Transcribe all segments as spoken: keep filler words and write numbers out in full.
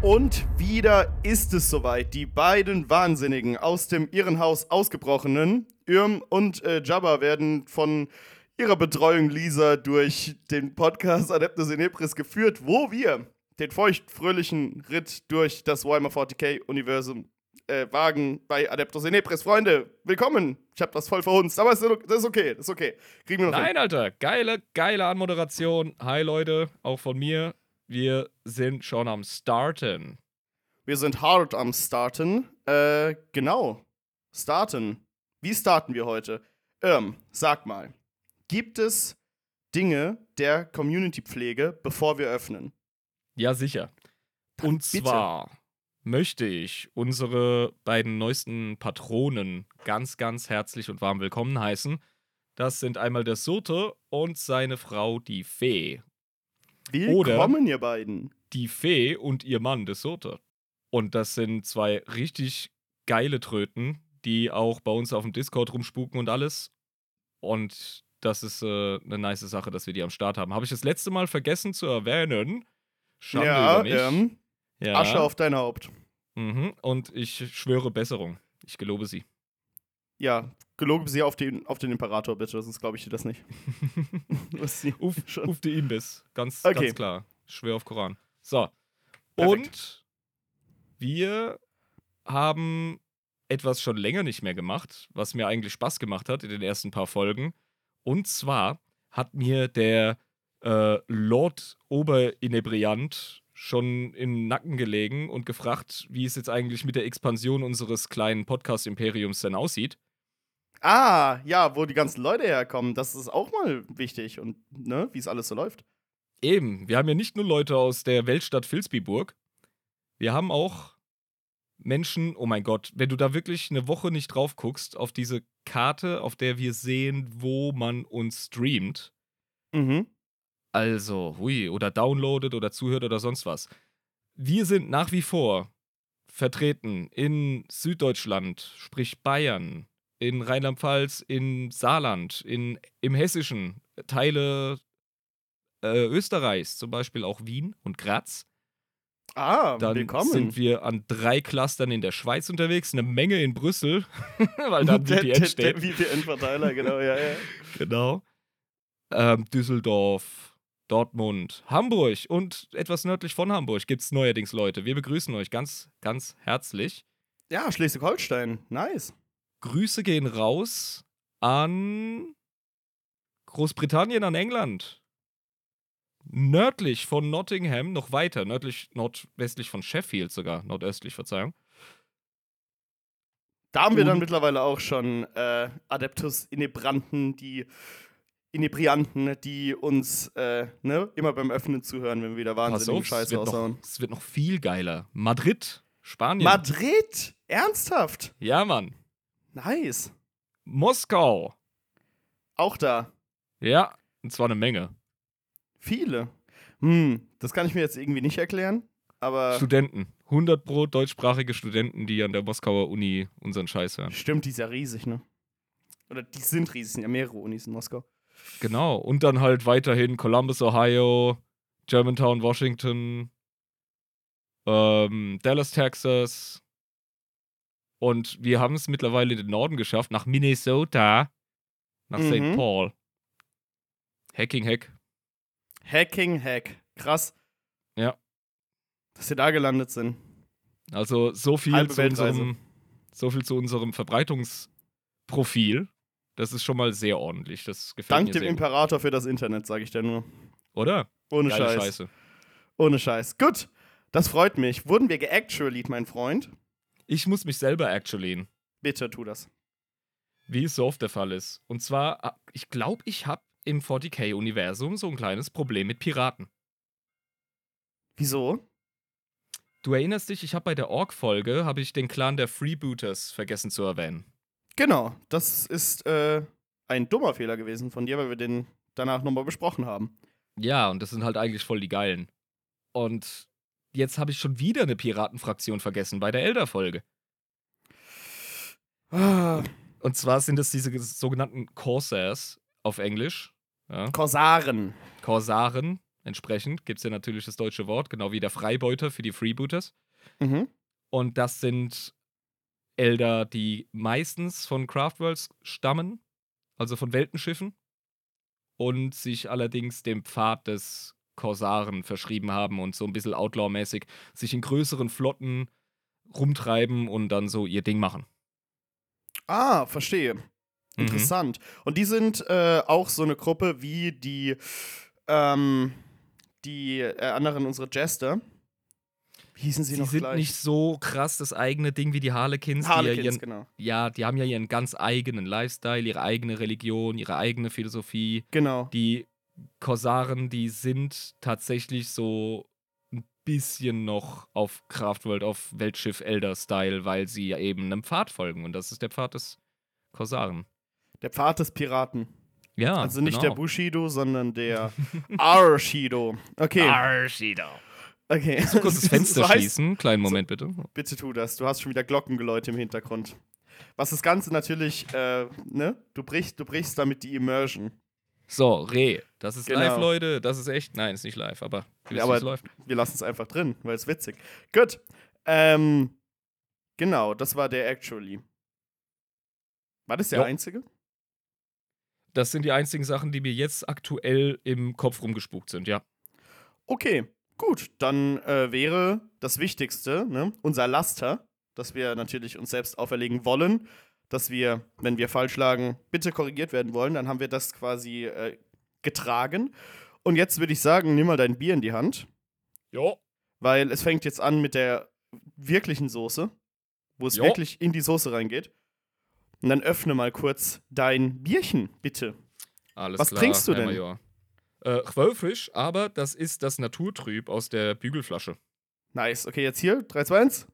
Und wieder ist es soweit. Die beiden Wahnsinnigen aus dem Irrenhaus ausgebrochenen, Irm und äh, Jabba, werden von ihrer Betreuung Lisa durch den Podcast Adeptus Inepris geführt, wo wir den feuchtfröhlichen Ritt durch das Warhammer forty K-Universum äh, wagen bei Adeptus Inepris. Freunde, willkommen. Ich hab das voll verhunzt, aber es ist, das ist okay, das ist okay. Kriegen wir noch Nein, hin. Alter, geile, geile Anmoderation. Hi, Leute, auch von mir. Wir sind schon am Starten. Wir sind hart am Starten. Äh, genau. Starten. Wie starten wir heute? Irm, sag mal, gibt es Dinge der Community-Pflege, bevor wir öffnen? Ja, sicher. Und bitte. zwar möchte ich unsere beiden neuesten Patronen ganz, ganz herzlich und warm willkommen heißen. Das sind einmal der Surte und seine Frau, die Fee. Willkommen, ihr beiden. Die Fee und ihr Mann, der Surte. Und das sind zwei richtig geile Tröten, die auch bei uns auf dem Discord rumspuken und alles. Und das ist äh, eine nice Sache, dass wir die am Start haben. Habe ich das letzte Mal vergessen zu erwähnen. Schande Ja, über mich. ähm, Ja. Asche auf dein Haupt. Mhm. Und ich schwöre Besserung. Ich gelobe sie. Ja, gelobe sie auf den, auf den Imperator, bitte, sonst glaube ich dir das nicht. Uf, uf die Imbiss. Ganz, Okay. ganz klar. Ich schwöre auf Koran. So. Perfekt. Und wir haben etwas schon länger nicht mehr gemacht, was mir eigentlich Spaß gemacht hat in den ersten paar Folgen. Und zwar hat mir der äh, Lord Oberinebriant schon im Nacken gelegen und gefragt, wie es jetzt eigentlich mit der Expansion unseres kleinen Podcast-Imperiums denn aussieht. Ah, ja, wo die ganzen Leute herkommen, das ist auch mal wichtig und, ne, wie es alles so läuft. Eben, wir haben ja nicht nur Leute aus der Weltstadt Vilsbiburg, wir haben auch Menschen, oh mein Gott, wenn du da wirklich eine Woche nicht drauf guckst, auf diese Karte, auf der wir sehen, wo man uns streamt, Mhm. also, hui, oder downloadet oder zuhört oder sonst was. Wir sind nach wie vor vertreten in Süddeutschland, sprich Bayern, in Rheinland-Pfalz, in Saarland, in, im Hessischen, Teile äh, Österreichs, zum Beispiel auch Wien und Graz. Ah, Dann willkommen. sind wir an drei Clustern in der Schweiz unterwegs, eine Menge in Brüssel, weil da ein V P N der, steht. der V P N-Verteiler, genau, ja, ja. Genau. Ähm, Düsseldorf, Dortmund, Hamburg und etwas nördlich von Hamburg gibt es neuerdings Leute. Wir begrüßen euch ganz, ganz herzlich. Ja, Schleswig-Holstein, nice. Grüße gehen raus an Großbritannien, an England. Nördlich von Nottingham, noch weiter, nördlich, nordwestlich von Sheffield sogar, nordöstlich, Verzeihung. Da haben wir dann Und- mittlerweile auch schon äh, Adeptus Inebranten, die Inebrianten, die uns äh, ne, immer beim Öffnen zuhören, wenn wir wieder Pass wahnsinnigen auf, es Scheiß wird, noch, raushauen. es wird noch viel geiler. Madrid, Spanien. Madrid? Ernsthaft? Ja, Mann. Nice. Moskau. Auch da. Ja, und zwar eine Menge. Viele. Hm, das kann ich mir jetzt irgendwie nicht erklären, aber Studenten. hundert pro deutschsprachige Studenten, die an der Moskauer Uni unseren Scheiß hören. stimmt, die ist ja riesig, ne? Oder die sind riesig, sind ja mehrere Unis in Moskau. Genau. Und dann halt weiterhin Columbus, Ohio, Germantown, Washington, ähm, Dallas, Texas. Und wir haben es mittlerweile in den Norden geschafft, nach Minnesota, nach Mhm. Saint Paul. Hacking Hack. Hacking Hack. Krass, Ja. dass wir da gelandet sind. Also so viel, Halbe zu Weltreise. unserem, so viel zu unserem Verbreitungsprofil. Das ist schon mal sehr ordentlich. Das gefällt Dank mir dem sehr gut. Imperator für das Internet, sage ich dir nur. Oder? Ohne Geile Scheiß. Scheiße. Ohne Scheiß. Gut, das freut mich. Wurden wir geactualied, mein Freund? Ich muss mich selber actuallyen, Bitte tu das. wie es so oft der Fall ist. Und zwar, ich glaube, ich habe im forty K-Universum so ein kleines Problem mit Piraten. Wieso? Du erinnerst dich, ich habe bei der Org-Folge, habe ich den Clan der Freebooters vergessen zu erwähnen. Genau, das ist äh, ein dummer Fehler gewesen von dir, weil wir den danach nochmal besprochen haben. Ja, und das sind halt eigentlich voll die Geilen. Und jetzt habe ich schon wieder eine Piratenfraktion vergessen bei der Elder-Folge. Ah, Und zwar sind es diese sogenannten Corsairs auf Englisch. Ja. Korsaren. Korsaren. Entsprechend gibt es ja natürlich das deutsche Wort, genau wie der Freibeuter für die Freebooters. Mhm. Und das sind Elder, die meistens von Craftworlds stammen, also von Weltenschiffen, und sich allerdings dem Pfad des Korsaren verschrieben haben und so ein bisschen Outlaw-mäßig sich in größeren Flotten rumtreiben und dann so ihr Ding machen. Ah, verstehe. Interessant. Mhm. Und die sind äh, auch so eine Gruppe wie die, ähm, die äh, anderen, unsere Jester. Wie hießen sie, sie noch sind gleich? Nicht so krass das eigene Ding wie die Harlequins. Harlequins, die ja ihren, genau. Ja, die haben ja ihren ganz eigenen Lifestyle, ihre eigene Religion, ihre eigene Philosophie. Genau. Die Korsaren, die sind tatsächlich so ein bisschen noch auf Craftworld, auf Weltschiff-Elder-Style, weil sie ja eben einem Pfad folgen. Und das ist der Pfad des Korsaren. Der Pfad des Piraten. Ja, Also nicht genau. der Bushido, sondern der Arshido. Okay. Arshido. Okay. Kannst du kurz das Fenster so schließen? Heißt, Kleinen Moment, so, bitte. Bitte tu das. Du hast schon wieder Glockengeläute im Hintergrund. Was das Ganze natürlich, äh, ne? Du brichst, du brichst damit die Immersion. So, Reh. Das ist genau. live, Leute. Das ist echt. Nein, ist nicht live, aber wie ja, aber es läuft. Wir lassen es einfach drin, weil es witzig. Gut. Ähm, genau, das war der Actually. War das der jo. einzige? Das sind die einzigen Sachen, die mir jetzt aktuell im Kopf rumgespukt sind, ja. Okay, gut. Dann äh, wäre das Wichtigste, ne, unser Laster, das wir natürlich uns selbst auferlegen wollen, dass wir, wenn wir falsch lagen, bitte korrigiert werden wollen. Dann haben wir das quasi äh, getragen. Und jetzt würde ich sagen, nimm mal dein Bier in die Hand. Jo. Weil es fängt jetzt an mit der wirklichen Soße, wo es jo. wirklich in die Soße reingeht. Und dann öffne mal kurz dein Bierchen, bitte. Alles Was klar, trinkst du Herr denn? Major. Äh, Quellfrisch, aber das ist das Naturtrüb aus der Bügelflasche. Nice. Okay, jetzt hier. drei, zwei, eins.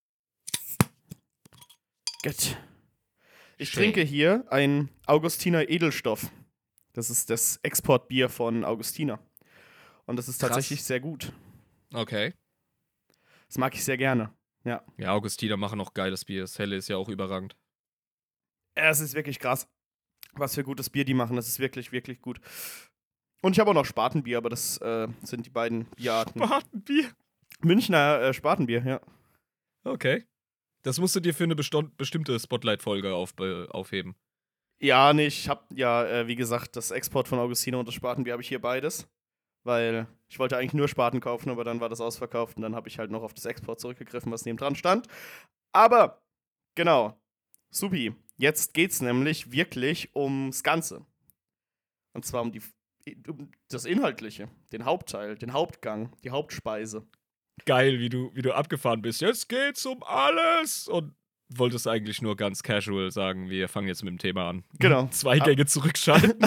Gut. Ich Schön. trinke hier ein Augustiner Edelstoff. Das ist das Exportbier von Augustiner. Und das ist Krass. tatsächlich sehr gut. Okay. Das mag ich sehr gerne. Ja. Ja, Augustiner machen auch geiles Bier. Das Helle ist ja auch überragend. Es ist wirklich krass, was für gutes Bier die machen. Das ist wirklich, wirklich gut. Und ich habe auch noch Spatenbier, aber das äh, sind die beiden Bierarten. Spatenbier? Münchner äh, Spatenbier, ja. Okay. Das musst du dir für eine beston- bestimmte Spotlight-Folge auf, äh, aufheben. Ja, nee, ich habe ja, äh, wie gesagt, das Export von Augustiner und das Spatenbier habe ich hier beides. Weil ich wollte eigentlich nur Spaten kaufen, aber dann war das ausverkauft und dann habe ich halt noch auf das Export zurückgegriffen, was neben dran stand. Aber, genau, supi. Jetzt geht's nämlich wirklich ums Ganze. Und zwar um, die, um das Inhaltliche, den Hauptteil, den Hauptgang, die Hauptspeise. Geil, wie du, wie du abgefahren bist. Jetzt geht's um alles! Und wolltest eigentlich nur ganz casual sagen, wir fangen jetzt mit dem Thema an. Genau. Zwei Gänge ah. zurückschalten.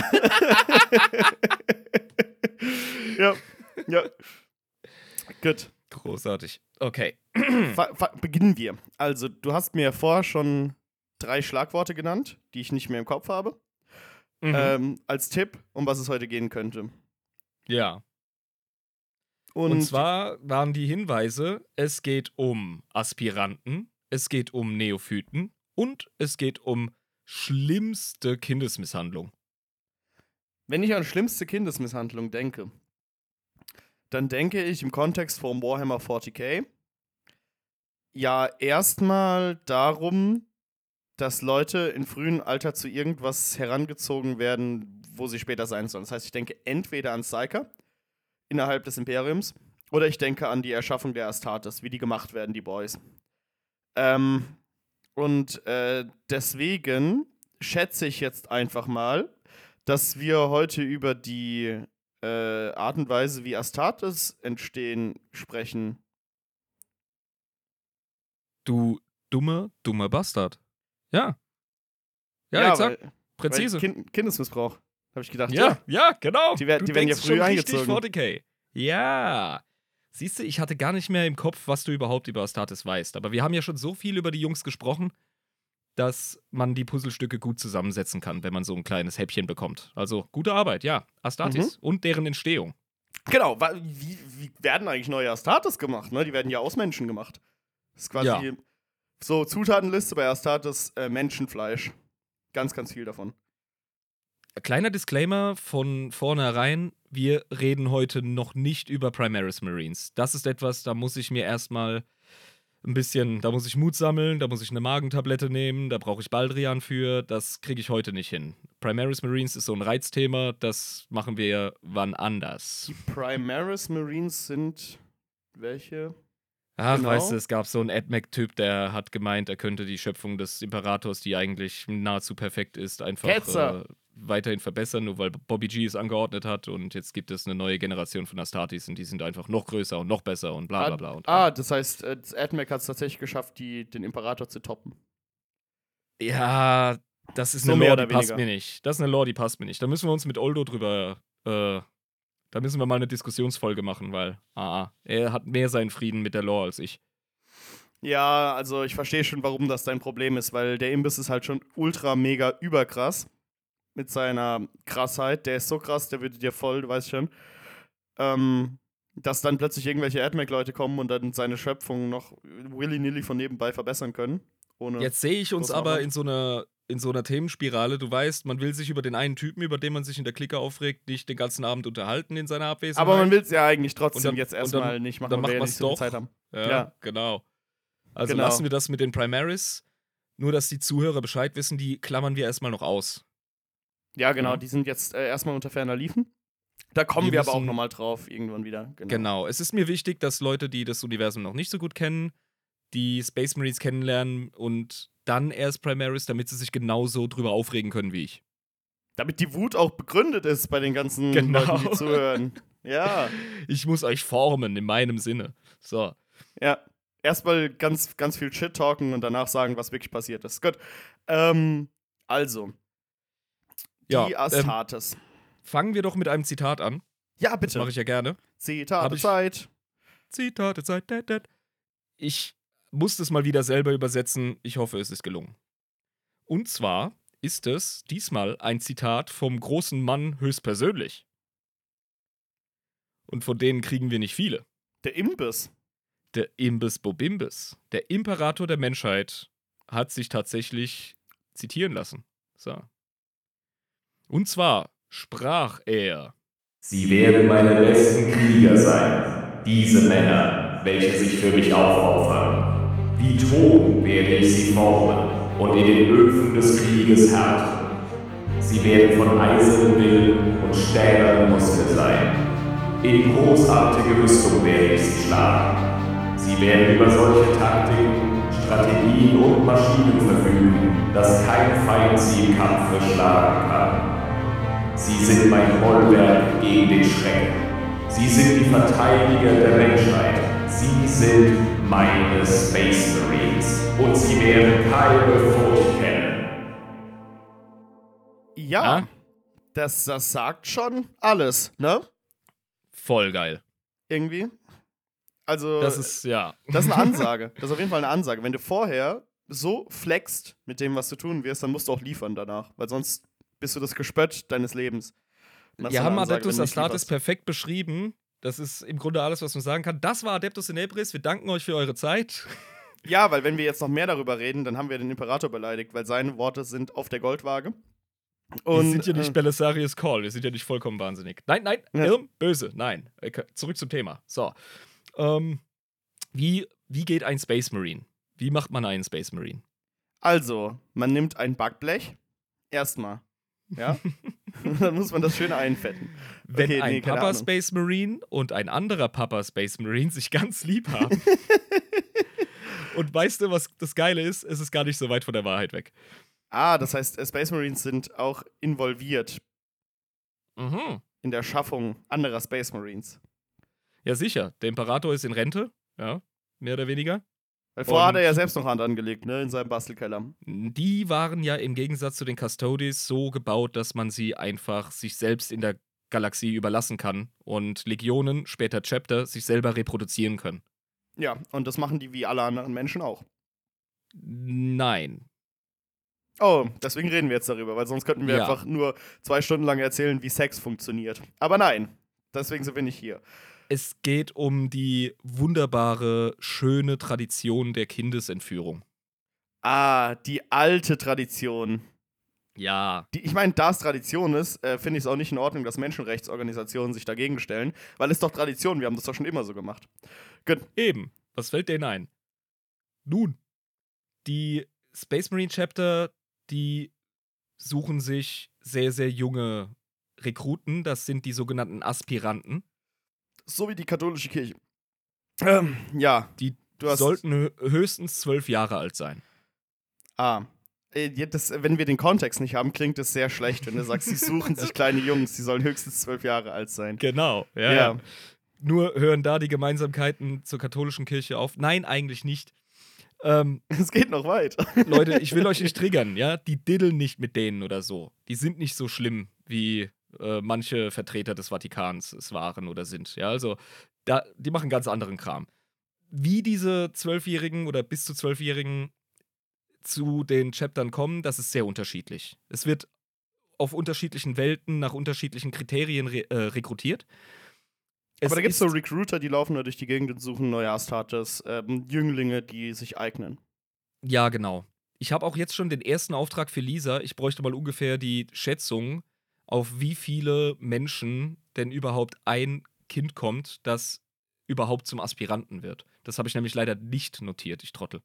ja, ja. Gut. Großartig. Okay. Fa- fa- beginnen wir. Also, du hast mir vorher schon drei Schlagworte genannt, die ich nicht mehr im Kopf habe. Mhm. Ähm, als Tipp, um was es heute gehen könnte. Ja. Und, Und zwar waren die Hinweise, es geht um Aspiranten, es geht um Neophyten und es geht um schlimmste Kindesmisshandlung. Wenn ich an schlimmste Kindesmisshandlung denke, dann denke ich im Kontext von Warhammer vierzig K ja erstmal darum, dass Leute in frühem Alter zu irgendwas herangezogen werden, wo sie später sein sollen. Das heißt, ich denke entweder an Psyker innerhalb des Imperiums oder ich denke an die Erschaffung der Astartes, wie die gemacht werden, die Boys. Ähm, und äh, deswegen schätze ich jetzt einfach mal, dass wir heute über die äh, Art und Weise, wie Astartes entstehen, sprechen. Du dummer, dummer Bastard. Ja. Ja, ja exakt. Weil, Präzise. Weil kind- Kindesmissbrauch, habe ich gedacht. Ja, ja, genau. Die, wer- die werden ja früh eingezogen. vierzig K. Ja. Siehst du, ich hatte gar nicht mehr im Kopf, was du überhaupt über Astartes weißt. Aber wir haben ja schon so viel über die Jungs gesprochen, dass man die Puzzlestücke gut zusammensetzen kann, wenn man so ein kleines Häppchen bekommt. Also, gute Arbeit, ja. Astartes mhm. und deren Entstehung. Genau. Wie, wie werden eigentlich neue Astartes gemacht? Ne? Die werden ja aus Menschen gemacht. Das ist quasi ja. so Zutatenliste bei Astartes äh, Menschenfleisch. Ganz, ganz viel davon. Kleiner Disclaimer von vornherein, wir reden heute noch nicht über Primaris Marines. Das ist etwas, da muss ich mir erstmal ein bisschen, da muss ich Mut sammeln, da muss ich eine Magentablette nehmen, da brauche ich Baldrian für, das kriege ich heute nicht hin. Primaris Marines ist so ein Reizthema, das machen wir wann anders. Die Primaris Marines sind welche? Ach, Genau. weißt du, es gab so einen AdMac-Typ, der hat gemeint, er könnte die Schöpfung des Imperators, die eigentlich nahezu perfekt ist, einfach Ketzer. äh, weiterhin verbessern, nur weil Bobby G es angeordnet hat und jetzt gibt es eine neue Generation von Astartes und die sind einfach noch größer und noch besser und bla bla bla. Und Ah, das heißt, äh, das AdMac hat es tatsächlich geschafft, die, den Imperator zu toppen. Ja, das ist So eine mehr Lore, oder die passt weniger. mir nicht. Das ist eine Lore, die passt mir nicht. Da müssen wir uns mit Oldo drüber, äh, da müssen wir mal eine Diskussionsfolge machen, weil, ah, ah, er hat mehr seinen Frieden mit der Lore als ich. Ja, also ich verstehe schon, warum das dein Problem ist, weil der Imbiss ist halt schon ultra mega überkrass mit seiner Krassheit. Der ist so krass, der würde dir voll, du weißt schon, ähm, dass dann plötzlich irgendwelche AdMac-Leute kommen und dann seine Schöpfung noch willy-nilly von nebenbei verbessern können. Ohne Jetzt sehe ich uns großen aber Aufwand. in so einer in so einer Themenspirale. Du weißt, man will sich über den einen Typen, über den man sich in der Clique aufregt, nicht den ganzen Abend unterhalten in seiner Abwesenheit. Aber man will es ja eigentlich trotzdem Und dann- jetzt und erstmal dann- nicht machen, dann weil wir macht ja man's nicht so viel doch. Zeit haben. Ja, Ja. genau. Also Genau. lassen wir das mit den Primaris. Nur, dass die Zuhörer Bescheid wissen, die klammern wir erstmal noch aus. Ja, genau, Ja. die sind jetzt äh, erstmal unter ferner Liefen. Da kommen wir, Wir aber auch müssen- nochmal drauf, irgendwann wieder. Genau. Genau. Es ist mir wichtig, dass Leute, die das Universum noch nicht so gut kennen, die Space Marines kennenlernen und dann erst Primaris, damit sie sich genauso drüber aufregen können wie ich. Damit die Wut auch begründet ist bei den ganzen Genau. Leuten, die zuhören. Ja, Ich muss euch formen in meinem Sinne. So. ja. Erstmal ganz, ganz viel Shit talken und danach sagen, was wirklich passiert ist. Gut. Ähm, also. Die Ja, ähm, Astartes. Fangen wir doch mit einem Zitat an. Ja, Das bitte. mache ich ja gerne. Zitate Hab ich- Zeit. Zitate, Zeit, dat, dat. Ich muss das mal wieder selber übersetzen. Ich hoffe, es ist gelungen. Und zwar ist es diesmal ein Zitat vom großen Mann höchstpersönlich. Und von denen kriegen wir nicht viele. Der Imbiss. Der Imbis Bobimbis, der Imperator der Menschheit, hat sich tatsächlich zitieren lassen. So. Und zwar sprach er: Sie werden meine besten Krieger sein, diese Männer, welche sich für mich aufopfern. Wie Ton werde ich sie formen und in den Öfen des Krieges härten. Sie werden von eisernem Willen und stählernem Muskel sein. In großartige Rüstung werde ich sie schlagen. Sie werden über solche Taktiken, Strategien und Maschinen verfügen, dass kein Feind sie im Kampf schlagen kann. Sie sind mein Bollwerk gegen den Schrecken. Sie sind die Verteidiger der Menschheit. Sie sind meine Space Marines. Und sie werden keine Furcht kennen. Ja, Ah? das, das sagt schon alles, ne? Voll geil. Irgendwie. Also, Das ist, ja. das ist eine Ansage. Das ist auf jeden Fall eine Ansage. Wenn du vorher so flext mit dem, was du tun wirst, dann musst du auch liefern danach. Weil sonst bist du das Gespött deines Lebens. Und das Wir ist haben eine Ansage, Adeptus wenn du nicht Astartes lieferst. perfekt beschrieben. Das ist im Grunde alles, was man sagen kann. Das war Adeptus Inebris. Wir danken euch für eure Zeit. Ja, weil wenn wir jetzt noch mehr darüber reden, dann haben wir den Imperator beleidigt, weil seine Worte sind auf der Goldwaage. Und, wir sind ja nicht äh, Belisarius Call. Wir sind ja nicht vollkommen wahnsinnig. Nein, nein, Ja. Irm, böse. Nein. Okay, zurück zum Thema. So. Ähm, wie, wie geht ein Space Marine? Wie macht man einen Space Marine? Also, man nimmt ein Backblech. Erstmal. Ja? Dann muss man das schön einfetten. Wenn Okay, ein nee, keine Papa Ahnung. Space Marine und ein anderer Papa Space Marine sich ganz lieb haben. Und weißt du, was das Geile ist? Es ist gar nicht so weit von der Wahrheit weg. Ah, das heißt, äh, Space Marines sind auch involviert Mhm. in der Schaffung anderer Space Marines. Ja, sicher. Der Imperator ist in Rente. Ja, mehr oder weniger. Weil vorher hat er Und- ja selbst noch Hand angelegt, ne, in seinem Bastelkeller. Die waren ja im Gegensatz zu den Custodes so gebaut, dass man sie einfach sich selbst in der Galaxie überlassen kann und Legionen, später Chapter, sich selber reproduzieren können. Ja, und das machen die wie alle anderen Menschen auch. Nein. Oh, deswegen reden wir jetzt darüber, weil sonst könnten wir Ja. einfach nur zwei Stunden lang erzählen, wie Sex funktioniert. Aber nein, deswegen sind wir nicht hier. Es geht um die wunderbare, schöne Tradition der Kindesentführung. Ah, die alte Tradition. Ja. Die, ich meine, da es Tradition ist, äh, finde ich es auch nicht in Ordnung, dass Menschenrechtsorganisationen sich dagegen stellen, weil es doch Tradition, wir haben das doch schon immer so gemacht. Gut. Eben. Was fällt denen ein? Nun, die Space Marine Chapter, die suchen sich sehr, sehr junge Rekruten. Das sind die sogenannten Aspiranten. So wie die katholische Kirche. Ähm, ja. Die du hast sollten hö- höchstens zwölf Jahre alt sein. Ah. Äh, ja, das, wenn wir den Kontext nicht haben, klingt es sehr schlecht, wenn du sagst, sie suchen sich kleine Jungs, die sollen höchstens zwölf Jahre alt sein. Genau, ja. Ja. ja. Nur hören da die Gemeinsamkeiten zur katholischen Kirche auf? Nein, eigentlich nicht. Ähm, Es geht noch weit. Leute, ich will euch nicht triggern, ja? Die diddeln nicht mit denen oder so. Die sind nicht so schlimm, wie äh, manche Vertreter des Vatikans es waren oder sind. Ja, also, da, die machen ganz anderen Kram. Wie diese Zwölfjährigen oder bis zu Zwölfjährigen zu den Chaptern kommen, das ist sehr unterschiedlich. Es wird auf unterschiedlichen Welten nach unterschiedlichen Kriterien re äh, rekrutiert. Es Aber da gibt es ist- so Recruiter, die laufen da durch die Gegend und suchen neue Astartes, ähm, Jünglinge, die sich eignen. Ja, genau. Ich habe auch jetzt schon den ersten Auftrag für Lisa. Ich bräuchte mal ungefähr die Schätzung, auf wie viele Menschen denn überhaupt ein Kind kommt, das überhaupt zum Aspiranten wird. Das habe ich nämlich leider nicht notiert, ich Trottel.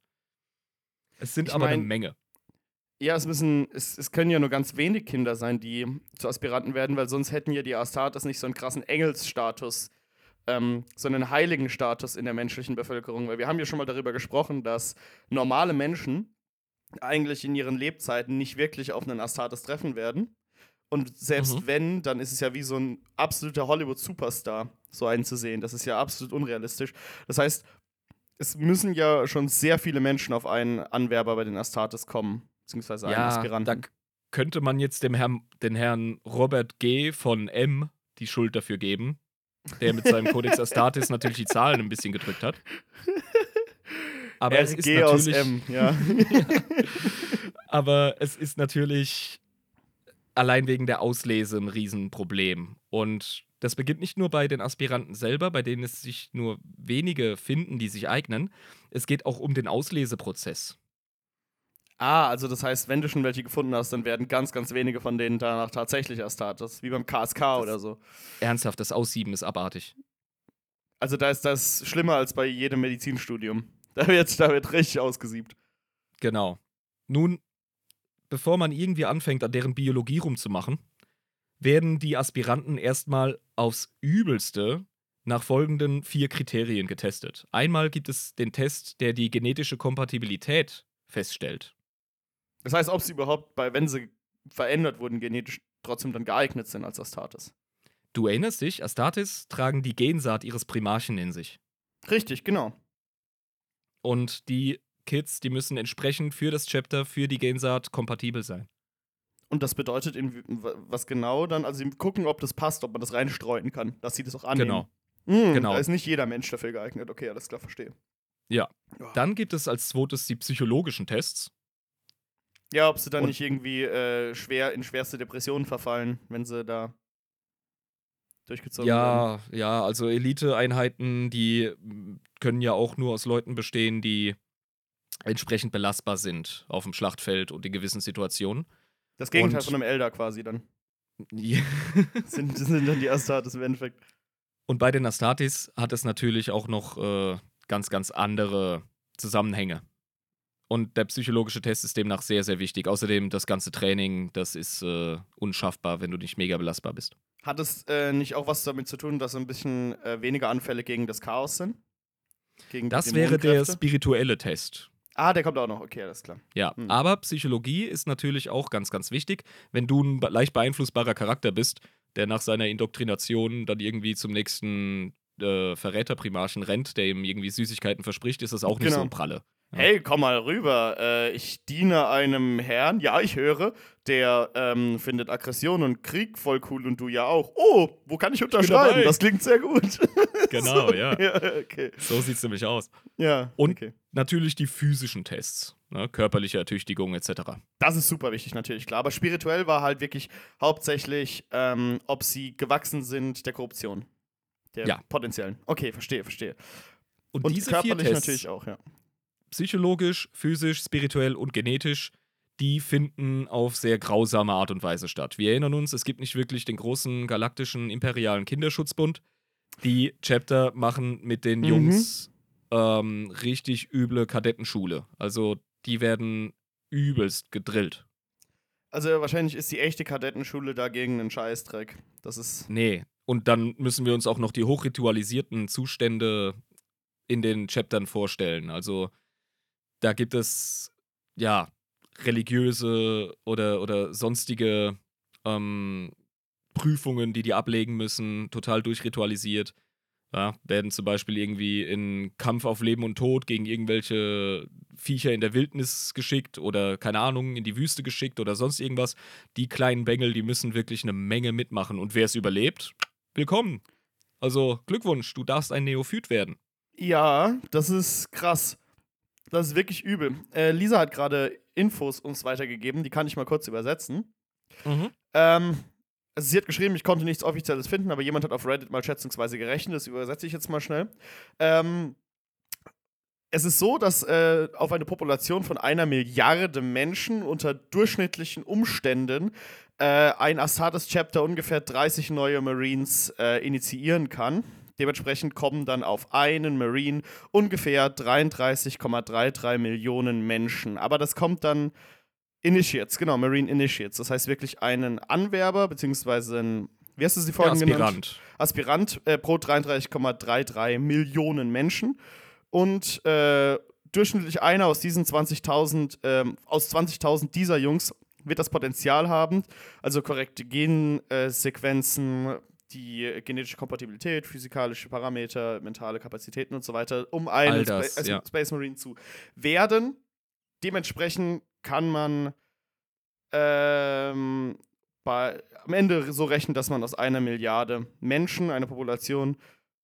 Es sind Ich aber eine mein- Menge. Ja, es müssen, es, es können ja nur ganz wenig Kinder sein, die zu Aspiranten werden, weil sonst hätten ja die Astartes nicht so einen krassen Engelsstatus, ähm, so einen heiligen Status in der menschlichen Bevölkerung. Weil wir haben ja schon mal darüber gesprochen, dass normale Menschen eigentlich in ihren Lebzeiten nicht wirklich auf einen Astartes treffen werden. Und selbst Mhm. wenn, dann ist es ja wie so ein absoluter Hollywood-Superstar, so einen zu sehen. Das ist ja absolut unrealistisch. Das heißt, es müssen ja schon sehr viele Menschen auf einen Anwerber bei den Astartes kommen, beziehungsweise einen Ja, da Aspiranten. k- könnte man jetzt dem Herrn, den Herrn Robert G. von M. die Schuld dafür geben, der mit seinem Codex Astartes natürlich die Zahlen ein bisschen gedrückt hat. Aber es ist R G aus natürlich, M, ja. aber es ist natürlich allein wegen der Auslese ein Riesenproblem. Und das beginnt nicht nur bei den Aspiranten selber, bei denen es sich nur wenige finden, die sich eignen. Es geht auch um den Ausleseprozess. Ah, also das heißt, wenn du schon welche gefunden hast, dann werden ganz, ganz wenige von denen danach tatsächlich Astartes, wie beim K S K oder so. Ernsthaft, das Aussieben ist abartig. Also da ist das schlimmer als bei jedem Medizinstudium. Da wird, da wird richtig ausgesiebt. Genau. Nun, bevor man irgendwie anfängt, an deren Biologie rumzumachen, werden die Aspiranten erstmal aufs Übelste nach folgenden vier Kriterien getestet. Einmal gibt es den Test, der die genetische Kompatibilität feststellt. Das heißt, ob sie überhaupt, bei, wenn sie verändert wurden, genetisch trotzdem dann geeignet sind als Astartes. Du erinnerst dich, Astartes tragen die Gensaat ihres Primarchen in sich. Richtig, genau. Und die Kids, die müssen entsprechend für das Chapter, für die Gensaat kompatibel sein. Und das bedeutet, in, was genau dann, also sie gucken, ob das passt, ob man das reinstreuen kann, dass sie das auch annehmen. Genau. Mm, Genau. Da ist nicht jeder Mensch dafür geeignet. Okay, alles klar, verstehe. Ja. Ja. Dann gibt es als zweites die psychologischen Tests. Ja, ob sie dann Und- nicht irgendwie äh, schwer in schwerste Depressionen verfallen, wenn sie da durchgezogen werden. Ja, ja, also Elite-Einheiten, die mm, können ja auch nur aus Leuten bestehen, die entsprechend belastbar sind auf dem Schlachtfeld und in gewissen Situationen. Das Gegenteil und- von einem Elder quasi dann. Ja. Sind, sind dann die Astartes im Endeffekt. Und bei den Astartes hat es natürlich auch noch äh, ganz, ganz andere Zusammenhänge. Und der psychologische Test ist demnach sehr, sehr wichtig. Außerdem das ganze Training, das ist äh, unschaffbar, wenn du nicht mega belastbar bist. Hat es äh, nicht auch was damit zu tun, dass so ein bisschen äh, weniger Anfälle gegen das Chaos sind? Gegen die Das wäre der Dämonenkräfte? spirituelle Test. Ah, der kommt auch noch. Okay, alles klar. Ja, Hm. aber Psychologie ist natürlich auch ganz, ganz wichtig. Wenn du ein be- leicht beeinflussbarer Charakter bist, der nach seiner Indoktrination dann irgendwie zum nächsten äh, Verräterprimarchen rennt, der ihm irgendwie Süßigkeiten verspricht, ist das auch nicht Genau. so ein Pralle. Ja. Hey, komm mal rüber. Äh, ich diene einem Herrn, ja, ich höre, der ähm, findet Aggression und Krieg voll cool und du ja auch. Oh, wo kann ich unterschreiben? dabei. Das klingt sehr gut. Genau, ja. ja. Okay. So sieht es nämlich aus. Ja, Und- okay. Natürlich die physischen Tests, ne? Körperliche Ertüchtigung et cetera. Das ist super wichtig, natürlich, klar. Aber spirituell war halt wirklich hauptsächlich, ähm, ob sie gewachsen sind der Korruption. Der Ja. potenziellen. Okay, verstehe, verstehe. Und, Und diese vier körperlich Tests, natürlich auch, ja. psychologisch, physisch, spirituell und genetisch, die finden auf sehr grausame Art und Weise statt. Wir erinnern uns, es gibt nicht wirklich den großen galaktischen imperialen Kinderschutzbund. Die Chapter machen mit den Mhm. Jungs ähm, richtig üble Kadettenschule. Also die werden übelst gedrillt. Also wahrscheinlich ist die echte Kadettenschule dagegen ein Scheißdreck. Das ist. Nee. Und dann müssen wir uns auch noch die hochritualisierten Zustände in den Chaptern vorstellen. Also da gibt es, ja, religiöse oder, oder sonstige ähm, Prüfungen, die die ablegen müssen, total durchritualisiert. Ja, werden zum Beispiel irgendwie in Kampf auf Leben und Tod gegen irgendwelche Viecher in der Wildnis geschickt oder, keine Ahnung, in die Wüste geschickt oder sonst irgendwas. Die kleinen Bengel, die müssen wirklich eine Menge mitmachen. Und wer es überlebt, willkommen. Also Glückwunsch, du darfst ein Neophyt werden. Ja, das ist krass. Das ist wirklich übel. Äh, Lisa hat gerade Infos uns weitergegeben, die kann ich mal kurz übersetzen. Mhm. Ähm, also sie hat geschrieben, ich konnte nichts Offizielles finden, aber jemand hat auf Reddit mal schätzungsweise gerechnet, das übersetze ich jetzt mal schnell. Ähm, es ist so, dass äh, auf eine Population von einer Milliarde Menschen unter durchschnittlichen Umständen äh, ein Astartes-Chapter ungefähr dreißig neue Marines äh, initiieren kann. Dementsprechend kommen dann auf einen Marine ungefähr dreiunddreißig Komma dreiunddreißig Millionen Menschen. Aber das kommt dann Initiates, genau, Marine Initiates. Das heißt wirklich einen Anwerber, beziehungsweise ein, wie hast du sie vorhin Ja, genannt? Aspirant. Aspirant äh, pro dreiunddreißig Komma dreiunddreißig Millionen Menschen. Und äh, durchschnittlich einer aus diesen zwanzigtausend, ähm, aus zwanzigtausend dieser Jungs wird das Potenzial haben, also korrekte Gensequenzen, die genetische Kompatibilität, physikalische Parameter, mentale Kapazitäten und so weiter, um ein All das, Spa also ja. Space Marine zu werden. Dementsprechend kann man ähm, bei, am Ende so rechnen, dass man aus einer Milliarde Menschen, einer Population,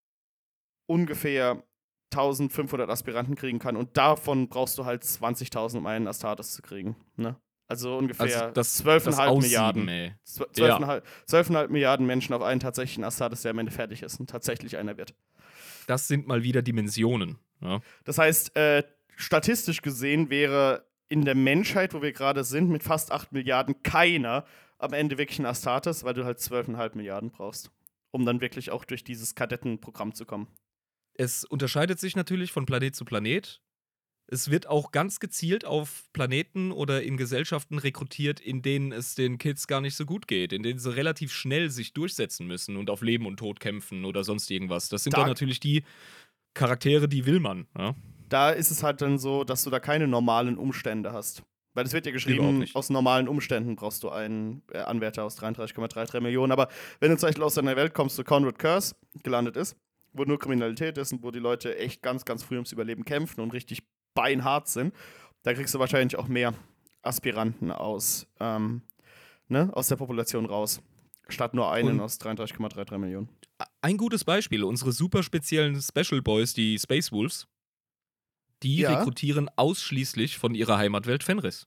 ungefähr eintausendfünfhundert Aspiranten kriegen kann. Und davon brauchst du halt zwanzigtausend, um einen Astartes zu kriegen. Ne? Also ungefähr Also das, zwölf Komma das fünf Aussieben, Milliarden. ey. zwölf Komma fünf zwölf Komma fünf Milliarden Menschen auf einen tatsächlichen Astartes, der am Ende fertig ist und tatsächlich einer wird. Das sind mal wieder Dimensionen. Ja. Das heißt, äh, statistisch gesehen wäre in der Menschheit, wo wir gerade sind, mit fast acht Milliarden keiner am Ende wirklich ein Astartes, weil du halt zwölf Komma fünf Milliarden brauchst, um dann wirklich auch durch dieses Kadettenprogramm zu kommen. Es unterscheidet sich natürlich von Planet zu Planet. Es wird auch ganz gezielt auf Planeten oder in Gesellschaften rekrutiert, in denen es den Kids gar nicht so gut geht, in denen sie relativ schnell sich durchsetzen müssen und auf Leben und Tod kämpfen oder sonst irgendwas. Das sind Da- dann natürlich die Charaktere, die will man. Ja? Da ist es halt dann so, dass du da keine normalen Umstände hast. Weil es wird ja Überhaupt geschrieben, nicht. aus normalen Umständen brauchst du einen äh, Anwärter aus dreiunddreißig Komma dreiunddreißig Millionen. Aber wenn du zum Beispiel aus einer Welt kommst, wo Conrad Curse gelandet ist, wo nur Kriminalität ist und wo die Leute echt ganz, ganz früh ums Überleben kämpfen und richtig beinhart sind, da kriegst du wahrscheinlich auch mehr Aspiranten aus, ähm, ne, aus der Population raus. Statt nur einen Und- aus dreiunddreißig Komma dreiunddreißig Millionen. Ein gutes Beispiel, unsere super speziellen Special Boys, die Space Wolves, die Ja. rekrutieren ausschließlich von ihrer Heimatwelt Fenris.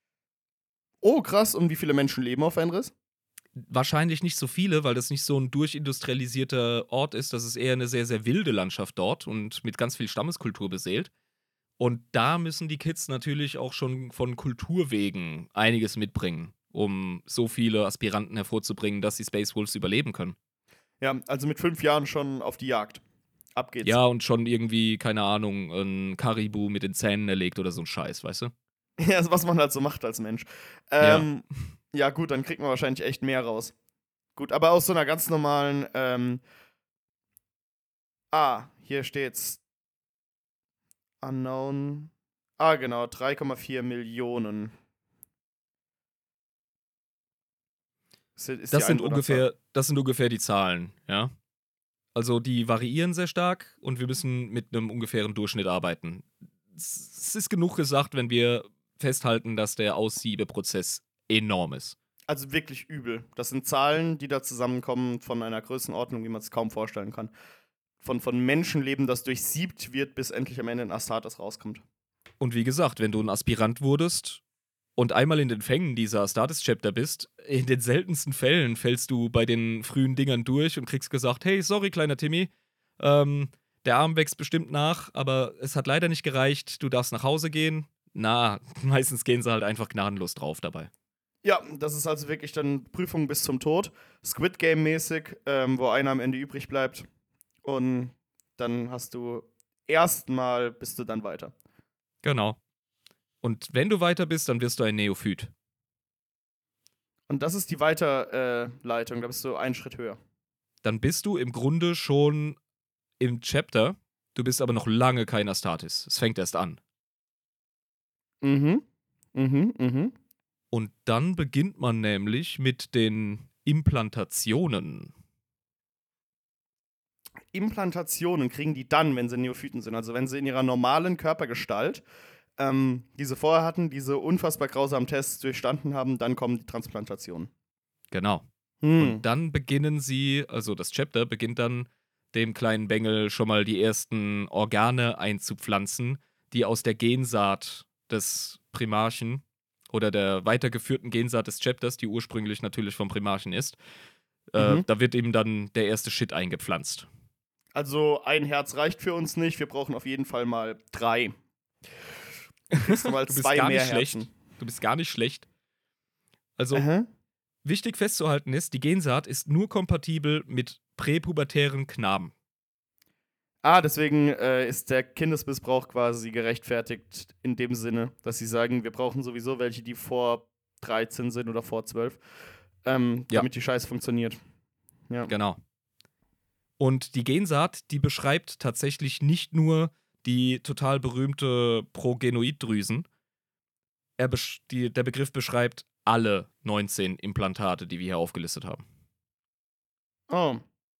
Oh, krass. Und wie viele Menschen leben auf Fenris? Wahrscheinlich nicht so viele, weil das nicht so ein durchindustrialisierter Ort ist. Das ist eher eine sehr, sehr wilde Landschaft dort und mit ganz viel Stammeskultur beseelt. Und da müssen die Kids natürlich auch schon von Kulturwegen einiges mitbringen, um so viele Aspiranten hervorzubringen, dass die Space Wolves überleben können. Ja, also mit fünf Jahren schon auf die Jagd. Ab geht's. Ja, und schon irgendwie, keine Ahnung, ein Karibu mit den Zähnen erlegt oder so ein Scheiß, weißt du? Ja, also was man halt so macht als Mensch. Ähm, ja. gut, dann kriegt man wahrscheinlich echt mehr raus. Gut, aber aus so einer ganz normalen, ähm Ah, hier steht's. Unknown. Ah, genau, drei Komma vier Millionen. Ist, ist Das die sind, Einwohnerzahl. ungefähr, das sind ungefähr die Zahlen, ja. Also die variieren sehr stark und wir müssen mit einem ungefähren Durchschnitt arbeiten. Es ist genug gesagt, wenn wir festhalten, dass der Aussiebeprozess enorm ist. Also wirklich übel. Das sind Zahlen, die da zusammenkommen von einer Größenordnung, wie man es kaum vorstellen kann. Von, von Menschenleben, das durchsiebt wird, bis endlich am Ende ein Astartes rauskommt. Und wie gesagt, wenn du ein Aspirant wurdest und einmal in den Fängen dieser Astartes-Chapter bist, in den seltensten Fällen fällst du bei den frühen Dingern durch und kriegst gesagt, hey, sorry, kleiner Timmy, ähm, der Arm wächst bestimmt nach, aber es hat leider nicht gereicht, du darfst nach Hause gehen. Na, meistens gehen sie halt einfach gnadenlos drauf dabei. Ja, das ist also wirklich dann Prüfung bis zum Tod. Squid Game-mäßig, ähm, wo einer am Ende übrig bleibt. Und dann hast du erstmal, bist du dann weiter. Genau. Und wenn du weiter bist, dann wirst du ein Neophyt. Und das ist die Weiterleitung, da bist du einen Schritt höher. Dann bist du im Grunde schon im Chapter, du bist aber noch lange kein Astartes. Es fängt erst an. Mhm, mhm, mhm. Und dann beginnt man nämlich mit den Implantationen. Implantationen kriegen die dann, wenn sie Neophyten sind. Also wenn sie in ihrer normalen Körpergestalt, ähm, die sie vorher hatten, diese unfassbar grausamen Tests durchstanden haben, dann kommen die Transplantationen. Genau. Hm. Und dann beginnen sie, also das Chapter beginnt dann, dem kleinen Bengel schon mal die ersten Organe einzupflanzen, die aus der Gensaat des Primarchen oder der weitergeführten Gensaat des Chapters, die ursprünglich natürlich vom Primarchen ist, äh, Mhm. da wird ihm dann der erste Shit eingepflanzt. Also ein Herz reicht für uns nicht, wir brauchen auf jeden Fall mal drei. Du kriegst mal Du bist zwei gar mehr nicht schlecht. Herzen. Du bist gar nicht schlecht. Also, Aha. wichtig festzuhalten ist, die Gensaat ist nur kompatibel mit präpubertären Knaben. Ah, deswegen äh, ist der Kindesmissbrauch quasi gerechtfertigt in dem Sinne, dass sie sagen, wir brauchen sowieso welche, die vor dreizehn sind oder vor zwölf, ähm, Ja. damit die Scheiße funktioniert. Ja. Genau. Und die Gensaat, die beschreibt tatsächlich nicht nur die total berühmte Progenoiddrüsen. Er besch- die, der Begriff beschreibt alle neunzehn Implantate, die wir hier aufgelistet haben. Oh.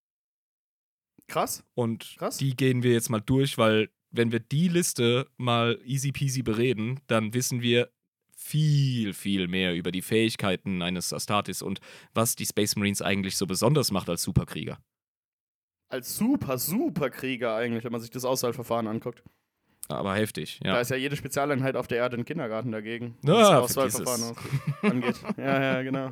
Krass. Und Krass. die gehen wir jetzt mal durch, weil wenn wir die Liste mal easy peasy bereden, dann wissen wir viel, viel mehr über die Fähigkeiten eines Astartes und was die Space Marines eigentlich so besonders macht als Superkrieger. Als super, super Krieger eigentlich, wenn man sich das Auswahlverfahren anguckt. Aber heftig, ja. Da ist ja jede Spezialeinheit auf der Erde ein Kindergarten dagegen, Na, was das vergiss Auswahlverfahren es. aus- angeht. Ja, ja, genau.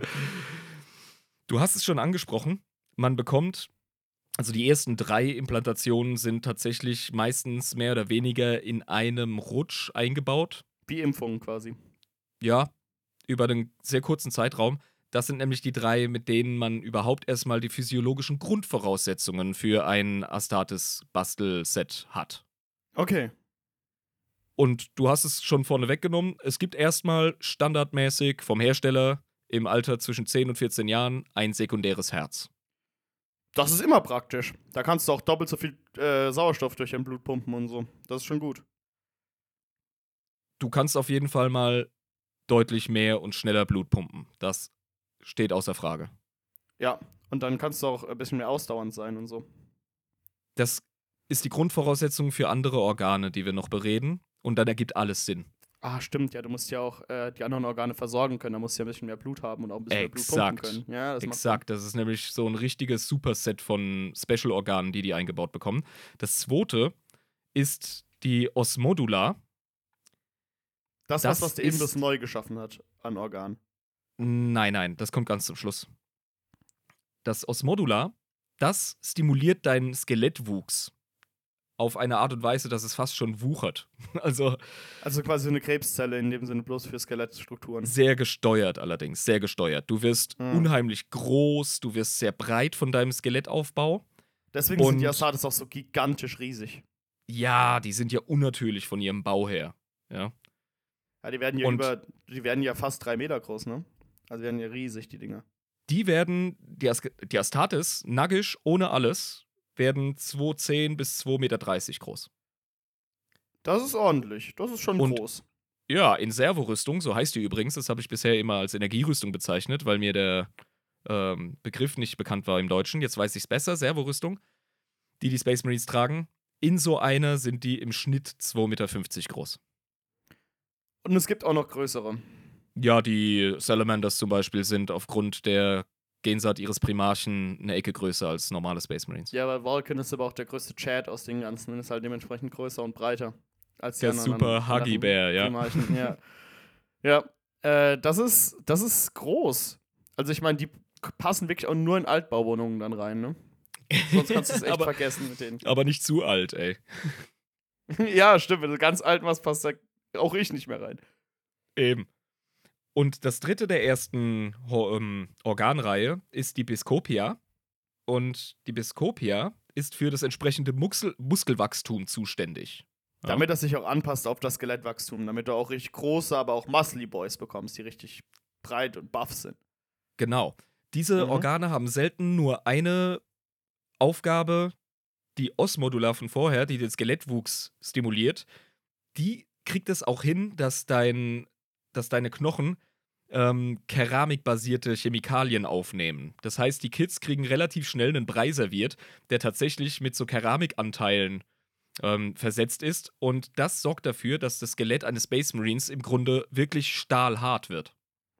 Du hast es schon angesprochen, man bekommt, also die ersten drei Implantationen sind tatsächlich meistens mehr oder weniger in einem Rutsch eingebaut. Wie Impfungen quasi. Ja, über einen sehr kurzen Zeitraum. Das sind nämlich die drei, mit denen man überhaupt erstmal die physiologischen Grundvoraussetzungen für ein Astartes-Bastelset hat. Okay. Und du hast es schon vorne weggenommen. Es gibt erstmal standardmäßig vom Hersteller im Alter zwischen zehn und vierzehn Jahren ein sekundäres Herz. Das ist immer praktisch. Da kannst du auch doppelt so viel äh, Sauerstoff durch dein Blut pumpen und so. Das ist schon gut. Du kannst auf jeden Fall mal deutlich mehr und schneller Blut pumpen. Das steht außer Frage. Ja. Und dann kannst du auch ein bisschen mehr ausdauernd sein und so. Das ist die Grundvoraussetzung für andere Organe, die wir noch bereden. Und dann ergibt alles Sinn. Ah, stimmt, ja. Du musst ja auch äh, die anderen Organe versorgen können. Da musst du ja ein bisschen mehr Blut haben und auch ein bisschen Exakt. mehr Blut pumpen können. Ja, das macht Exakt, das ist nämlich so ein richtiges Superset von Special-Organen, die die eingebaut bekommen. Das zweite ist die Osmodula. Das, Das was, was der ist- Inbus neu geschaffen hat an Organen. Nein, nein, das kommt ganz zum Schluss. Das Osmodula, das stimuliert deinen Skelettwuchs auf eine Art und Weise, dass es fast schon wuchert. Also Also quasi so eine Krebszelle in dem Sinne bloß für Skelettstrukturen. sehr gesteuert allerdings, sehr gesteuert. Du wirst Hm. unheimlich groß, du wirst sehr breit von deinem Skelettaufbau. Deswegen sind die Und- Astartes auch so gigantisch riesig. Ja, die sind ja unnatürlich von ihrem Bau her. Ja. Ja, die werden ja Und- über, die werden ja fast drei Meter groß, ne? Also die werden ja riesig, die Dinger. Die werden, die, As die Astartes, nagisch, ohne alles, werden zwei Komma zehn bis zwei Komma dreißig Meter groß. Das ist ordentlich. Das ist schon Und- groß. Ja, in Servorüstung, so heißt die übrigens, das habe ich bisher immer als Energierüstung bezeichnet, weil mir der ähm, Begriff nicht bekannt war im Deutschen. Jetzt weiß ich es besser, Servorüstung, die die Space Marines tragen. In so einer sind die im Schnitt zwei Komma fünfzig Meter groß. Und es gibt auch noch größere. Ja, die Salamanders zum Beispiel sind aufgrund der Gensaat ihres Primarchen eine Ecke größer als normale Space Marines. Ja, weil Vulcan ist aber auch der größte Chat aus den ganzen und ist halt dementsprechend größer und breiter als die Der anderen. Super anderen Huggy Bear, ja. Primarchen. Ja, ja äh, das, ist, das ist groß. Also ich meine, die k- passen wirklich auch nur in Altbauwohnungen dann rein, ne? Sonst kannst du es echt Aber- vergessen mit denen. Aber nicht zu alt, ey. Ja, stimmt. Wenn du ganz alt machst, passt da auch ich nicht mehr rein. Eben. Und das dritte der ersten Ho- ähm, Organreihe ist die Biscopia. Und die Biscopia ist für das entsprechende Muxel Muskelwachstum zuständig. Ja. Damit das sich auch anpasst auf das Skelettwachstum, damit du auch richtig große, aber auch muscly Boys bekommst, die richtig breit und buff sind. Genau. Diese Mhm. Organe haben selten nur eine Aufgabe, die Osmodula von vorher, die den Skelettwuchs stimuliert, die kriegt es auch hin, dass, dein, dass deine Knochen ähm, keramikbasierte Chemikalien aufnehmen. Das heißt, die Kids kriegen relativ schnell einen Brei serviert, der tatsächlich mit so Keramikanteilen ähm, versetzt ist. Und das sorgt dafür, dass das Skelett eines Space Marines im Grunde wirklich stahlhart wird.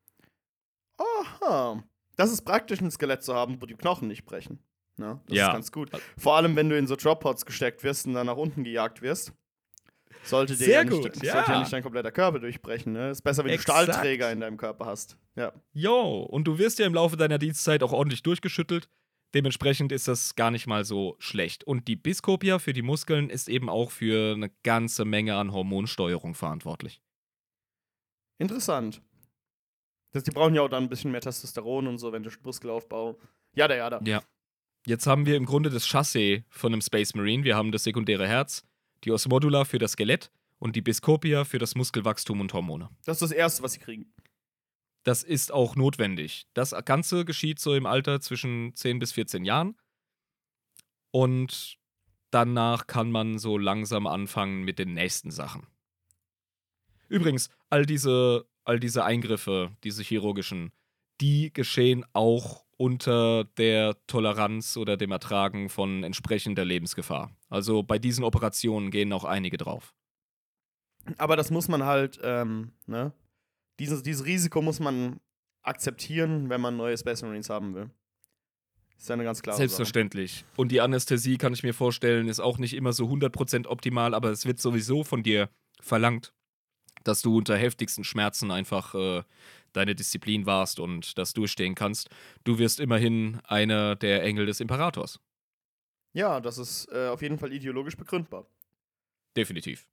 Aha. Das ist praktisch, ein Skelett zu haben, wo die Knochen nicht brechen. Ne? Das Ja. ist ganz gut. Vor allem, wenn du in so Drop-Pods gesteckt wirst und dann nach unten gejagt wirst. Sollte dir Sehr ja nicht, gut, sollte ja. ja nicht dein kompletter Körper durchbrechen. Ne? Ist besser, wenn Exakt. du Stahlträger in deinem Körper hast. Ja. Jo, und du wirst ja im Laufe deiner Dienstzeit auch ordentlich durchgeschüttelt. Dementsprechend ist das gar nicht mal so schlecht. Und die Biscopia für die Muskeln ist eben auch für eine ganze Menge an Hormonsteuerung verantwortlich. Interessant. Das, die brauchen ja auch dann ein bisschen mehr Testosteron und so, wenn der Muskelaufbau. Ja, da, ja, da. Ja. Jetzt haben wir im Grunde das Chassis von einem Space Marine. Wir haben das sekundäre Herz, die Osmodula für das Skelett und die Biscopia für das Muskelwachstum und Hormone. Das ist das Erste, was sie kriegen. Das ist auch notwendig. Das Ganze geschieht so im Alter zwischen zehn bis vierzehn Jahren. Und danach kann man so langsam anfangen mit den nächsten Sachen. Übrigens, all diese, all diese Eingriffe, diese chirurgischen, die geschehen auch unter der Toleranz oder dem Ertragen von entsprechender Lebensgefahr. Also bei diesen Operationen gehen auch einige drauf. Aber das muss man halt, ähm, ne? Dieses, dieses Risiko muss man akzeptieren, wenn man neue Space Marines haben will. Das ist eine ganz klare Sache. Selbstverständlich. Und die Anästhesie, kann ich mir vorstellen, ist auch nicht immer so hundert Prozent optimal, aber es wird sowieso von dir verlangt, dass du unter heftigsten Schmerzen einfach äh, deine Disziplin wahrst und das durchstehen kannst. Du wirst immerhin einer der Engel des Imperators. Ja, das ist äh, auf jeden Fall ideologisch begründbar. Definitiv.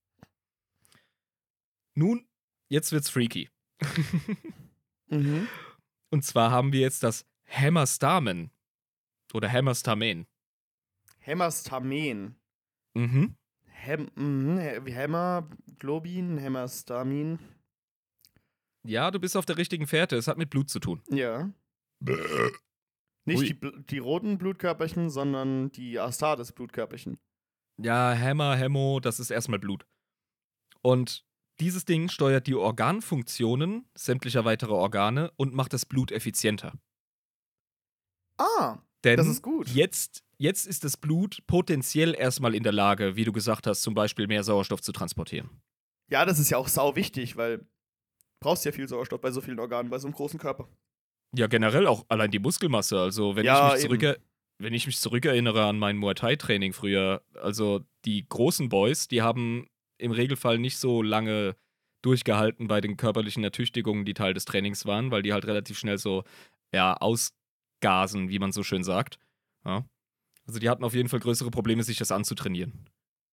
Nun, jetzt wird's freaky. Mhm. Und zwar haben wir jetzt das Hämastamen. Oder Hämastamen. Hämastamen. Mhm. Häm, mhm, Hä- Hämoglobin, Hämastamin. Ja, du bist auf der richtigen Fährte. Es hat mit Blut zu tun. Ja. Nicht Ui. die, Bl- die roten Blutkörperchen, sondern die Astartes-Blutkörperchen. Ja, Häma, Hämo, das ist erstmal Blut. Und dieses Ding steuert die Organfunktionen sämtlicher weiterer Organe und macht das Blut effizienter. Ah, Denn das ist gut. Jetzt, jetzt ist das Blut potenziell erstmal in der Lage, wie du gesagt hast, zum Beispiel mehr Sauerstoff zu transportieren. Ja, das ist ja auch sau wichtig, weil du brauchst ja viel Sauerstoff bei so vielen Organen, bei so einem großen Körper. Ja, generell auch allein die Muskelmasse. Also, wenn, Ja, ich, mich zurücker- wenn ich mich zurückerinnere an mein Muay Thai-Training früher, also die großen Boys, die haben im Regelfall nicht so lange durchgehalten bei den körperlichen Ertüchtigungen, die Teil des Trainings waren, weil die halt relativ schnell so, ja, ausgasen, wie man so schön sagt. Ja. Also, die hatten auf jeden Fall größere Probleme, sich das anzutrainieren.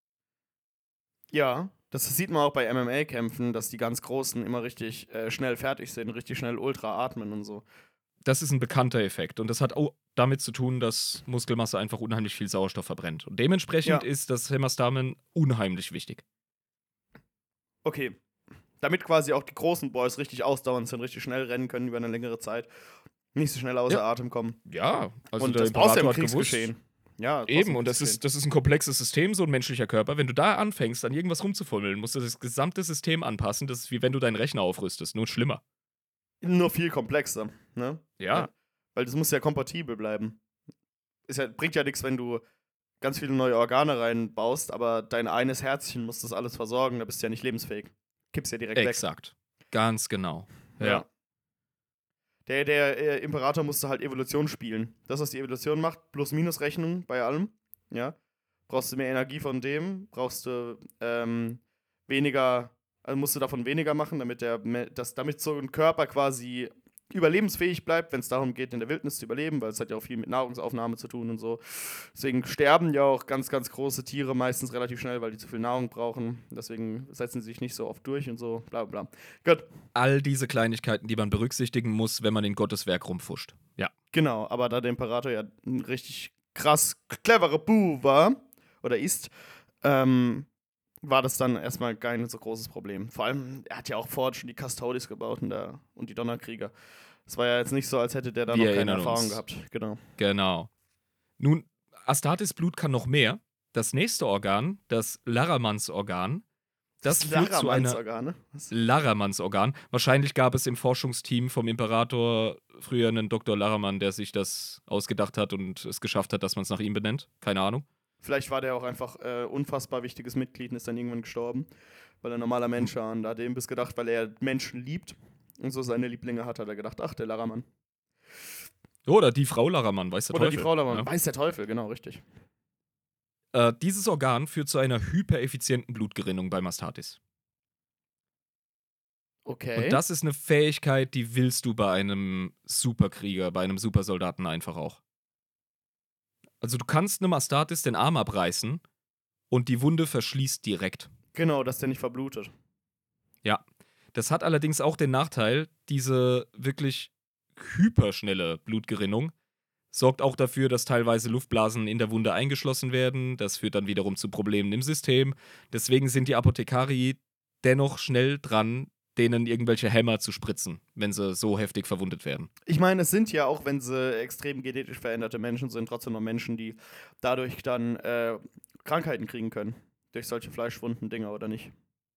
Ja, das sieht man auch bei M M A-Kämpfen, dass die ganz Großen immer richtig äh, schnell fertig sind, richtig schnell ultra atmen und so. Das ist ein bekannter Effekt und das hat auch damit zu tun, dass Muskelmasse einfach unheimlich viel Sauerstoff verbrennt. Und dementsprechend Ja. ist das Hämastamen unheimlich wichtig. Okay. Damit quasi auch die großen Boys richtig ausdauernd sind, richtig schnell rennen können über eine längere Zeit. Nicht so schnell außer Ja. Atem kommen. Ja, also und der das brauchst du ja im Imperator hat gewusst. Kriegsgeschehen. Ja, das brauchst du Eben, im und das Kriegsgeschehen. ist, das ist ein komplexes System, so ein menschlicher Körper. Wenn du da anfängst, an irgendwas rumzufummeln, musst du das gesamte System anpassen. Das ist wie wenn du deinen Rechner aufrüstest, nur schlimmer. Nur viel komplexer, ne? Ja, Weil das muss ja kompatibel bleiben. Ist ja, bringt ja nichts, wenn du ganz viele neue Organe reinbaust, aber dein eines Herzchen muss das alles versorgen, da bist du ja nicht lebensfähig. Kippst ja direkt weg. exakt. Ganz genau. Ja. Der, der äh, Imperator musste halt Evolution spielen. Das, was die Evolution macht, Plus-Minus-Rechnung bei allem. Ja. Brauchst du mehr Energie von dem, brauchst du ähm, weniger, also musst du davon weniger machen, damit der, me- das, damit so ein Körper quasi überlebensfähig bleibt, wenn es darum geht, in der Wildnis zu überleben, weil es hat ja auch viel mit Nahrungsaufnahme zu tun und so. Deswegen sterben ja auch ganz, ganz große Tiere meistens relativ schnell, weil die zu viel Nahrung brauchen. Deswegen setzen sie sich nicht so oft durch und so, bla bla. Gut. All diese Kleinigkeiten, die man berücksichtigen muss, wenn man in Gottes Werk rumfuscht. Ja. Genau, aber da der Imperator ja ein richtig krass cleverer Bu war, oder ist, ähm, war das dann erstmal kein so großes Problem. Vor allem, er hat ja auch vorher schon die Custodes gebaut und, der, und die Donnerkrieger. Es war ja jetzt nicht so, als hätte der da Wir noch keine erinnern Erfahrung uns. gehabt. Genau. Genau. Nun, Astartes Blut kann noch mehr. Das nächste Organ, das Larramans-Organ, das, das führt zu einer Organ, ne? Was? Larramans-Organ. Wahrscheinlich gab es im Forschungsteam vom Imperator früher einen Doktor Larraman, der sich das ausgedacht hat und es geschafft hat, dass man es nach ihm benennt. Keine Ahnung. Vielleicht war der auch einfach äh, unfassbar wichtiges Mitglied und ist dann irgendwann gestorben, weil er ein normaler Mensch war. Und da hat er ihm bis gedacht, weil er Menschen liebt und so seine Lieblinge hat, hat er gedacht, ach, der Larraman. Oder die Frau Larraman, weiß der Oder Teufel. die Frau Larraman, Ja. weiß der Teufel, genau, richtig. Äh, dieses Organ führt zu einer hypereffizienten Blutgerinnung bei Astartes. Okay. Und das ist eine Fähigkeit, die willst du bei einem Superkrieger, bei einem Supersoldaten einfach auch. Also du kannst einem Astartes den Arm abreißen und die Wunde verschließt direkt. Genau, dass der nicht verblutet. Ja. Das hat allerdings auch den Nachteil, diese wirklich hyperschnelle Blutgerinnung sorgt auch dafür, dass teilweise Luftblasen in der Wunde eingeschlossen werden. Das führt dann wiederum zu Problemen im System. Deswegen sind die Apothekari dennoch schnell dran, denen irgendwelche Hämmer zu spritzen, wenn sie so heftig verwundet werden. Ich meine, es sind ja auch, wenn sie extrem genetisch veränderte Menschen sind, trotzdem noch Menschen, die dadurch dann äh, Krankheiten kriegen können. Durch solche Fleischwunden-Dinger oder nicht.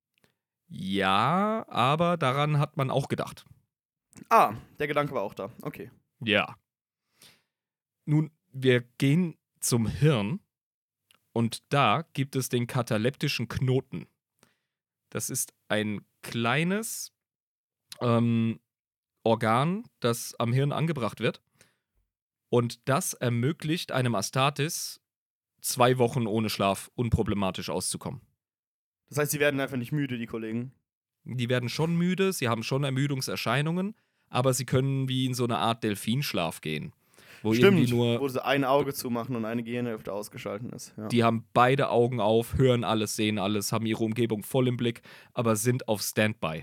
Ja, aber daran hat man auch gedacht. Ah, der Gedanke war auch da. Okay. Ja. Nun, wir gehen zum Hirn und da gibt es den kataleptischen Knoten. Das ist ein kleines ähm, Organ, das am Hirn angebracht wird. Und das ermöglicht einem Astartes, zwei Wochen ohne Schlaf unproblematisch auszukommen. Das heißt, sie werden einfach nicht müde, die Kollegen. Die werden schon müde, sie haben schon Ermüdungserscheinungen, aber sie können wie in so eine Art Delfinschlaf gehen. Wo Stimmt, irgendwie nur, wo sie ein Auge zumachen und eine Gehirnhälfte ausgeschaltet ist. Ja. die haben beide Augen auf, hören alles, sehen alles, haben ihre Umgebung voll im Blick, aber sind auf Standby.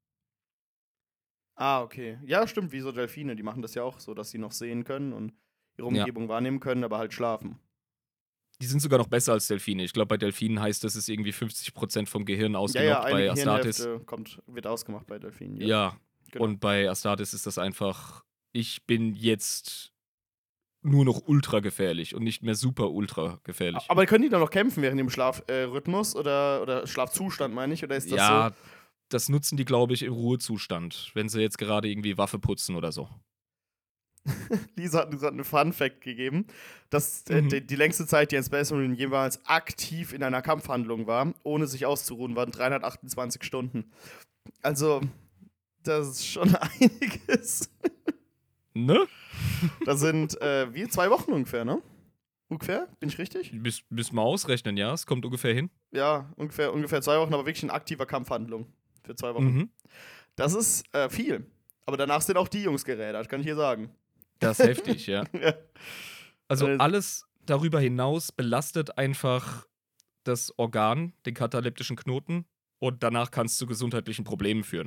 Ah, okay. Ja, stimmt, wie so Delfine, die machen das ja auch so, dass sie noch sehen können und ihre Ja. Umgebung wahrnehmen können, aber halt schlafen. Die sind sogar noch besser als Delfine. Ich glaube, bei Delfinen heißt das, es irgendwie fünfzig Prozent vom Gehirn Ja, ausgelockt. ja, eine bei Astartes. Gehirnhälfte kommt, wird ausgemacht bei Delfinen. Ja, genau. und bei Astartes ist das einfach, ich bin jetzt nur noch ultra gefährlich und nicht mehr super ultra gefährlich. Aber können die dann noch kämpfen während dem Schlafrhythmus äh, oder, oder Schlafzustand, meine ich? Oder ist das ja, so? das nutzen die, glaube ich, im Ruhezustand, wenn sie jetzt gerade irgendwie Waffe putzen oder so. Lisa hat uns gerade einen Fun-Fact gegeben, dass äh, Mhm. die, die längste Zeit, die Jens Besserin jemals aktiv in einer Kampfhandlung war, ohne sich auszuruhen, waren dreihundertachtundzwanzig Stunden. Also, das ist schon einiges. Ne? Das sind äh, wie zwei Wochen ungefähr, ne? Ungefähr? Bin ich richtig? Müssen wir ausrechnen, ja? Es kommt ungefähr hin. Ja, ungefähr, ungefähr zwei Wochen, aber wirklich in aktiver Kampfhandlung für zwei Wochen. Mhm. Das ist äh, viel. Aber danach sind auch die Jungs gerädert, kann ich hier sagen. Das ist heftig, ja. Ja. Also Äh, alles darüber hinaus belastet einfach das Organ, den kataleptischen Knoten, und danach kann es zu gesundheitlichen Problemen führen.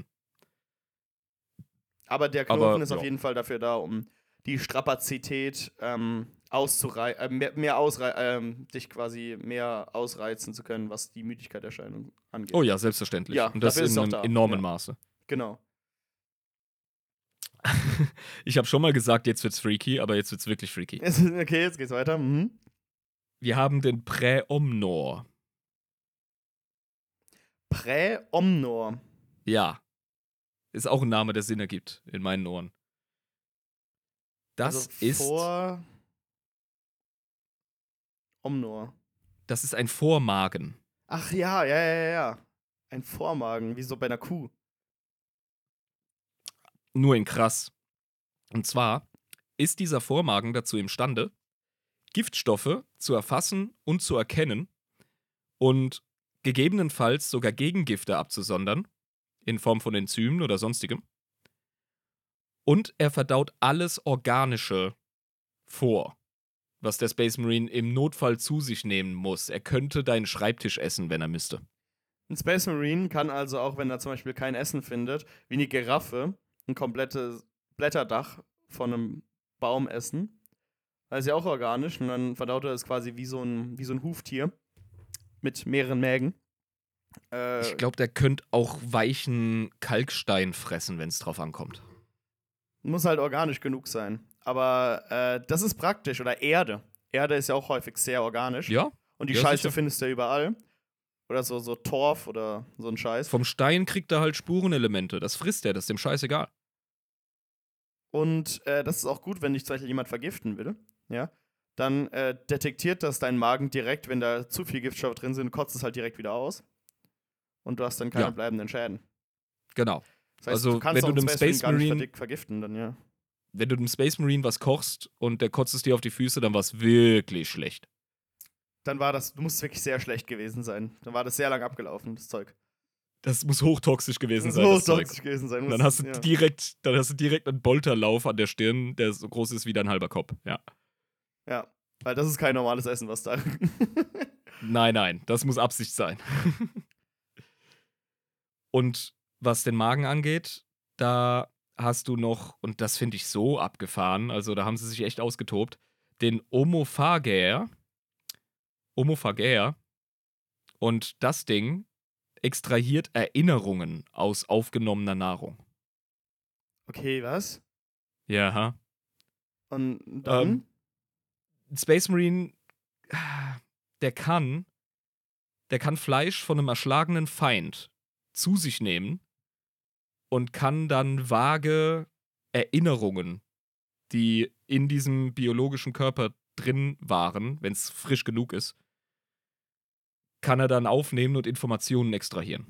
Aber der Knoten Aber, ist auf ja. jeden Fall dafür da, um die Strapazität ähm, auszureizen, äh, mehr, mehr ausrei ähm, dich quasi mehr ausreizen zu können, was die Müdigkeitserscheinung angeht. Oh ja, selbstverständlich. Ja, und das dafür ist es in auch einem da. enormen Ja. Maße. Genau. Ich habe schon mal gesagt, jetzt wird's freaky, aber jetzt wird's wirklich freaky. Okay, jetzt geht's weiter. Mhm. Wir haben den Präomnor. Präomnor. Ja. Ist auch ein Name, der Sinn ergibt in meinen Ohren. Das also ist vor Omnor. das ist ein Vormagen. Ach ja, ja, ja, ja, ja. Ein Vormagen, wie so bei einer Kuh. Nur in krass. Und zwar ist dieser Vormagen dazu imstande, Giftstoffe zu erfassen und zu erkennen und gegebenenfalls sogar Gegengifte abzusondern, in Form von Enzymen oder sonstigem. Und er verdaut alles Organische vor, was der Space Marine im Notfall zu sich nehmen muss. Er könnte deinen Schreibtisch essen, wenn er müsste. Ein Space Marine kann also auch, wenn er zum Beispiel kein Essen findet, wie eine Giraffe ein komplettes Blätterdach von einem Baum essen. Das ist ja auch organisch und dann verdaut er es quasi wie so ein, wie so ein Huftier mit mehreren Mägen. Äh, Ich glaube, der könnte auch weichen Kalkstein fressen, wenn es drauf ankommt. Muss halt organisch genug sein. Aber äh, das ist praktisch. Oder Erde. Erde ist ja auch häufig sehr organisch. Ja. Und die ja, Scheiße sicher. findest du ja überall. Oder so, so Torf oder so ein Scheiß. Vom Stein kriegt er halt Spurenelemente. Das frisst er, das ist dem scheißegal. Und äh, das ist auch gut, wenn dich zum Beispiel jemand vergiften will. Ja. Dann äh, detektiert das dein Magen direkt, wenn da zu viel Giftstoffe drin sind, kotzt es halt direkt wieder aus. Und du hast dann keine Ja. bleibenden Schäden. Genau. Das heißt, Also, du kannst wenn auch du einen einem Space Marine Space gar nicht Marine- verdick- vergiften, dann ja. Wenn du dem Space Marine was kochst und der kotzt es dir auf die Füße, dann war es wirklich schlecht. Dann war das, du musst wirklich sehr schlecht gewesen sein. Dann war das sehr lang abgelaufen, das Zeug. Das muss hochtoxisch gewesen Das sein, muss das Zeug. hochtoxisch gewesen sein. Und dann Muss- hast du ja. direkt, dann hast du direkt einen Bolterlauf an der Stirn, der so groß ist wie dein halber Kopf. Ja. Ja, weil das ist kein normales Essen, was da. Nein, nein, das muss Absicht sein. Und was den Magen angeht, da hast du noch, und das finde ich so abgefahren, also da haben sie sich echt ausgetobt, den Omophagär. Omophagär. Und das Ding extrahiert Erinnerungen aus aufgenommener Nahrung. Okay, was? Ja, ha. Und dann? Ähm, Space Marine, der kann, der kann Fleisch von einem erschlagenen Feind zu sich nehmen und kann dann vage Erinnerungen, die in diesem biologischen Körper drin waren, wenn es frisch genug ist, kann er dann aufnehmen und Informationen extrahieren.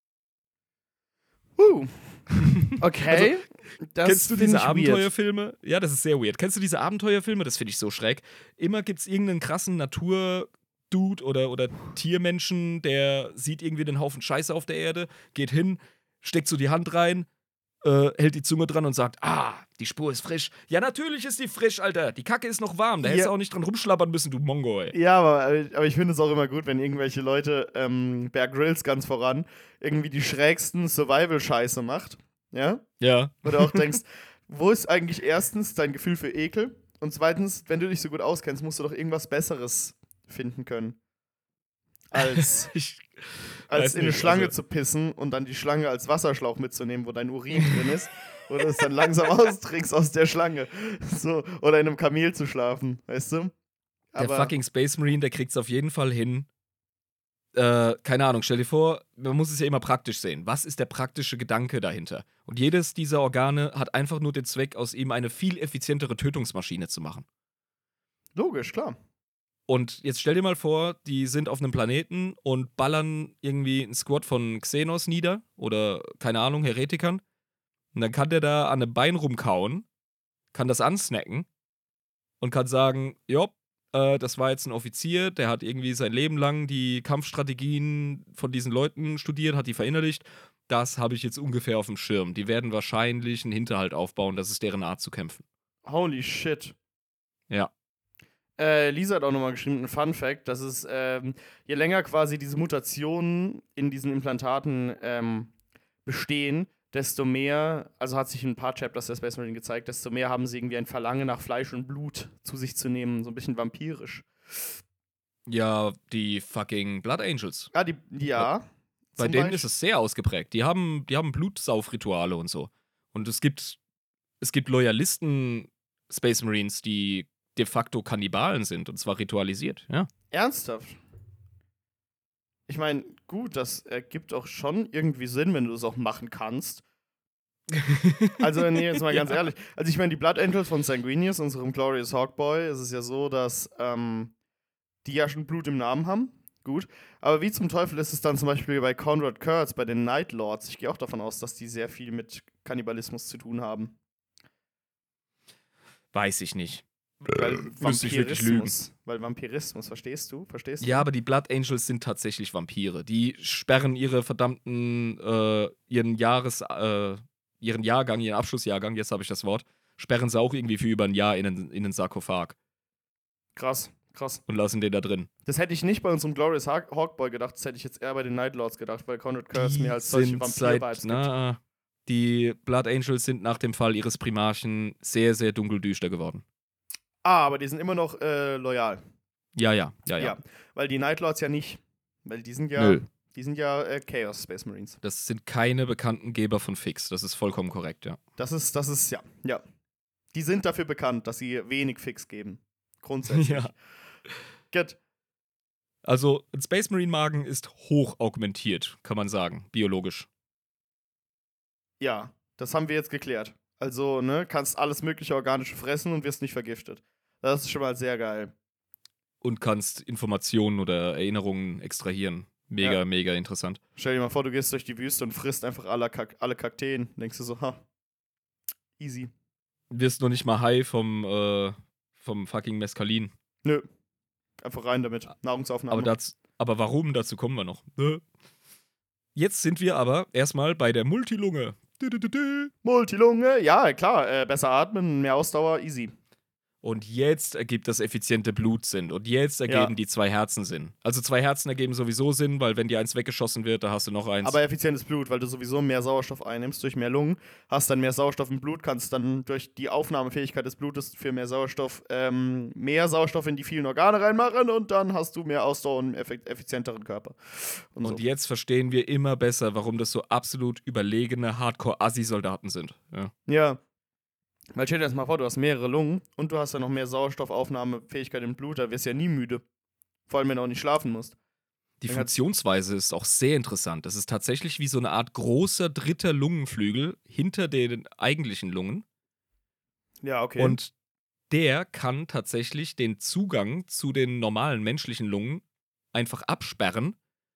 Uh. Okay. das Kennst du find diese ich weird. Abenteuerfilme? Ja, das ist sehr weird. Kennst du diese Abenteuerfilme? Das finde ich so schräg. Immer gibt es irgendeinen krassen Natur-Dude oder, oder Tiermenschen, der sieht irgendwie den Haufen Scheiße auf der Erde, geht hin, steckt so die Hand rein, äh, hält die Zunge dran und sagt, ah, die Spur ist frisch. Ja, natürlich ist die frisch, Alter. Die Kacke ist noch warm. Da Ja. hättest du auch nicht dran rumschlappern müssen, du Mongo, ey. Ja, aber, aber ich finde es auch immer gut, wenn irgendwelche Leute, ähm, Bear Grylls ganz voran, irgendwie die schrägsten Survival-Scheiße macht. Ja? Ja. Oder auch denkst, wo ist eigentlich erstens dein Gefühl für Ekel? Und zweitens, wenn du dich so gut auskennst, musst du doch irgendwas Besseres finden können. Als, Ich als weiß in eine nicht, Schlange also- zu pissen und dann die Schlange als Wasserschlauch mitzunehmen, wo dein Urin drin ist. Oder es dann langsam austrinkst aus der Schlange. So. Oder in einem Kamel zu schlafen, weißt du? Der fucking Space Marine, der kriegt's auf jeden Fall hin. Äh, keine Ahnung, stell dir vor, man muss es ja immer praktisch sehen. Was ist der praktische Gedanke dahinter? Und jedes dieser Organe hat einfach nur den Zweck, aus ihm eine viel effizientere Tötungsmaschine zu machen. Logisch, klar. Und jetzt stell dir mal vor, die sind auf einem Planeten und ballern irgendwie einen Squad von Xenos nieder oder, keine Ahnung, Heretikern. Und dann kann der da an einem Bein rumkauen, kann das ansnacken und kann sagen, jo, äh, das war jetzt ein Offizier, der hat irgendwie sein Leben lang die Kampfstrategien von diesen Leuten studiert, hat die verinnerlicht. Das habe ich jetzt ungefähr auf dem Schirm. Die werden wahrscheinlich einen Hinterhalt aufbauen, das ist deren Art zu kämpfen. Holy shit. Ja. Äh, Lisa hat auch nochmal geschrieben, ein Fun Fact, dass es, ähm, je länger quasi diese Mutationen in diesen Implantaten ähm, bestehen, desto mehr, also hat sich in ein paar Chapters der Space Marine gezeigt, desto mehr haben sie irgendwie ein Verlangen nach Fleisch und Blut zu sich zu nehmen, so ein bisschen vampirisch. Ja, die fucking Blood Angels. Ah, die, ja. Bei zum denen Beispiel. ist es sehr ausgeprägt. Die haben, die haben Blutsaufrituale und so. Und es gibt, es gibt Loyalisten Space Marines, die de facto Kannibalen sind, und zwar ritualisiert, ja. Ernsthaft? Ich meine, gut, das ergibt auch schon irgendwie Sinn, wenn du es auch machen kannst. Also, nee, jetzt mal ganz Ja. ehrlich. Also, ich meine, die Blood Angels von Sanguinius, unserem Glorious Hawkboy, ist es ja so, dass ähm, die ja schon Blut im Namen haben. Gut. Aber wie zum Teufel ist es dann zum Beispiel bei Conrad Kurtz, bei den Night Lords? Ich gehe auch davon aus, dass die sehr viel mit Kannibalismus zu tun haben. Weiß ich nicht. Weil Müsste ich wirklich lügen. Vampirismus. Weil Vampirismus, verstehst du? Verstehst du? Ja, aber die Blood Angels sind tatsächlich Vampire. Die sperren ihre verdammten, äh, ihren Jahres, äh, ihren Jahrgang, ihren Abschlussjahrgang, jetzt habe ich das Wort, sperren sie auch irgendwie für über ein Jahr in einen, in einen Sarkophag Krass, krass. und lassen den da drin. Das hätte ich nicht bei unserem Glorious Hawk- Hawkboy gedacht, das hätte ich jetzt eher bei den Night Lords gedacht, weil Conrad Curse Die mir als solche sind seit, Vampir-Vibes gibt. na, die Blood Angels sind nach dem Fall ihres Primarchen sehr, sehr dunkeldüster geworden. Ah, aber die sind immer noch äh, loyal. Ja, ja, ja, Ja. ja. Weil die Night Lords ja nicht. Weil die sind ja, Nö. die sind ja äh, Chaos Space Marines. Das sind keine bekannten Geber von Fix. Das ist vollkommen korrekt, ja. Das ist, das ist, ja, ja. Die sind dafür bekannt, dass sie wenig Fix geben. Grundsätzlich. Ja. Gut. Also, ein Space Marine Magen ist hoch augmentiert, kann man sagen, biologisch. Ja, das haben wir jetzt geklärt. Also, ne, kannst alles mögliche Organische fressen und wirst nicht vergiftet. Das ist schon mal sehr geil. Und kannst Informationen oder Erinnerungen extrahieren. Mega, Ja. mega interessant. Stell dir mal vor, du gehst durch die Wüste und frisst einfach alle, Kak alle Kakteen. Denkst du so, ha, easy. Wirst noch nicht mal high vom, äh, vom fucking Mescalin. Nö. Einfach rein damit. Nahrungsaufnahme. Aber, das, aber warum? Dazu kommen wir noch. Jetzt sind wir aber erstmal bei der Multilunge. Dü, dü, dü, dü. Multilunge, ja, klar. Äh, besser atmen, mehr Ausdauer, easy. Und jetzt ergibt das effiziente Blut Sinn. Und jetzt ergeben Ja. die zwei Herzen Sinn. Also zwei Herzen ergeben sowieso Sinn, weil wenn dir eins weggeschossen wird, da hast du noch eins. Aber effizientes Blut, weil du sowieso mehr Sauerstoff einnimmst durch mehr Lungen, hast dann mehr Sauerstoff im Blut, kannst dann durch die Aufnahmefähigkeit des Blutes für mehr Sauerstoff ähm, mehr Sauerstoff in die vielen Organe reinmachen und dann hast du mehr Ausdauer und einen effi- effizienteren Körper. Und, Und so. jetzt verstehen wir immer besser, warum das so absolut überlegene Hardcore-Assi-Soldaten sind. Ja. Ja. Weil stell dir das mal vor, du hast mehrere Lungen und du hast dann noch mehr Sauerstoffaufnahmefähigkeit im Blut, da wirst du ja nie müde. Vor allem, wenn du auch nicht schlafen musst. Die Dann hat's- Funktionsweise ist auch sehr interessant. Das ist tatsächlich wie so eine Art großer dritter Lungenflügel hinter den eigentlichen Lungen. Ja, okay. Und der kann tatsächlich den Zugang zu den normalen menschlichen Lungen einfach absperren.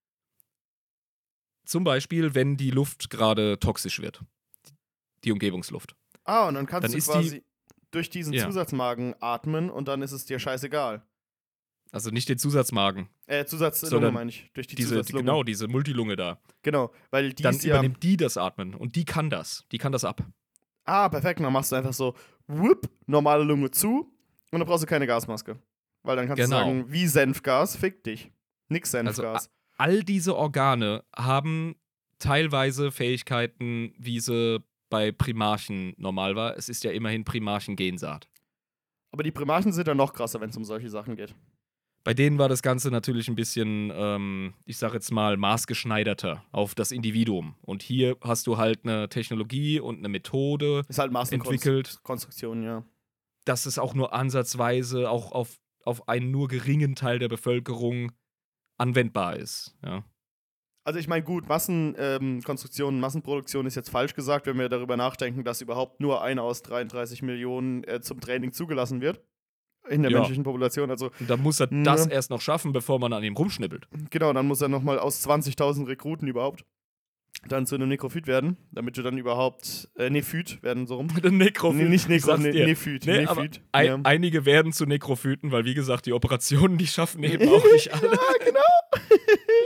Zum Beispiel, wenn die Luft gerade toxisch wird. Die Umgebungsluft. ah, und dann kannst dann du ist die- quasi durch diesen Ja. Zusatzmagen atmen und dann ist es dir scheißegal. Also nicht den Zusatzmagen, Äh, Zusatzlunge Sondern meine ich. Durch die diese, Zusatzlunge. genau, diese Multilunge da. Genau, weil die Dann ist ja... übernimmt die das Atmen und die kann das. Die kann das ab. Ah, perfekt. Dann machst du einfach so, whoop, normale Lunge zu und dann brauchst du keine Gasmaske. Weil dann kannst Genau. du sagen, wie Senfgas, fick dich. Nix Senfgas. All diese Organe haben teilweise Fähigkeiten, wie sie bei Primarchen normal war. Es ist ja immerhin Primarchen-Gensaat. Aber die Primarchen sind dann noch krasser, wenn es um solche Sachen geht. Bei denen war das Ganze natürlich ein bisschen, ähm, ich sag jetzt mal, maßgeschneiderter auf das Individuum. Und hier hast du halt eine Technologie und eine Methode Ist halt entwickelt, Massenkonstruktion, ja. dass es auch nur ansatzweise auch auf, auf einen nur geringen Teil der Bevölkerung anwendbar ist. Ja. Also ich meine, gut, Massenkonstruktion, Massenproduktion ist jetzt falsch gesagt, wenn wir darüber nachdenken, dass überhaupt nur eine aus dreiunddreißig Millionen äh, zum Training zugelassen wird. In der Ja. menschlichen Population. Also Und dann muss er Ja. das erst noch schaffen, bevor man an ihm rumschnippelt. genau, dann muss er nochmal aus zwanzigtausend Rekruten überhaupt dann zu einem Nekrophyt werden, damit du dann überhaupt, äh, Nephyt werden, so rum. Mit einem Nekrophyt. Nee, nicht Ich sag's Nekro, ne, dir. Nephyt. Nee, aber Nephyt. Ein, ja. Einige werden zu Nekrophyten, weil, wie gesagt, die Operationen, die schaffen eben auch nicht alle. Ja, genau.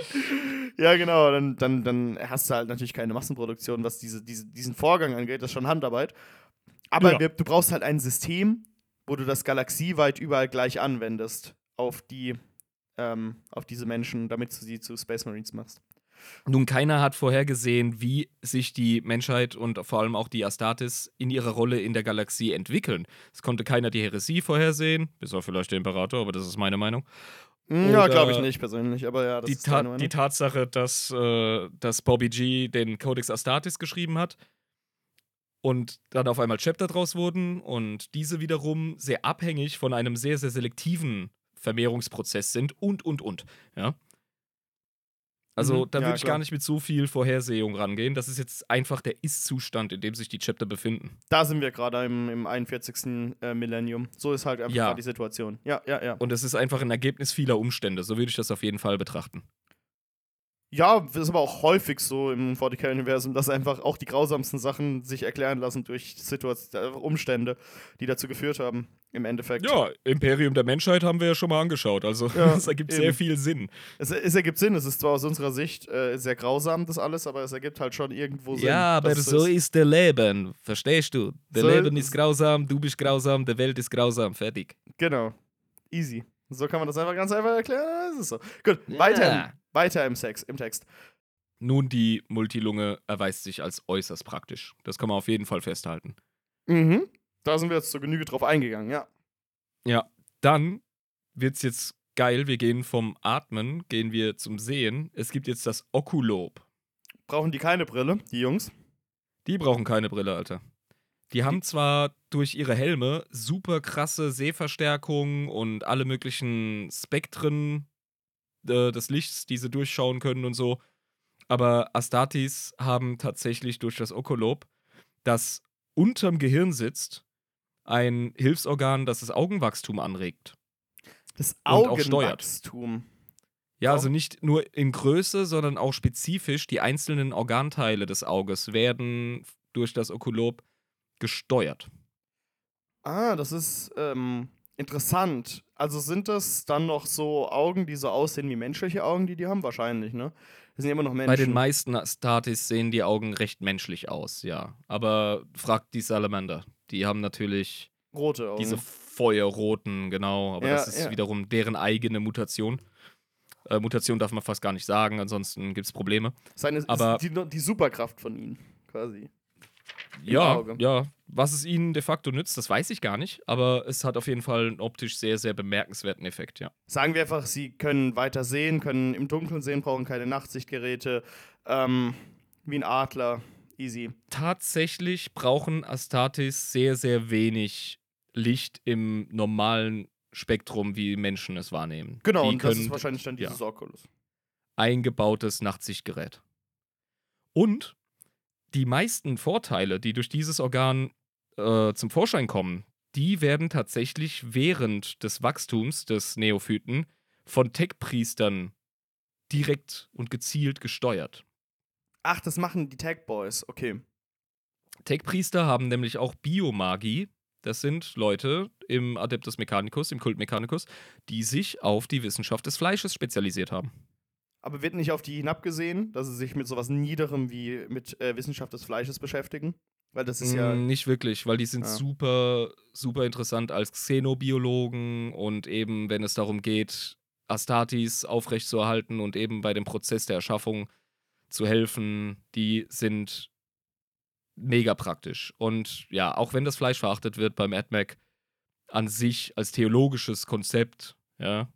ja, genau. Dann, dann, dann hast du halt natürlich keine Massenproduktion, was diese, diese, diesen Vorgang angeht. Das ist schon Handarbeit. Aber Ja. wir, du brauchst halt ein System, wo du das galaxieweit überall gleich anwendest auf die, ähm, auf diese Menschen, damit du sie zu Space Marines machst. Nun, keiner hat vorhergesehen, wie sich die Menschheit und vor allem auch die Astartes in ihrer Rolle in der Galaxie entwickeln. Es konnte keiner die Häresie vorhersehen, bis auf vielleicht der Imperator, aber das ist meine Meinung. Hm, Ja, Oder glaube ich nicht persönlich, aber ja, das Die, ist Ta deine Meinung. die Tatsache, dass, äh, dass Bobby G den Codex Astartes geschrieben hat und dann auf einmal Chapter draus wurden und diese wiederum sehr abhängig von einem sehr, sehr selektiven Vermehrungsprozess sind und, und, und. Ja. Also Mhm, da ja, würde ich klar. gar nicht mit so viel Vorhersehung rangehen. Das ist jetzt einfach der Ist-Zustand, in dem sich die Chapter befinden. Da sind wir gerade im, im einundvierzigsten Äh, Millennium. So ist halt einfach Ja. gerade die Situation. Ja, ja, ja. Und es ist einfach ein Ergebnis vieler Umstände. So würde ich das auf jeden Fall betrachten. Ja, das ist aber auch häufig so im forty K-Universum, dass einfach auch die grausamsten Sachen sich erklären lassen durch Situat äh, Umstände, die dazu geführt haben, im Endeffekt. Ja, Imperium der Menschheit haben wir ja schon mal angeschaut. Also Ja, es ergibt eben. sehr viel Sinn. Es, es ergibt Sinn, es ist zwar aus unserer Sicht äh, sehr grausam, das alles, aber es ergibt halt schon irgendwo Sinn. Ja, aber dass es so ist der Leben. Verstehst du? Der So Leben ist- ist grausam, du bist grausam, der Welt ist grausam. Fertig. Genau. Easy. So kann man das einfach ganz einfach erklären. Das ist so. Gut, Ja. weiter, im, weiter im, Sex, im Text. Nun, die Multilunge erweist sich als äußerst praktisch. Das kann man auf jeden Fall festhalten. Mhm. Da sind wir jetzt zur Genüge drauf eingegangen, ja. Ja, dann wird's jetzt geil. Wir gehen vom Atmen, gehen wir zum Sehen. Es gibt jetzt das Okulob. Brauchen die keine Brille, die Jungs? Die brauchen keine Brille, Alter. Die haben zwar durch ihre Helme super krasse Sehverstärkung und alle möglichen Spektren äh, des Lichts, die sie durchschauen können und so, aber Astartes haben tatsächlich durch das Okulob, das unterm Gehirn sitzt, ein Hilfsorgan, das das Augenwachstum anregt. Das Und auch steuert. Augenwachstum. Ja, Oh. also nicht nur in Größe, sondern auch spezifisch die einzelnen Organteile des Auges werden durch das Okulob gesteuert. Ah, das ist ähm, interessant. Also sind das dann noch so Augen, die so aussehen wie menschliche Augen, die die haben? Wahrscheinlich, ne? Das sind ja immer noch Menschen. Bei den meisten Astartes sehen die Augen recht menschlich aus, ja. Aber fragt die Salamander. Die haben natürlich Rote Augen. diese feuerroten, genau. Aber Ja, das ist ja. wiederum deren eigene Mutation. Äh, Mutation darf man fast gar nicht sagen, ansonsten gibt es Probleme. Seine, aber- ist die, die Superkraft von ihnen, quasi. Im Ja, Auge. ja. Was es ihnen de facto nützt, das weiß ich gar nicht. Aber es hat auf jeden Fall einen optisch sehr, sehr bemerkenswerten Effekt, ja. Sagen wir einfach, sie können weiter sehen, können im Dunkeln sehen, brauchen keine Nachtsichtgeräte. Ähm, wie ein Adler. Easy. Tatsächlich brauchen Astartes sehr, sehr wenig Licht im normalen Spektrum, wie Menschen es wahrnehmen. Genau, Die und das können ist wahrscheinlich dann ja. dieses Oculus. eingebautes Nachtsichtgerät. Und die meisten Vorteile, die durch dieses Organ äh, zum Vorschein kommen, die werden tatsächlich während des Wachstums des Neophyten von Tech-Priestern direkt und gezielt gesteuert. Ach, das machen die Tag Boys, okay. Tech-Priester haben nämlich auch Biomagie. Das sind Leute im Adeptus Mechanicus, im Kult Mechanicus, die sich auf die Wissenschaft des Fleisches spezialisiert haben. Aber wird nicht auf die hinabgesehen, dass sie sich mit sowas Niederem wie mit äh, Wissenschaft des Fleisches beschäftigen? Weil das ist ja. Mm, nicht wirklich, weil die sind Ja. super, super interessant als Xenobiologen und eben, wenn es darum geht, Astartes aufrechtzuerhalten und eben bei dem Prozess der Erschaffung zu helfen, die sind mega praktisch. Und ja, auch wenn das Fleisch verachtet wird beim AdMac an sich als theologisches Konzept, ja,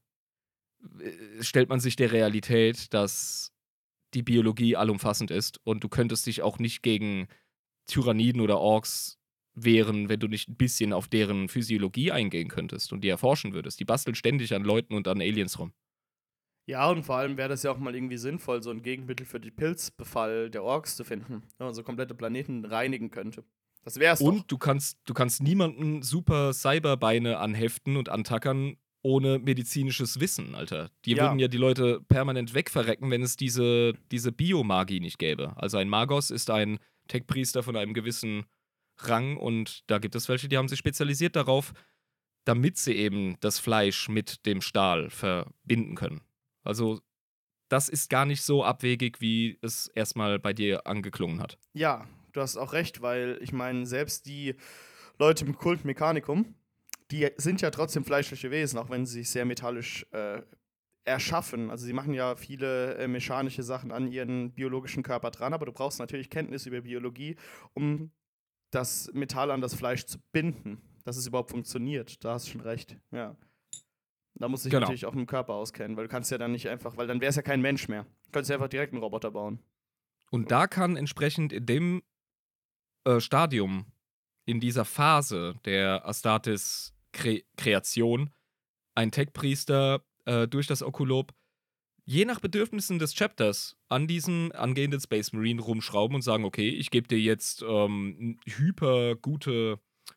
äh, stellt man sich der Realität, dass die Biologie allumfassend ist und du könntest dich auch nicht gegen Tyranniden oder Orks wehren, wenn du nicht ein bisschen auf deren Physiologie eingehen könntest und die erforschen würdest. Die basteln ständig an Leuten und an Aliens rum. Ja, und vor allem wäre das ja auch mal irgendwie sinnvoll, so ein Gegenmittel für den Pilzbefall der Orks zu finden, wenn man so komplette Planeten reinigen könnte. Das wär's doch. Und du kannst, du kannst niemanden super Cyberbeine anheften und antackern ohne medizinisches Wissen, Alter. Die Ja. würden ja die Leute permanent wegverrecken, wenn es diese, diese Biomagie nicht gäbe. Also ein Magos ist ein Tech-Priester von einem gewissen Rang und da gibt es welche, die haben sich spezialisiert darauf, damit sie eben das Fleisch mit dem Stahl verbinden können. Also das ist gar nicht so abwegig, wie es erstmal bei dir angeklungen hat. Ja, du hast auch recht, weil ich meine, selbst die Leute im Kult Mechanicum, die sind ja trotzdem fleischliche Wesen, auch wenn sie sich sehr metallisch äh, erschaffen. Also sie machen ja viele äh, mechanische Sachen an ihren biologischen Körper dran, aber du brauchst natürlich Kenntnis über Biologie, um das Metall an das Fleisch zu binden, dass es überhaupt funktioniert. Da hast du schon recht, ja. Da musst du dich Genau. natürlich auch im Körper auskennen, weil du kannst ja dann nicht einfach, weil dann wäre es ja kein Mensch mehr. Du könntest ja einfach direkt einen Roboter bauen. Und da kann entsprechend in dem äh, Stadium, in dieser Phase der Astartes-Kreation, ein Tech-Priester äh, durch das Okulob je nach Bedürfnissen des Chapters an diesen angehenden Space Marine rumschrauben und sagen, okay, ich gebe dir jetzt ähm, hyper gute,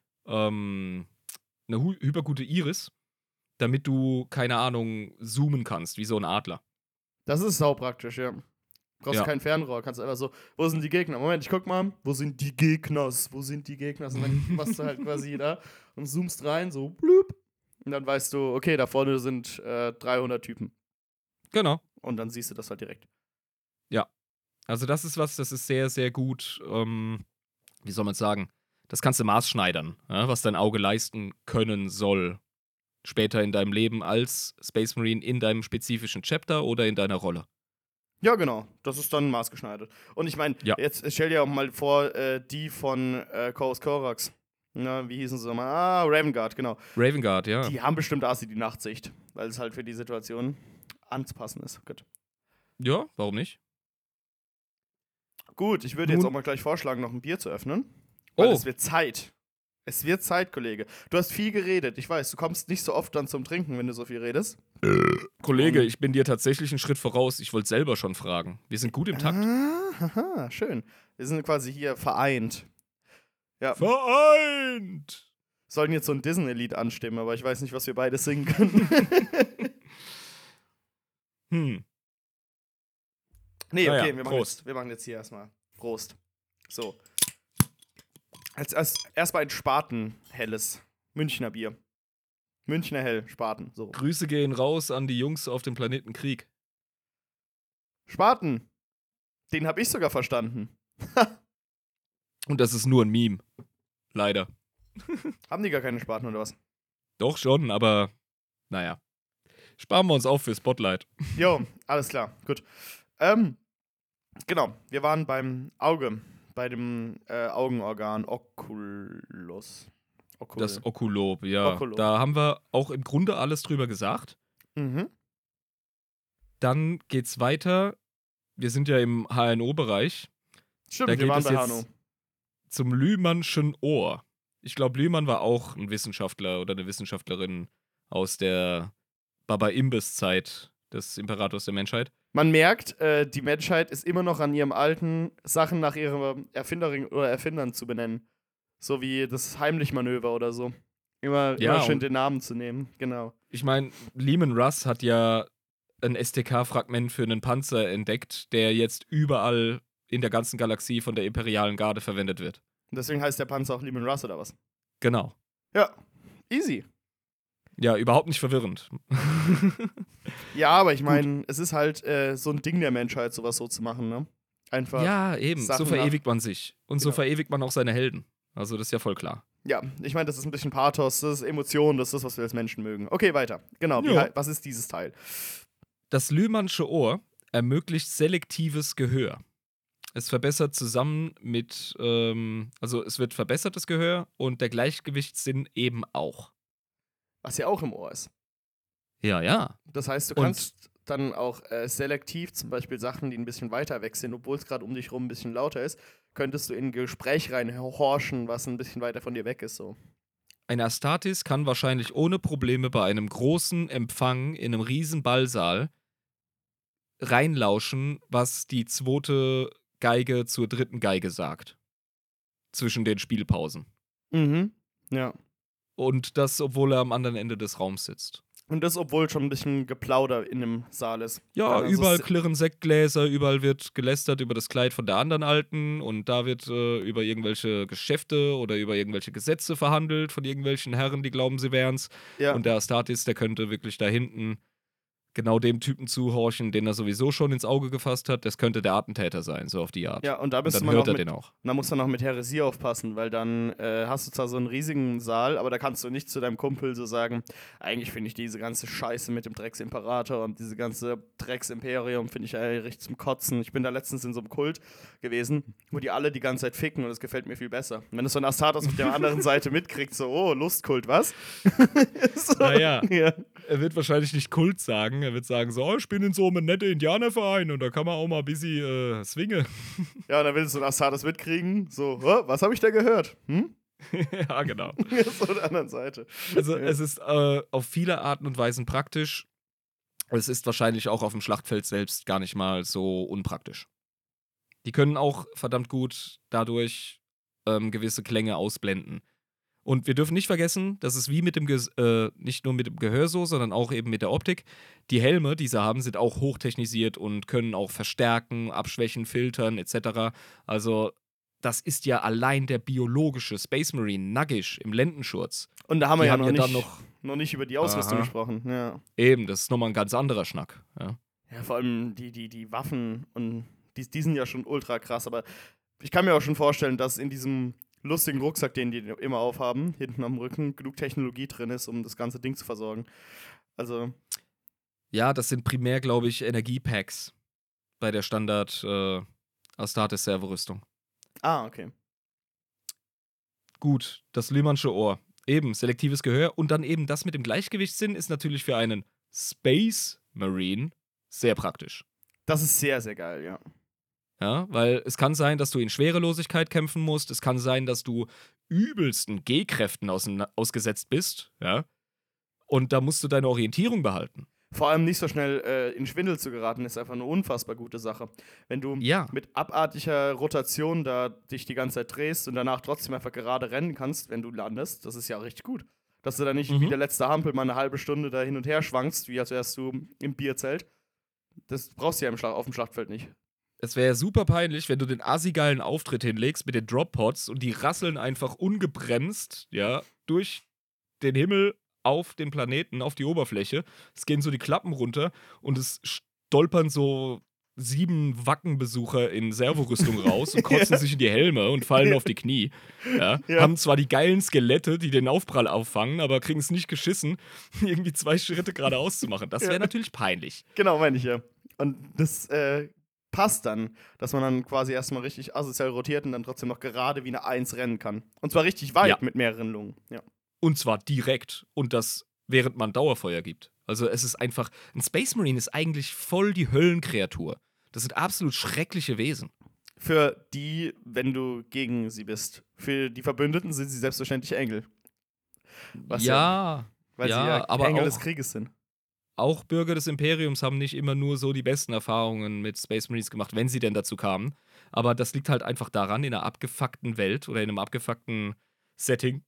ähm, eine hu- hyper gute Iris, damit du, keine Ahnung, zoomen kannst, wie so ein Adler. Das ist saupraktisch, ja. Brauchst Ja. kein Fernrohr, kannst einfach so, wo sind die Gegner? Moment, ich guck mal, wo sind die Gegners? Wo sind die Gegners? Und dann machst du halt quasi da und zoomst rein, so blüp. Und dann weißt du, okay, da vorne sind äh, dreihundert Typen. Genau. Und dann siehst du das halt direkt. Also das ist was, das ist sehr, sehr gut, ähm, wie soll man es sagen, das kannst du maßschneidern, ja, was dein Auge leisten können soll. Später in deinem Leben als Space Marine in deinem spezifischen Chapter oder in deiner Rolle. Ja, genau. Das ist dann maßgeschneidert. Und ich meine, Ja. jetzt stell dir auch mal vor, äh, die von äh, Chorus Korax. Na, wie hießen sie nochmal? Ah, Ravengard, genau. Raven Guard, ja. Die haben bestimmt Asi die Nachtsicht, weil es halt für die Situation anzupassen ist. Gut. Ja, warum nicht? Gut, ich würde jetzt Nun- auch mal gleich vorschlagen, noch ein Bier zu öffnen. Weil Oh. es wird Zeit. Es wird Zeit, Kollege. Du hast viel geredet. Ich weiß, du kommst nicht so oft dann zum Trinken, wenn du so viel redest. Kollege, Um- ich bin dir tatsächlich einen Schritt voraus. Ich wollte selber schon fragen. Wir sind gut im Takt. Ah, haha, schön. Wir sind quasi hier vereint. Ja, Vereint! sollen jetzt so ein Disney-Lied anstimmen, aber ich weiß nicht, was wir beide singen können. Hm. Nee, Naja, okay, wir machen, Prost. jetzt, wir machen jetzt hier erstmal Prost. So. Als, als erstmal ein Spaten-helles Münchner Bier. Münchner Hell, Spaten, so. Grüße gehen raus an die Jungs auf dem Planeten Krieg. Spaten. Den hab ich sogar verstanden. Und das ist nur ein Meme. Leider. Haben die gar keine Spaten oder was? Doch schon, aber naja. Sparen wir uns auf für Spotlight. Jo, alles klar, gut. Ähm, genau, wir waren beim Auge, bei dem äh, Augenorgan Oculus. Ocul. Das Okulop, ja. Okulop. Da haben wir auch im Grunde alles drüber gesagt. Mhm. Dann geht's weiter. Wir sind ja im H N O-Bereich. Stimmt, Da wir geht waren es bei jetzt Hanno. zum Lühmannschen Ohr. Ich glaube, Lühmann war auch ein Wissenschaftler oder eine Wissenschaftlerin aus der Baba-Imbiss-Zeit des Imperators der Menschheit. Man merkt, äh, die Menschheit ist immer noch an ihrem alten, Sachen nach ihren Erfinderin oder Erfindern zu benennen. So wie das Heimlich-Manöver oder so. Immer, Ja, immer schön und- den Namen zu nehmen, genau. Ich meine, Lehman Russ hat ja ein S T K-Fragment für einen Panzer entdeckt, der jetzt überall in der ganzen Galaxie von der Imperialen Garde verwendet wird. Und deswegen heißt der Panzer auch Lehman Russ oder was? Genau. Ja, easy. Ja, überhaupt nicht verwirrend. Ja, aber ich meine, es ist halt äh, so ein Ding der Menschheit, sowas so zu machen, ne? Einfach. Ja, eben. Sachen so verewigt man sich. Und so Genau. verewigt man auch seine Helden. Also das ist ja voll klar. Ja, ich meine, das ist ein bisschen Pathos, das ist Emotion, das ist das, was wir als Menschen mögen. Okay, weiter. Genau, wie, Ja. hei- was ist dieses Teil? Das Lühmannsche Ohr ermöglicht selektives Gehör. Es verbessert zusammen mit, ähm, also es wird verbessertes Gehör und der Gleichgewichtssinn eben auch. Was ja auch im Ohr ist. Ja, ja. Das heißt, du Und- kannst dann auch äh, selektiv zum Beispiel Sachen, die ein bisschen weiter weg sind, obwohl es gerade um dich rum ein bisschen lauter ist, könntest du in ein Gespräch reinhorchen, was ein bisschen weiter von dir weg ist. So. Ein Astartes kann wahrscheinlich ohne Probleme bei einem großen Empfang in einem riesen Ballsaal reinlauschen, was die zweite Geige zur dritten Geige sagt. Zwischen den Spielpausen. Mhm. Ja. Und das, obwohl er am anderen Ende des Raums sitzt. Und das, obwohl schon ein bisschen Geplauder in dem Saal ist. Ja, Also überall es- klirren Sektgläser, überall wird gelästert über das Kleid von der anderen Alten und da wird äh, über irgendwelche Geschäfte oder über irgendwelche Gesetze verhandelt von irgendwelchen Herren, die glauben, sie wären's. Ja. Und der Astartes, der könnte wirklich da hinten genau dem Typen zuhorchen, den er sowieso schon ins Auge gefasst hat. Das könnte der Attentäter sein, so auf die Art. ja, und da und bist dann du hört noch er mit, den auch. da musst du noch mit Häresie aufpassen, weil dann äh, hast du zwar so einen riesigen Saal, aber da kannst du nicht zu deinem Kumpel so sagen, eigentlich finde ich diese ganze Scheiße mit dem Drecksimperator und diese ganze Drecksimperium finde ich eigentlich richtig zum Kotzen. Ich bin da letztens in so einem Kult gewesen, wo die alle die ganze Zeit ficken und es gefällt mir viel besser. Und wenn du so ein Astartes auf der anderen Seite mitkriegst, so, oh, Lustkult, was? so, Naja. ja. Er wird wahrscheinlich nicht Kult sagen. Er wird sagen so, oh, ich bin in so einem netten Indianerverein und da kann man auch mal ein bisschen äh, swingen. ja, und dann willst du ein Astartes mitkriegen, so, oh, was habe ich da gehört? Hm? Ja, genau. so auf der anderen Seite. Also Ja. es ist äh, auf viele Arten und Weisen praktisch. Es ist wahrscheinlich auch auf dem Schlachtfeld selbst gar nicht mal so unpraktisch. Die können auch verdammt gut dadurch ähm, gewisse Klänge ausblenden. Und wir dürfen nicht vergessen, das ist wie mit dem, Ge äh, nicht nur mit dem Gehör so, sondern auch eben mit der Optik. Die Helme, die sie haben, sind auch hochtechnisiert und können auch verstärken, abschwächen, filtern et cetera. Also das ist ja allein der biologische Space Marine Nuggish im Lendenschurz. Und da haben wir Die ja haben noch, ja nicht, dann noch- noch nicht über die Ausrüstung Aha. gesprochen. Ja. Eben, das ist nochmal ein ganz anderer Schnack. Ja. Ja, vor allem die, die, die Waffen und die, die sind ja schon ultra krass, aber ich kann mir auch schon vorstellen, dass in diesem lustigen Rucksack, den die immer aufhaben, hinten am Rücken, genug Technologie drin ist, um das ganze Ding zu versorgen. Also, Ja, das sind primär, glaube ich, Energiepacks bei der Standard äh, Astartes Servorüstung. ah, okay. Gut, das Lymansche Ohr. Eben, selektives Gehör. Und dann eben das mit dem Gleichgewichtssinn ist natürlich für einen Space Marine sehr praktisch. Das ist sehr, sehr geil, ja. Ja, weil es kann sein, dass du in Schwerelosigkeit kämpfen musst. Es kann sein, dass du übelsten G-Kräften ausein- ausgesetzt bist. Ja. Und da musst du deine Orientierung behalten. Vor allem nicht so schnell äh, in Schwindel zu geraten, ist einfach eine unfassbar gute Sache. Wenn du Ja. mit abartiger Rotation da dich die ganze Zeit drehst und danach trotzdem einfach gerade rennen kannst, wenn du landest, das ist ja richtig gut. Dass du da nicht Mhm. wie der letzte Hampel mal eine halbe Stunde da hin und her schwankst, wie als wärst du im Bierzelt. Das brauchst du ja im Schla- auf dem Schlachtfeld nicht. Es wäre super peinlich, wenn du den assigeilen Auftritt hinlegst mit den Drop-Pods und die rasseln einfach ungebremst, ja, durch den Himmel auf den Planeten, auf die Oberfläche. Es gehen so die Klappen runter und es stolpern so sieben Wackenbesucher in Servorüstung raus und kotzen Ja. sich in die Helme und fallen auf die Knie. Ja. Ja. Haben zwar die geilen Skelette, die den Aufprall auffangen, aber kriegen es nicht geschissen, irgendwie zwei Schritte geradeaus zu machen. Das wäre Ja. natürlich peinlich. Genau, meine ich ja. Und das äh, passt dann, dass man dann quasi erstmal richtig asozial rotiert und dann trotzdem noch gerade wie eine Eins rennen kann. Und zwar richtig weit Ja. mit mehreren Lungen. Ja. Und zwar direkt. Und das, während man Dauerfeuer gibt. Also es ist einfach, ein Space Marine ist eigentlich voll die Höllenkreatur. Das sind absolut schreckliche Wesen. Für die, wenn du gegen sie bist. Für die Verbündeten sind sie selbstverständlich Engel. Was ja, Weil ja, sie ja aber Engel auch- des Krieges sind. auch Bürger des Imperiums haben nicht immer nur so die besten Erfahrungen mit Space Marines gemacht, wenn sie denn dazu kamen. Aber das liegt halt einfach daran, in einer abgefuckten Welt oder in einem abgefuckten Setting.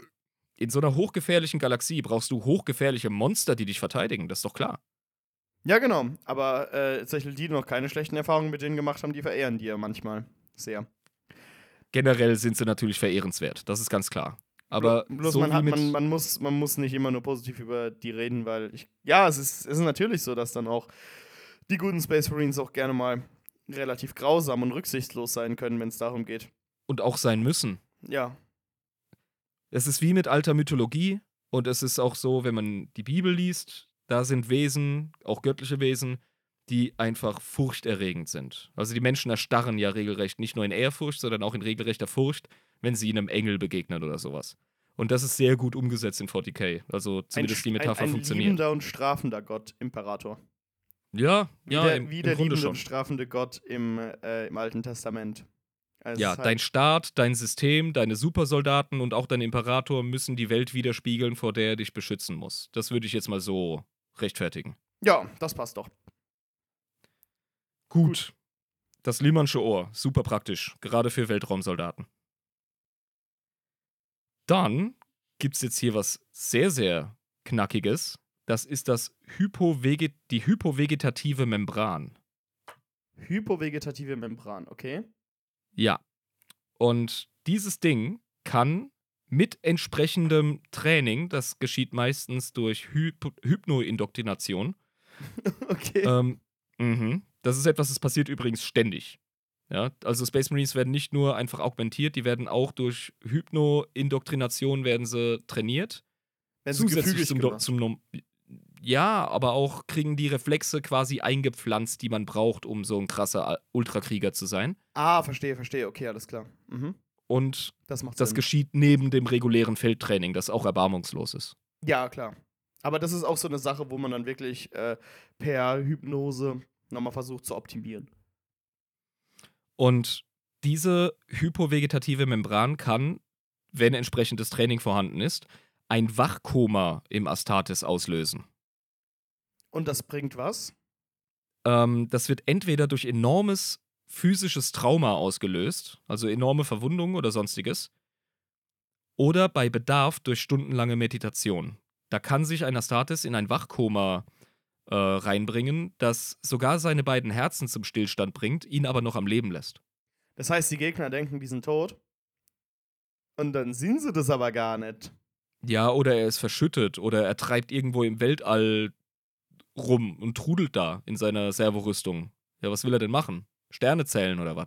In so einer hochgefährlichen Galaxie brauchst du hochgefährliche Monster, die dich verteidigen. Das ist doch klar. Ja, genau. Aber äh, tatsächlich die, die noch keine schlechten Erfahrungen mit denen gemacht haben, die verehren die ja manchmal sehr. Generell sind sie natürlich verehrenswert. Das ist ganz klar. Aber Blo- bloß so man, wie hat, mit man, man, muss, man muss nicht immer nur positiv über die reden, weil ich. Ja, es ist, es ist natürlich so, dass dann auch die guten Space Marines auch gerne mal relativ grausam und rücksichtslos sein können, wenn es darum geht. und auch sein müssen. Ja. Es ist wie mit alter Mythologie und es ist auch so, wenn man die Bibel liest, da sind Wesen, auch göttliche Wesen, die einfach furchterregend sind. Also die Menschen erstarren ja regelrecht nicht nur in Ehrfurcht, sondern auch in regelrechter Furcht, wenn sie einem Engel begegnen oder sowas. Und das ist sehr gut umgesetzt in forty K. Also zumindest die ein, Metapher ein, ein funktioniert. liebender und strafender Gott, Imperator. Ja, Wie ja, der, im, wie im der Grunde liebende schon. und strafende Gott im, äh, im Alten Testament. Also Ja, es ist dein halt, Staat, dein System, deine Supersoldaten und auch dein Imperator müssen die Welt widerspiegeln, vor der er dich beschützen muss. Das würde ich jetzt mal so rechtfertigen. ja, das passt doch. Gut. Das Lymansche Ohr, super praktisch, gerade für Weltraumsoldaten. Dann gibt's jetzt hier was sehr, sehr Knackiges. Das ist das Hypoveget die hypovegetative Membran. Hypovegetative Membran, okay. Ja. Und dieses Ding kann mit entsprechendem Training, das geschieht meistens durch Hyp Hypnoindoktrination, Okay. ähm, mhm. Das ist etwas, das passiert übrigens ständig. Ja, also Space Marines werden nicht nur einfach augmentiert, die werden auch durch Hypnoindoktrination werden sie trainiert. Wenn sie gefügig zum, gemacht. zum Nom Ja, aber auch kriegen die Reflexe quasi eingepflanzt, die man braucht, um so ein krasser Ultrakrieger zu sein. Ah, verstehe, verstehe. Okay, alles klar. Mhm. Und Das macht das Sinn. geschieht neben dem regulären Feldtraining, das auch erbarmungslos ist. Ja, klar. Aber das ist auch so eine Sache, wo man dann wirklich äh, per Hypnose nochmal versucht zu optimieren. Und diese hypovegetative Membran kann, wenn entsprechendes Training vorhanden ist, ein Wachkoma im Astartes auslösen. Und das bringt was? Ähm, das wird entweder durch enormes physisches Trauma ausgelöst, also enorme Verwundungen oder sonstiges, oder bei Bedarf durch stundenlange Meditation. Da kann sich ein Astartes in ein Wachkoma äh, reinbringen, das sogar seine beiden Herzen zum Stillstand bringt, ihn aber noch am Leben lässt. Das heißt, die Gegner denken, die sind tot. Und dann sind sie das aber gar nicht. Ja, oder er ist verschüttet oder er treibt irgendwo im Weltall rum und trudelt da in seiner Servorüstung. Ja, was will er denn machen? Sterne zählen oder was?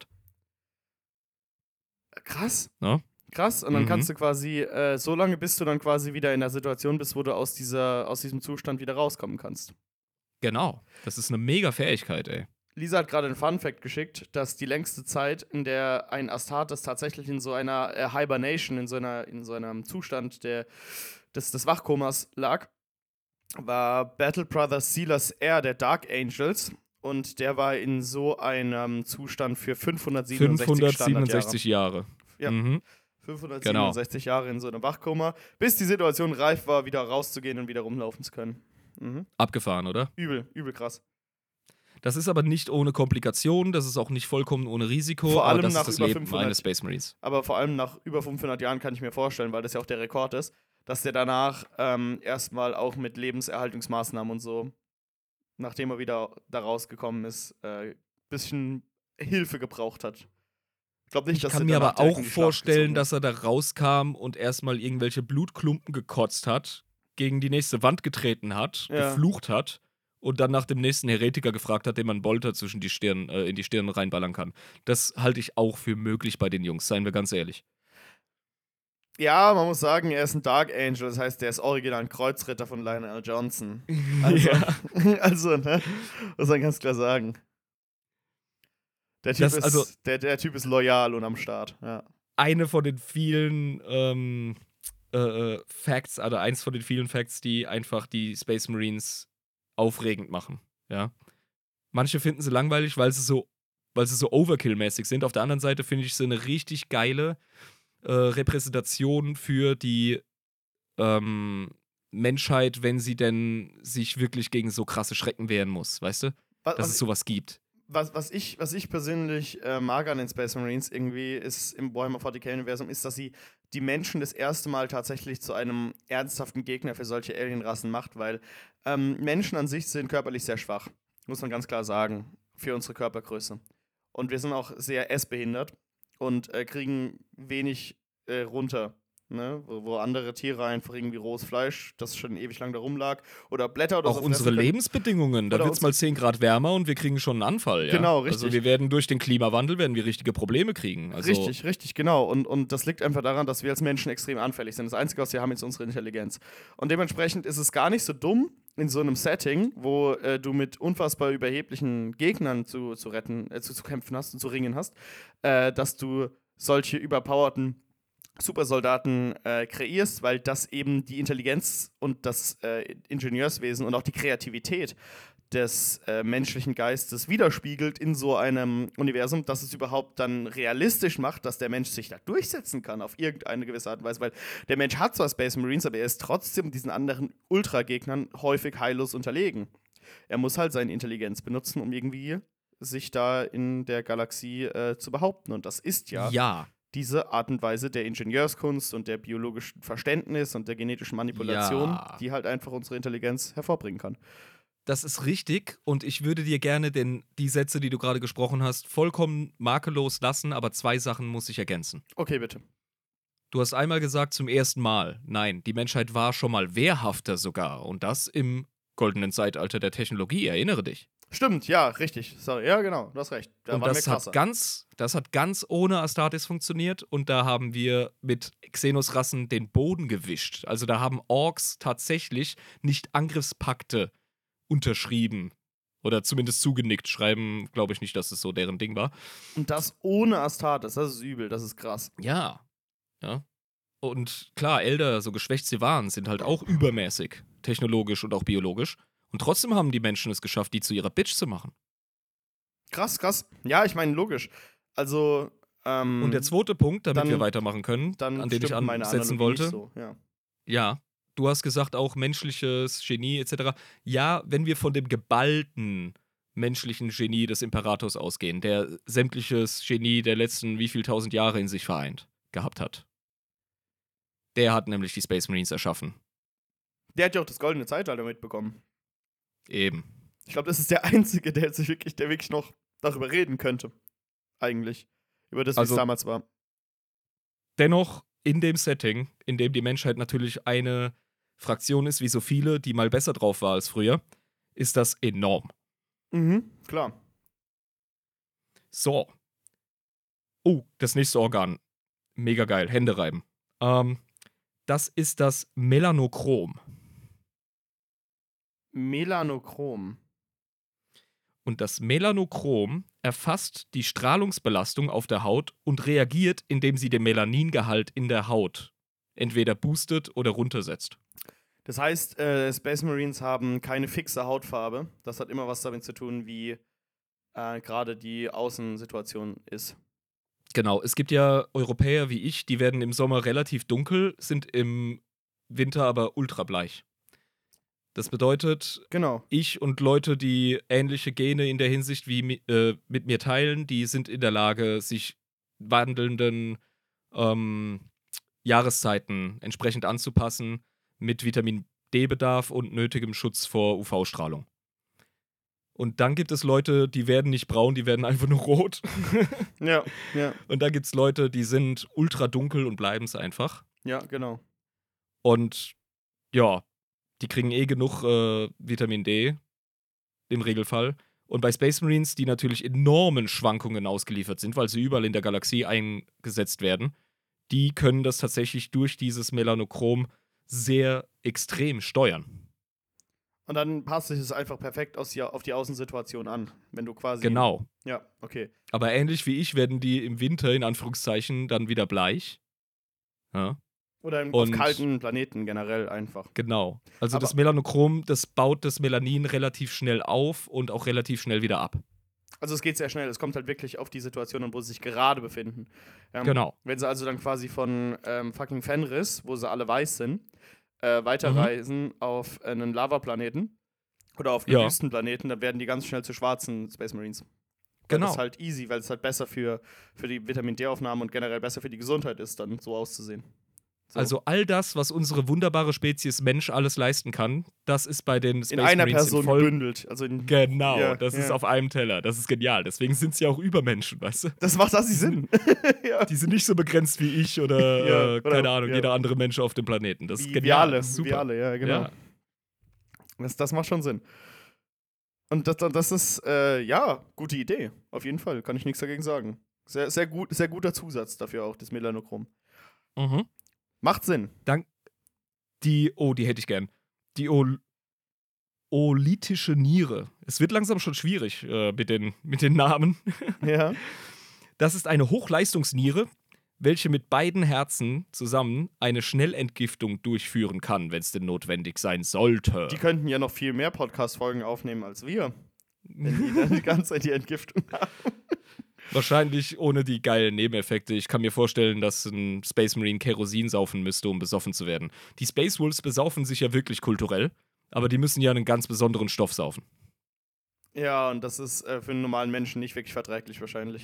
Krass. Ja? Krass. Und dann Mhm. kannst du quasi, äh, so lange bis du dann quasi wieder in der Situation bist, wo du aus, dieser, aus diesem Zustand wieder rauskommen kannst. Genau. Das ist eine mega Fähigkeit, ey. Lisa hat gerade einen Fun-Fact geschickt, dass die längste Zeit, in der ein Astartes tatsächlich in so einer äh, Hibernation, in so, einer, in so einem Zustand der, des, des Wachkomas lag, war Battle Brother Silas Air der Dark Angels. Und der war in so einem Zustand für fünfhundertsiebenundsechzig, fünfhundertsiebenundsechzig Jahre. Ja. Mhm. fünfhundertsiebenundsechzig Jahre in so einem Wachkoma, bis die Situation reif war, wieder rauszugehen und wieder rumlaufen zu können. Mhm. Abgefahren, oder? Übel, übel krass. Das ist aber nicht ohne Komplikationen, das ist auch nicht vollkommen ohne Risiko, Vor allem aber das nach ist das über Leben fünfhundert eines Space Marines. Aber vor allem nach über fünfhundert Jahren kann ich mir vorstellen, weil das ja auch der Rekord ist, dass der danach ähm, erstmal auch mit Lebenserhaltungsmaßnahmen und so, nachdem er wieder da rausgekommen ist, ein äh, bisschen Hilfe gebraucht hat. Ich glaube nicht, Ich dass kann er mir danach aber direkt auch in die Schlacht vorstellen, gezogen dass er da rauskam und erstmal irgendwelche Blutklumpen gekotzt hat, gegen die nächste Wand getreten hat, Ja. geflucht hat und dann nach dem nächsten Heretiker gefragt hat, dem man Bolter zwischen die Stirn, äh, in die Stirn reinballern kann. Das halte ich auch für möglich bei den Jungs, seien wir ganz ehrlich. Ja, man muss sagen, er ist ein Dark Angel, das heißt, der ist original ein Kreuzritter von Lionel Johnson. Also, Ja. also ne? Muss man ganz klar sagen. Der Typ, Das- ist, also- der, der typ ist loyal und am Start. Ja. Eine von den vielen ähm, äh, äh, Facts, also eins von den vielen Facts, die einfach die Space Marines aufregend machen. Ja. Manche finden sie langweilig, weil sie so, weil sie so Overkill-mäßig sind. Auf der anderen Seite finde ich sie eine richtig geile äh, Repräsentation für die ähm, Menschheit, wenn sie denn sich wirklich gegen so krasse Schrecken wehren muss, weißt du? Was, Dass was, es sowas gibt. was, was, ich, was ich persönlich äh, mag an den Space Marines irgendwie ist im Warhammer forty K-Universum, ist, dass sie die Menschen das erste Mal tatsächlich zu einem ernsthaften Gegner für solche Alienrassen macht, weil ähm, Menschen an sich sind körperlich sehr schwach, muss man ganz klar sagen, für unsere Körpergröße. Und wir sind auch sehr essbehindert und äh, kriegen wenig äh, runter. Ne? Wo, wo andere Tiere einfach irgendwie rohes Fleisch, das schon ewig lang da rumlag, oder Blätter oder Auch so unsere fressen können. Lebensbedingungen. Da Oder wird es mal zehn Grad wärmer und wir kriegen schon einen Anfall. Ja? Genau, Also richtig. wir werden durch den Klimawandel werden wir richtige Probleme kriegen. Also, Richtig, richtig, genau. Und, und das liegt einfach daran, dass wir als Menschen extrem anfällig sind. Das Einzige, was wir haben, ist unsere Intelligenz. Und dementsprechend ist es gar nicht so dumm, in so einem Setting, wo äh, du mit unfassbar überheblichen Gegnern zu, zu retten, äh, zu, zu kämpfen hast und zu ringen hast, äh, dass du solche überpowerten Supersoldaten äh, kreierst, weil das eben die Intelligenz und das äh, Ingenieurswesen und auch die Kreativität des äh, menschlichen Geistes widerspiegelt in so einem Universum, dass es überhaupt dann realistisch macht, dass der Mensch sich da durchsetzen kann auf irgendeine gewisse Art und Weise, weil der Mensch hat zwar Space Marines, aber er ist trotzdem diesen anderen Ultra-Gegnern häufig heillos unterlegen. Er muss halt seine Intelligenz benutzen, um irgendwie sich da in der Galaxie äh, zu behaupten. Und das ist ja, ja. diese Art und Weise der Ingenieurskunst und der biologischen Verständnis und der genetischen Manipulation, Ja. die halt einfach unsere Intelligenz hervorbringen kann. Das ist richtig und ich würde dir gerne den, die Sätze, die du gerade gesprochen hast, vollkommen makellos lassen, aber zwei Sachen muss ich ergänzen. Okay, bitte. Du hast einmal gesagt, zum ersten Mal. Nein, die Menschheit war schon mal wehrhafter sogar und das im goldenen Zeitalter der Technologie, erinnere dich. Stimmt, ja, richtig. Sorry, ja, genau, du hast recht. Da und waren das wir hat, krasser. ganz, das hat ganz ohne Astartes funktioniert und da haben wir mit Xenos-Rassen den Boden gewischt. Also da haben Orks tatsächlich nicht Angriffspakte unterschrieben oder zumindest zugenickt. Schreiben, glaube ich nicht, dass es so deren Ding war. Und das ohne Astartes, das ist übel, das ist krass. Ja, ja. Und klar, Elder, so geschwächt sie waren, sind halt auch übermäßig, technologisch und auch biologisch. Und trotzdem haben die Menschen es geschafft, die zu ihrer Bitch zu machen. Krass, krass. Ja, ich meine, logisch. Also, ähm, Und der zweite Punkt, damit dann- wir weitermachen können, dann an den ich stimmt meine ansetzen Analogie wollte. nicht so, ja. Ja, du hast gesagt, auch menschliches Genie et cetera. Ja, wenn wir von dem geballten menschlichen Genie des Imperators ausgehen, der sämtliches Genie der letzten wie viel tausend Jahre in sich vereint, gehabt hat. Der hat nämlich die Space Marines erschaffen. Der hat ja auch das goldene Zeitalter mitbekommen. Eben. Ich glaube, das ist der Einzige, der sich wirklich, der wirklich noch darüber reden könnte. Eigentlich. Über das, wie Also- es damals war. Dennoch, in dem Setting, in dem die Menschheit natürlich eine Fraktion ist, wie so viele, die mal besser drauf war als früher, ist das enorm. Mhm, klar. So. Oh, das nächste Organ. Mega geil. Hände reiben. Ähm, das ist das Melanochrom. Melanochrom. Und das Melanochrom erfasst die Strahlungsbelastung auf der Haut und reagiert, indem sie den Melaningehalt in der Haut entweder boostet oder runtersetzt. Das heißt, äh, Space Marines haben keine fixe Hautfarbe. Das hat immer was damit zu tun, wie äh, gerade die Außensituation ist. Genau, es gibt ja Europäer wie ich, die werden im Sommer relativ dunkel, sind im Winter aber ultrableich. Das bedeutet, Genau. ich und Leute, die ähnliche Gene in der Hinsicht wie mi- äh, mit mir teilen, die sind in der Lage, sich wandelnden ähm, Jahreszeiten entsprechend anzupassen mit Vitamin D-Bedarf und nötigem Schutz vor U V-Strahlung. Und dann gibt es Leute, die werden nicht braun, die werden einfach nur rot. Ja, ja, Und dann gibt es Leute, die sind ultra dunkel und bleiben es einfach. ja, genau. Und ja, die kriegen eh genug äh, Vitamin D im Regelfall. Und bei Space Marines, die natürlich enormen Schwankungen ausgeliefert sind, weil sie überall in der Galaxie eingesetzt werden, die können das tatsächlich durch dieses Melanochrom sehr extrem steuern. Und dann passt sich es einfach perfekt aus die, auf die Außensituation an, wenn du quasi. Genau. Ja, okay. Aber ähnlich wie ich werden die im Winter in Anführungszeichen dann wieder bleich. Ja, Oder im, Und- auf kalten Planeten generell einfach. genau. Also Aber- das Melanochrom, das baut das Melanin relativ schnell auf und auch relativ schnell wieder ab. Also es geht sehr schnell. Es kommt halt wirklich auf die Situation an, wo sie sich gerade befinden. Ähm, Genau. Wenn sie also dann quasi von ähm, fucking Fenris, wo sie alle weiß sind, äh, weiterreisen auf einen Lavaplaneten oder auf einen Ja. Wüstenplaneten, dann werden die ganz schnell zu schwarzen Space Marines. Weil Genau. Das ist halt easy, weil es halt besser für, für die Vitamin D-Aufnahme und generell besser für die Gesundheit ist, dann so auszusehen. So. Also all das, was unsere wunderbare Spezies Mensch alles leisten kann, das ist bei den Space in einer Marines Person in voll. gebündelt. Also in, Genau, Ja, das ist ja. auf einem Teller. Das ist genial. Deswegen sind sie auch Übermenschen, weißt du? das macht das die Sinn. ja. Die sind nicht so begrenzt wie ich oder, Ja, äh, oder- keine Ahnung, ja. jeder andere Mensch auf dem Planeten. Das ist Wie, genial. wie alle, das ist super. wie alle, ja, genau. Ja. Das, das macht schon Sinn. Und das, das ist, äh, ja, gute Idee. Auf jeden Fall, kann ich nichts dagegen sagen. Sehr, sehr, gut, sehr guter Zusatz dafür auch, das Melanochrom. Mhm. Macht Sinn. Die, oh, die hätte ich gern. Die Ol Oolitische Niere. Es wird langsam schon schwierig äh, mit, den, mit den Namen. Ja. Das ist eine Hochleistungsniere, welche mit beiden Herzen zusammen eine Schnellentgiftung durchführen kann, wenn es denn notwendig sein sollte. Die könnten ja noch viel mehr Podcast-Folgen aufnehmen als wir. Wenn die dann die ganze Zeit die Entgiftung haben. Wahrscheinlich ohne die geilen Nebeneffekte. Ich kann mir vorstellen, dass ein Space Marine Kerosin saufen müsste, um besoffen zu werden. Die Space Wolves besaufen sich ja wirklich kulturell, aber die müssen ja einen ganz besonderen Stoff saufen. Ja, und das ist äh, für einen normalen Menschen nicht wirklich verträglich wahrscheinlich.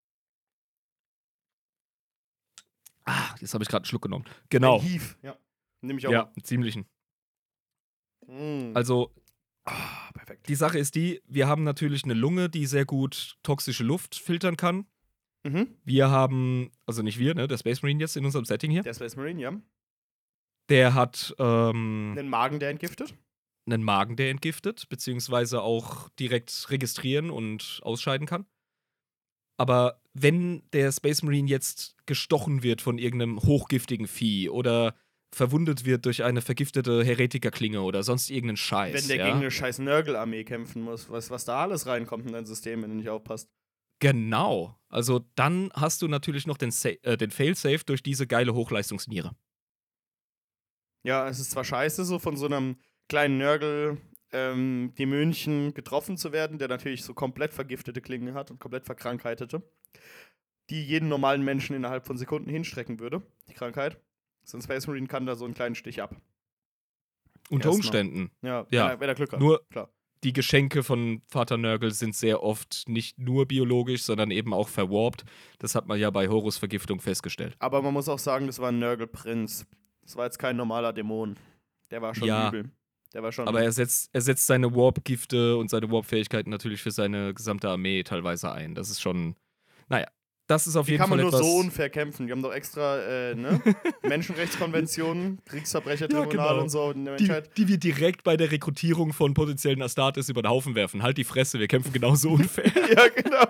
Ah, jetzt habe ich gerade einen Schluck genommen. Genau. Ein Hief, ja. Nehme ich auch Ja, mal. einen ziemlichen. Mm. Also, Ah, perfekt. die Sache ist die, wir haben natürlich eine Lunge, die sehr gut toxische Luft filtern kann. Mhm. Wir haben, also nicht wir, ne, der Space Marine jetzt in unserem Setting hier, Der Space Marine, ja. der hat ähm, Den Magen, der entgiftet. einen Magen, der entgiftet, beziehungsweise auch direkt registrieren und ausscheiden kann. Aber wenn der Space Marine jetzt gestochen wird von irgendeinem hochgiftigen Vieh oder verwundet wird durch eine vergiftete Heretikerklinge oder sonst irgendeinen Scheiß, Wenn der ja? gegen eine scheiß Nörgel-Armee kämpfen muss, was, was da alles reinkommt in dein System, wenn du nicht aufpasst. Genau. Also dann hast du natürlich noch den, Sa äh, den Failsafe durch diese geile Hochleistungsniere. Ja, es ist zwar scheiße, so von so einem kleinen Nörgel ähm, die München getroffen zu werden, der natürlich so komplett vergiftete Klingen hat und komplett verkrankheitete, die jeden normalen Menschen innerhalb von Sekunden hinstrecken würde, die Krankheit. So ein Space Marine kann da so einen kleinen Stich ab. Unter Erstmal. Umständen. Ja, Ja. Wenn, er, wenn er Glück hat. Nur klar. die Geschenke von Vater Nörgel sind sehr oft nicht nur biologisch, sondern eben auch verwarpt. Das hat man ja bei Horus Vergiftung festgestellt. Aber man muss auch sagen, das war ein Nörgelprinz. Das war jetzt kein normaler Dämon. Der war schon Ja. übel. Der war schon. Aber er setzt, er setzt seine Warp-Gifte und seine Warp-Fähigkeiten natürlich für seine gesamte Armee teilweise ein. Das ist schon, naja, das ist auf die jeden kann man Fall nur etwas. so unfair kämpfen. Die haben doch extra äh, ne? Menschenrechtskonventionen, Kriegsverbrechertribunal Ja, genau. und so in der die, Menschheit. die wir direkt bei der Rekrutierung von potenziellen Astartes über den Haufen werfen. Halt die Fresse, wir kämpfen genauso unfair. Ja, genau.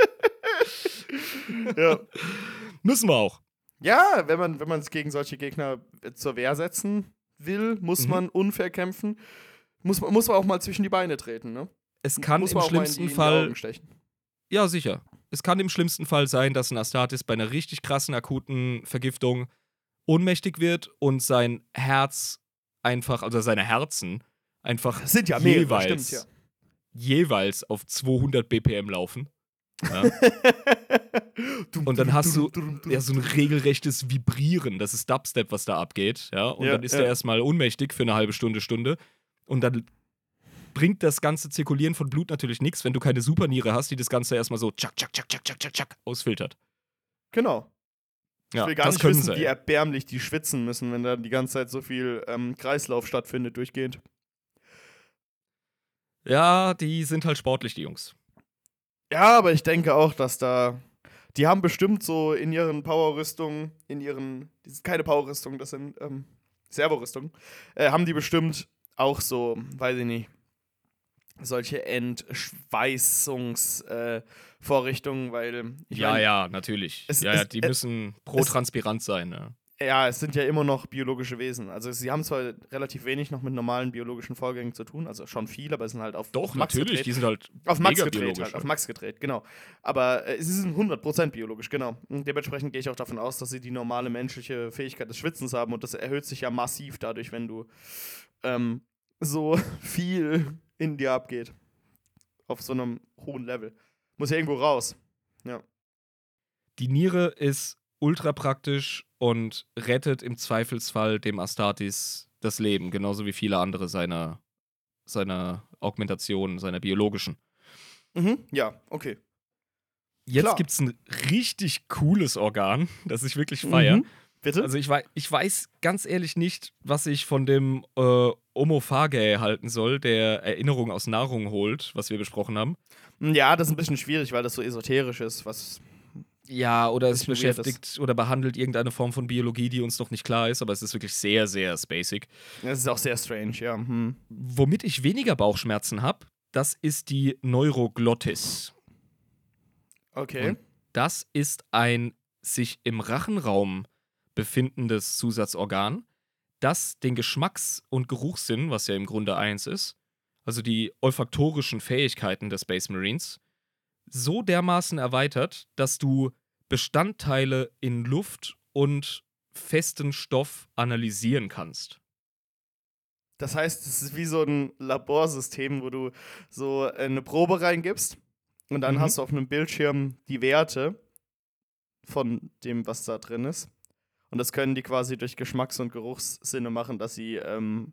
ja. Müssen wir auch. Ja, wenn man wenn man es gegen solche Gegner zur Wehr setzen will, muss Mhm. man unfair kämpfen. Muss man, muss man auch mal zwischen die Beine treten, ne? Es kann muss im man auch mal in die, schlimmsten in die Fall. Augen stechen. Ja, sicher. Es kann im schlimmsten Fall sein, dass ein Astartes bei einer richtig krassen, akuten Vergiftung ohnmächtig wird und sein Herz einfach, also seine Herzen, einfach Das sind ja mehrere, jeweils, stimmt, ja. jeweils auf zweihundert B P M laufen. Ja. Und dann hast du ja so ein regelrechtes Vibrieren. Das ist Dubstep, was da abgeht. Ja? Und Ja, dann ist ja. er erstmal ohnmächtig für eine halbe Stunde, Stunde. Und dann bringt das ganze Zirkulieren von Blut natürlich nichts, wenn du keine Superniere hast, die das Ganze erstmal so tschak, tschak, tschak, tschak, tschak, tschak, tschak ausfiltert. Genau. Ja, Ich will gar das nicht können wissen, sie. wie erbärmlich die schwitzen müssen, wenn da die ganze Zeit so viel ähm, Kreislauf stattfindet, durchgehend. Ja, die sind halt sportlich, die Jungs. Ja, aber ich denke auch, dass da. Die haben bestimmt so in ihren Power-Rüstungen, in ihren. Das sind keine Power-Rüstungen, das sind ähm, Servo-Rüstungen. Äh, haben die bestimmt auch so, weiß ich nicht, solche Entschweißungsvorrichtungen, äh, weil. Ich Ja, mein, ja, natürlich. es- ja, ja, es- die es- müssen pro-transpirant sein. Ne? Ja, es sind ja immer noch biologische Wesen. Also sie haben zwar relativ wenig noch mit normalen biologischen Vorgängen zu tun, also schon viel, aber es sind halt auf Doch, Max natürlich, gedreht. die sind halt Auf Max mega gedreht biologisch. halt, auf Max gedreht, genau. Aber äh, sie sind hundert Prozent biologisch, genau. Und dementsprechend gehe ich auch davon aus, dass sie die normale menschliche Fähigkeit des Schwitzens haben und das erhöht sich ja massiv dadurch, wenn du ähm, so viel in dir abgeht. Auf so einem hohen Level. Muss ja irgendwo raus. Ja. Die Niere ist ultra praktisch und rettet im Zweifelsfall dem Astartes das Leben, genauso wie viele andere seiner, seiner Augmentationen, seiner biologischen. Mhm, ja, okay. Jetzt Klar. gibt es ein richtig cooles Organ, das ich wirklich feiere. Mhm. Bitte? Also ich, wei ich weiß ganz ehrlich nicht, was ich von dem äh, Omophagae halten soll, der Erinnerung aus Nahrung holt, was wir besprochen haben. Ja, das ist ein bisschen schwierig, weil das so esoterisch ist, was. Ja, oder es Bisschen weird beschäftigt oder behandelt irgendeine Form von Biologie, die uns noch nicht klar ist, aber es ist wirklich sehr, sehr spacig. Das ist auch sehr strange, ja. Hm. Womit ich weniger Bauchschmerzen habe, das ist die Neuroglottis. Okay. Und das ist ein sich im Rachenraum befindendes Zusatzorgan, das den Geschmacks- und Geruchssinn, was ja im Grunde eins ist, also die olfaktorischen Fähigkeiten des Space Marines, so dermaßen erweitert, dass du Bestandteile in Luft und festen Stoff analysieren kannst. Das heißt, es ist wie so ein Laborsystem, wo du so eine Probe reingibst und dann Mhm. hast du auf einem Bildschirm die Werte von dem, was da drin ist. Und das können die quasi durch Geschmacks- und Geruchssinne machen, dass sie ähm,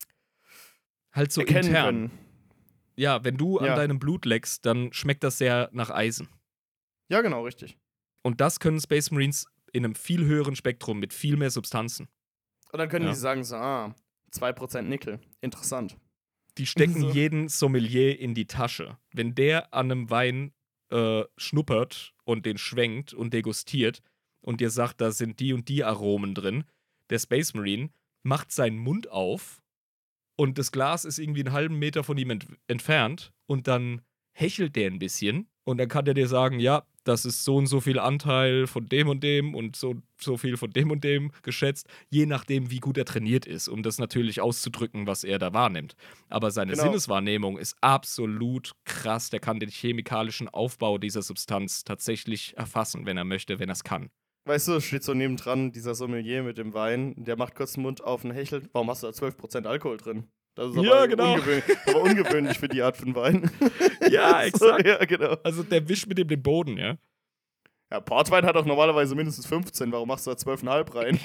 Halt so erkennen intern. können. Ja, wenn du Ja. an deinem Blut leckst, dann schmeckt das sehr nach Eisen. Ja, genau, richtig. Und das können Space Marines in einem viel höheren Spektrum mit viel mehr Substanzen. Und dann können Ja. die sagen so, ah, zwei Prozent Nickel. Interessant. Die stecken So. jeden Sommelier in die Tasche. Wenn der an einem Wein äh, schnuppert und den schwenkt und degustiert und dir sagt, da sind die und die Aromen drin, der Space Marine macht seinen Mund auf und das Glas ist irgendwie einen halben Meter von ihm ent entfernt und dann hechelt der ein bisschen und dann kann der dir sagen, ja, das ist so und so viel Anteil von dem und dem und so, so viel von dem und dem geschätzt, je nachdem, wie gut er trainiert ist, um das natürlich auszudrücken, was er da wahrnimmt. Aber seine Genau. Sinneswahrnehmung ist absolut krass. Der kann den chemikalischen Aufbau dieser Substanz tatsächlich erfassen, wenn er möchte, wenn er es kann. Weißt du, es steht so nebendran, dieser Sommelier mit dem Wein, der macht kurz den Mund auf und hechelt. Warum hast du da zwölf Prozent Alkohol drin? Das ist aber, Ja, genau. ungewöhnlich, aber ungewöhnlich für die Art von Wein. Ja, So, ja, genau. Also der wischt mit dem den Boden, ja. Ja, Portwein hat auch normalerweise mindestens fünfzehn. Warum machst du da zwölf Komma fünf rein?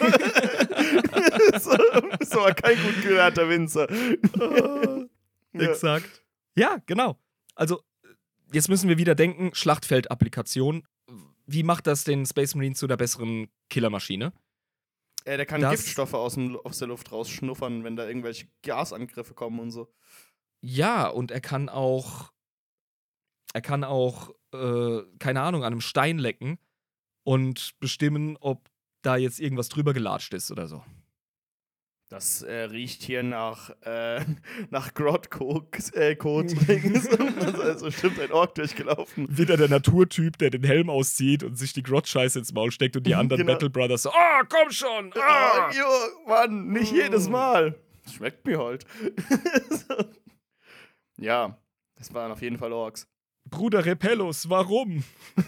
so, ist aber kein gut gehörter Winzer. Ja. Exakt. Ja, genau. Also, jetzt müssen wir wieder denken, Schlachtfeld-Applikation. Wie macht das den Space Marine zu einer besseren Killermaschine? Äh, der kann Das- Giftstoffe aus, dem, aus der Luft rausschnuffern, wenn da irgendwelche Gasangriffe kommen und so. Ja, und er kann auch, er kann auch, äh, keine Ahnung, an einem Stein lecken und bestimmen, ob da jetzt irgendwas drüber gelatscht ist oder so. Das äh, riecht hier nach, äh, nach Grot-Kot. Äh, Kot. Also ist bestimmt ein Ork durchgelaufen. Wieder der Naturtyp, der den Helm auszieht und sich die Grot-Scheiße ins Maul steckt und die anderen Genau. Battle Brothers so, ah, komm schon! Ah, Ah! jo, Mann, nicht jedes Mal. Schmeckt mir halt. So. Ja, das waren auf jeden Fall Orks. Bruder Repellus, warum?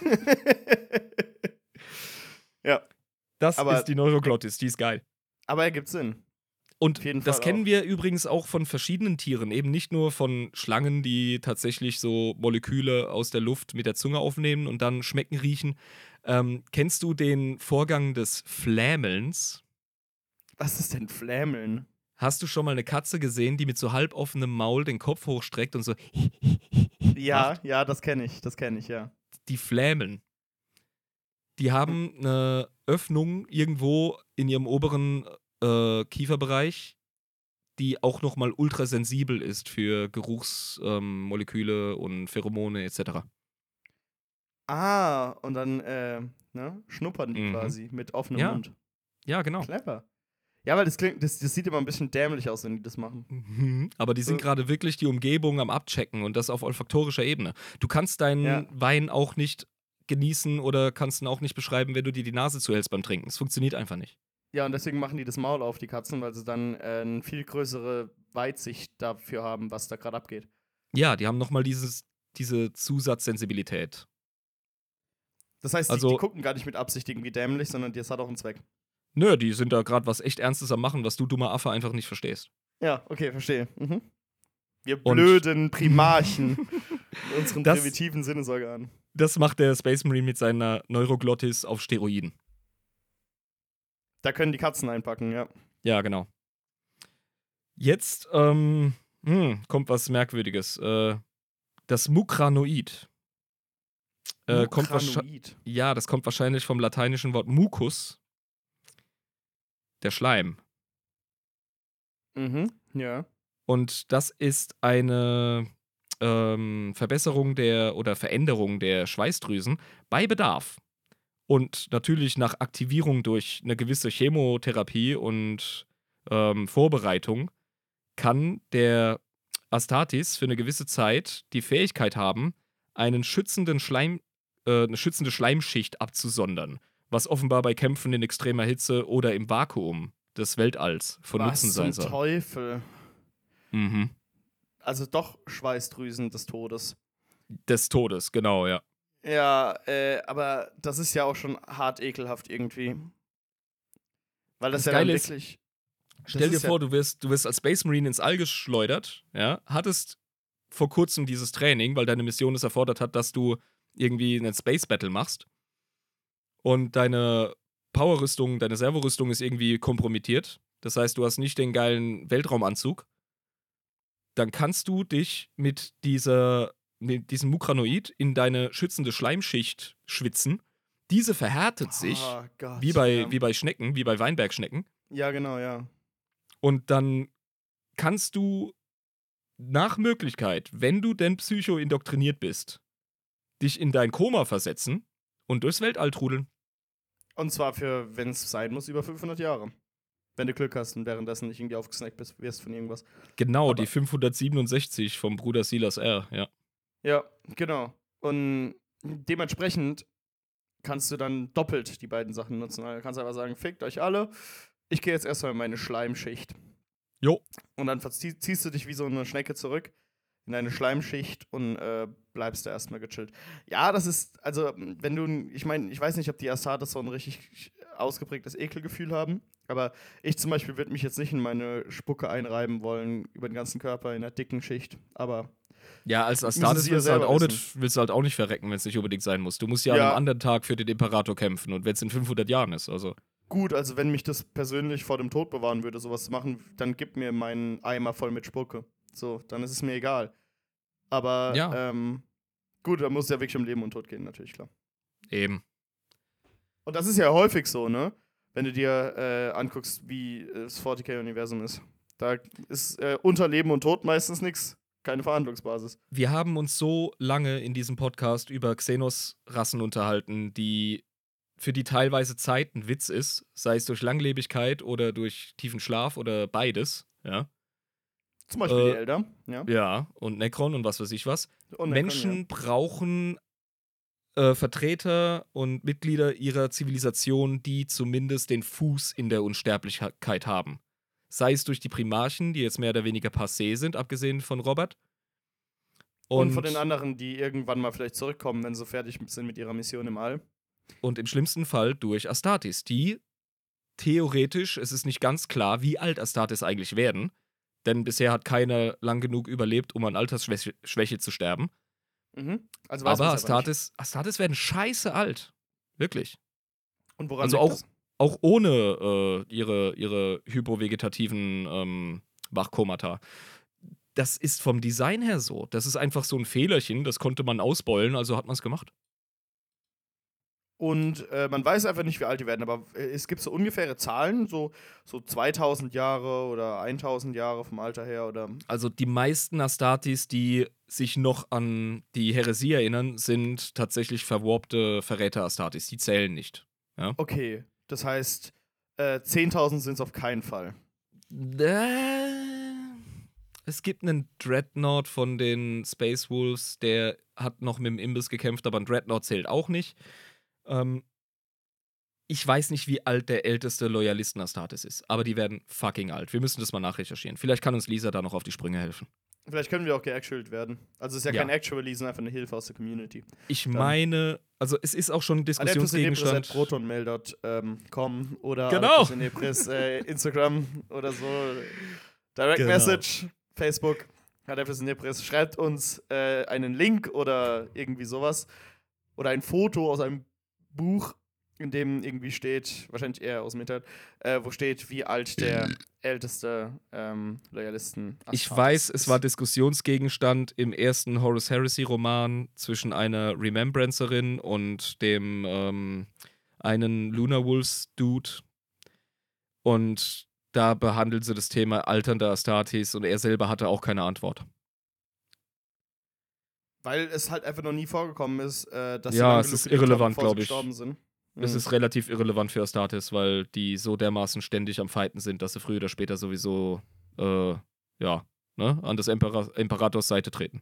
Ja, Das Aber- ist die Neuroglottis, die ist geil. aber er gibt Sinn. Und Auf jeden das Fall kennen auch. wir übrigens auch von verschiedenen Tieren, eben nicht nur von Schlangen, die tatsächlich so Moleküle aus der Luft mit der Zunge aufnehmen und dann schmecken, riechen. Ähm, kennst du den Vorgang des Flämelns? Was ist denn Flämeln? Hast du schon mal eine Katze gesehen, die mit so halb offenem Maul den Kopf hochstreckt und so Ja, ja, das kenne ich, das kenne ich, ja. die flämeln? Die haben eine Öffnung irgendwo in ihrem oberen äh, Kieferbereich, die auch nochmal ultrasensibel ist für Geruchsmoleküle ähm, Moleküle und Pheromone et cetera. Ah, und dann, äh, ne, schnuppern die Mhm. quasi mit offenem Ja. Mund. Ja, genau. Clever. Ja, weil das klingt, das, das sieht immer ein bisschen dämlich aus, wenn die das machen. Mhm. Aber die sind So. gerade wirklich die Umgebung am Abchecken und das auf olfaktorischer Ebene. Du kannst deinen Ja. Wein auch nicht genießen oder kannst ihn auch nicht beschreiben, wenn du dir die Nase zuhältst beim Trinken. Es funktioniert einfach nicht. Ja, und deswegen machen die das Maul auf, die Katzen, weil sie dann äh, eine viel größere Weitsicht dafür haben, was da gerade abgeht. Ja, die haben nochmal dieses, diese Zusatzsensibilität. Das heißt, Also- die, die gucken gar nicht mit Absicht irgendwie dämlich, sondern das hat auch einen Zweck. Nö, die sind da gerade was echt Ernstes am Machen, was du dummer Affe einfach nicht verstehst. Ja, okay, verstehe. Mhm. Wir Und- blöden Primarchen mit unseren Das- primitiven Sinnesorganen. Das macht der Space Marine mit seiner Neuroglottis auf Steroiden. Da können die Katzen einpacken, ja. Ja, genau. Jetzt ähm, hm, kommt was Merkwürdiges. Äh, das Mukranoid. Äh, kommt wahrscheinlich. Mukranoid. Ja, das kommt wahrscheinlich vom lateinischen Wort mucus. Der Schleim. Mhm, ja. Und das ist eine ähm, Verbesserung der oder Veränderung der Schweißdrüsen bei Bedarf. Und natürlich nach Aktivierung durch eine gewisse Chemotherapie und ähm, Vorbereitung kann der Astartes für eine gewisse Zeit die Fähigkeit haben, einen schützenden Schleim, äh, eine schützende Schleimschicht abzusondern, was offenbar bei Kämpfen in extremer Hitze oder im Vakuum des Weltalls von Was Nutzen sein zum soll. Teufel. Mhm. Also doch Schweißdrüsen des Todes. Des Todes, genau, ja. Ja, äh, aber das ist ja auch schon hart ekelhaft irgendwie. Weil das, Das ja dann Geile ist, wirklich. Stell dir ist ja- vor, du wirst, du wirst als Space Marine ins All geschleudert, ja, hattest vor kurzem dieses Training, weil deine Mission es erfordert hat, dass du irgendwie einen Space Battle machst und deine Powerrüstung, deine Servorüstung ist irgendwie kompromittiert. Das heißt, du hast nicht den geilen Weltraumanzug. Dann kannst du dich mit dieser mit diesem Mukranoid in deine schützende Schleimschicht schwitzen. Diese verhärtet sich, Oh Gott, wie bei, ja. wie bei Schnecken, wie bei Weinbergschnecken. Ja, genau, ja. Und dann kannst du nach Möglichkeit, wenn du denn psycho-indoktriniert bist, dich in dein Koma versetzen und durchs Weltall trudeln. Und zwar für, wenn es sein muss, über fünfhundert Jahre. Wenn du Glück hast und währenddessen nicht irgendwie aufgesnackt bist, wirst von irgendwas. Genau, Aber- die fünfhundertsiebenundsechzig vom Bruder Silas R., ja. Ja, genau. Und dementsprechend kannst du dann doppelt die beiden Sachen nutzen. Also kannst einfach sagen, fickt euch alle. Ich gehe jetzt erstmal in meine Schleimschicht. Jo. Und dann verzie- ziehst du dich wie so eine Schnecke zurück in deine Schleimschicht und äh, bleibst da erstmal gechillt. Ja, das ist, also, wenn du, ich meine, ich weiß nicht, ob die Astartes so ein richtig ausgeprägtes Ekelgefühl haben, aber ich zum Beispiel würde mich jetzt nicht in meine Spucke einreiben wollen über den ganzen Körper in einer dicken Schicht, aber Ja, als Müssen Astartes sie ja willst du, halt selber auch wissen. nicht, willst du halt auch nicht verrecken, wenn es nicht unbedingt sein muss. Du musst ja, Ja. an einem anderen Tag für den Imperator kämpfen und wenn es in fünfhundert Jahren ist, also. gut, also wenn mich das persönlich vor dem Tod bewahren würde, sowas zu machen, dann gib mir meinen Eimer voll mit Spucke. So, dann ist es mir egal. Aber, Ja. ähm, gut, da muss es ja wirklich um Leben und Tod gehen, natürlich, klar. Eben. Und das ist ja häufig so, ne? wenn du dir äh, anguckst, wie das forty K-Universum ist. Da ist äh, unter Leben und Tod meistens nichts. Keine Verhandlungsbasis. Wir haben uns so lange in diesem Podcast über Xenos-Rassen unterhalten, die für die teilweise Zeit ein Witz ist, sei es durch Langlebigkeit oder durch tiefen Schlaf oder beides, ja. Zum Beispiel Äh, die Elder, ja. Ja, und Necron und was weiß ich was. Und Necron, Menschen ja. brauchen äh, Vertreter und Mitglieder ihrer Zivilisation, die zumindest den Fuß in der Unsterblichkeit haben. Sei es durch die Primarchen, die jetzt mehr oder weniger passé sind, abgesehen von Robert. Und, und von den anderen, die irgendwann mal vielleicht zurückkommen, wenn sie fertig sind mit ihrer Mission im All. Und im schlimmsten Fall durch Astartes, die theoretisch, es ist nicht ganz klar, wie alt Astartes eigentlich werden, denn bisher hat keiner lang genug überlebt, um an Altersschwäche Schwäche zu sterben. Mhm. Also weiß Aber man's aber nicht. Astartes, Astartes werden scheiße alt. Wirklich. Und woran Also liegt auch, das? auch ohne äh, ihre, ihre hypovegetativen ähm, Wachkomata. Das ist vom Design her so. Das ist einfach so ein Fehlerchen, das konnte man ausbeulen, also hat man es gemacht. Und äh, man weiß einfach nicht, wie alt die werden, aber äh, es gibt so ungefähre Zahlen, so, so zweitausend Jahre oder tausend Jahre vom Alter her oder. Also die meisten Astartes, die sich noch an die Häresie erinnern, sind tatsächlich verworbte Verräter Astartes. Die zählen nicht. Ja? Okay, das heißt, äh, zehntausend sind es auf keinen Fall. Äh, Es gibt einen Dreadnought von den Space Wolves, der hat noch mit dem Imbiss gekämpft, aber ein Dreadnought zählt auch nicht. Ähm, ich weiß nicht, wie alt der älteste Loyalisten Astartes ist, aber die werden fucking alt. Wir müssen das mal nachrecherchieren. Vielleicht kann uns Lisa da noch auf die Sprünge helfen. Vielleicht können wir auch geactualt werden. Also es ist ja, Ja. kein Actually, sondern einfach eine Hilfe aus der Community. Ich meine, also es ist auch schon ein Diskussionsgegenstand. protonmail punkt com oder Genau. Adeptusinepris, äh, Instagram oder so. Direct Genau. Message, Facebook, Adeptusinepris. Schreibt uns äh, einen Link oder irgendwie sowas. Oder ein Foto aus einem Buch, in dem irgendwie steht, wahrscheinlich eher aus dem Internet, äh, wo steht, wie alt der älteste ähm, Loyalisten Ich Astartes weiß, es ist. war Diskussionsgegenstand im ersten Horus Heresy-Roman zwischen einer Remembrancerin und dem ähm, einen Lunar Wolves-Dude. Und da behandelt sie das Thema alternder Astartes und er selber hatte auch keine Antwort. Weil es halt einfach noch nie vorgekommen ist, äh, dass sie Ja, lang es genug ist gelebt haben, irrelevant, bevor sie glaub ich. gestorben sind. Es Mhm. ist relativ irrelevant für Astartes, weil die so dermaßen ständig am Fighten sind, dass sie früher oder später sowieso äh, ja, ne, an des Impera- Imperators Seite treten.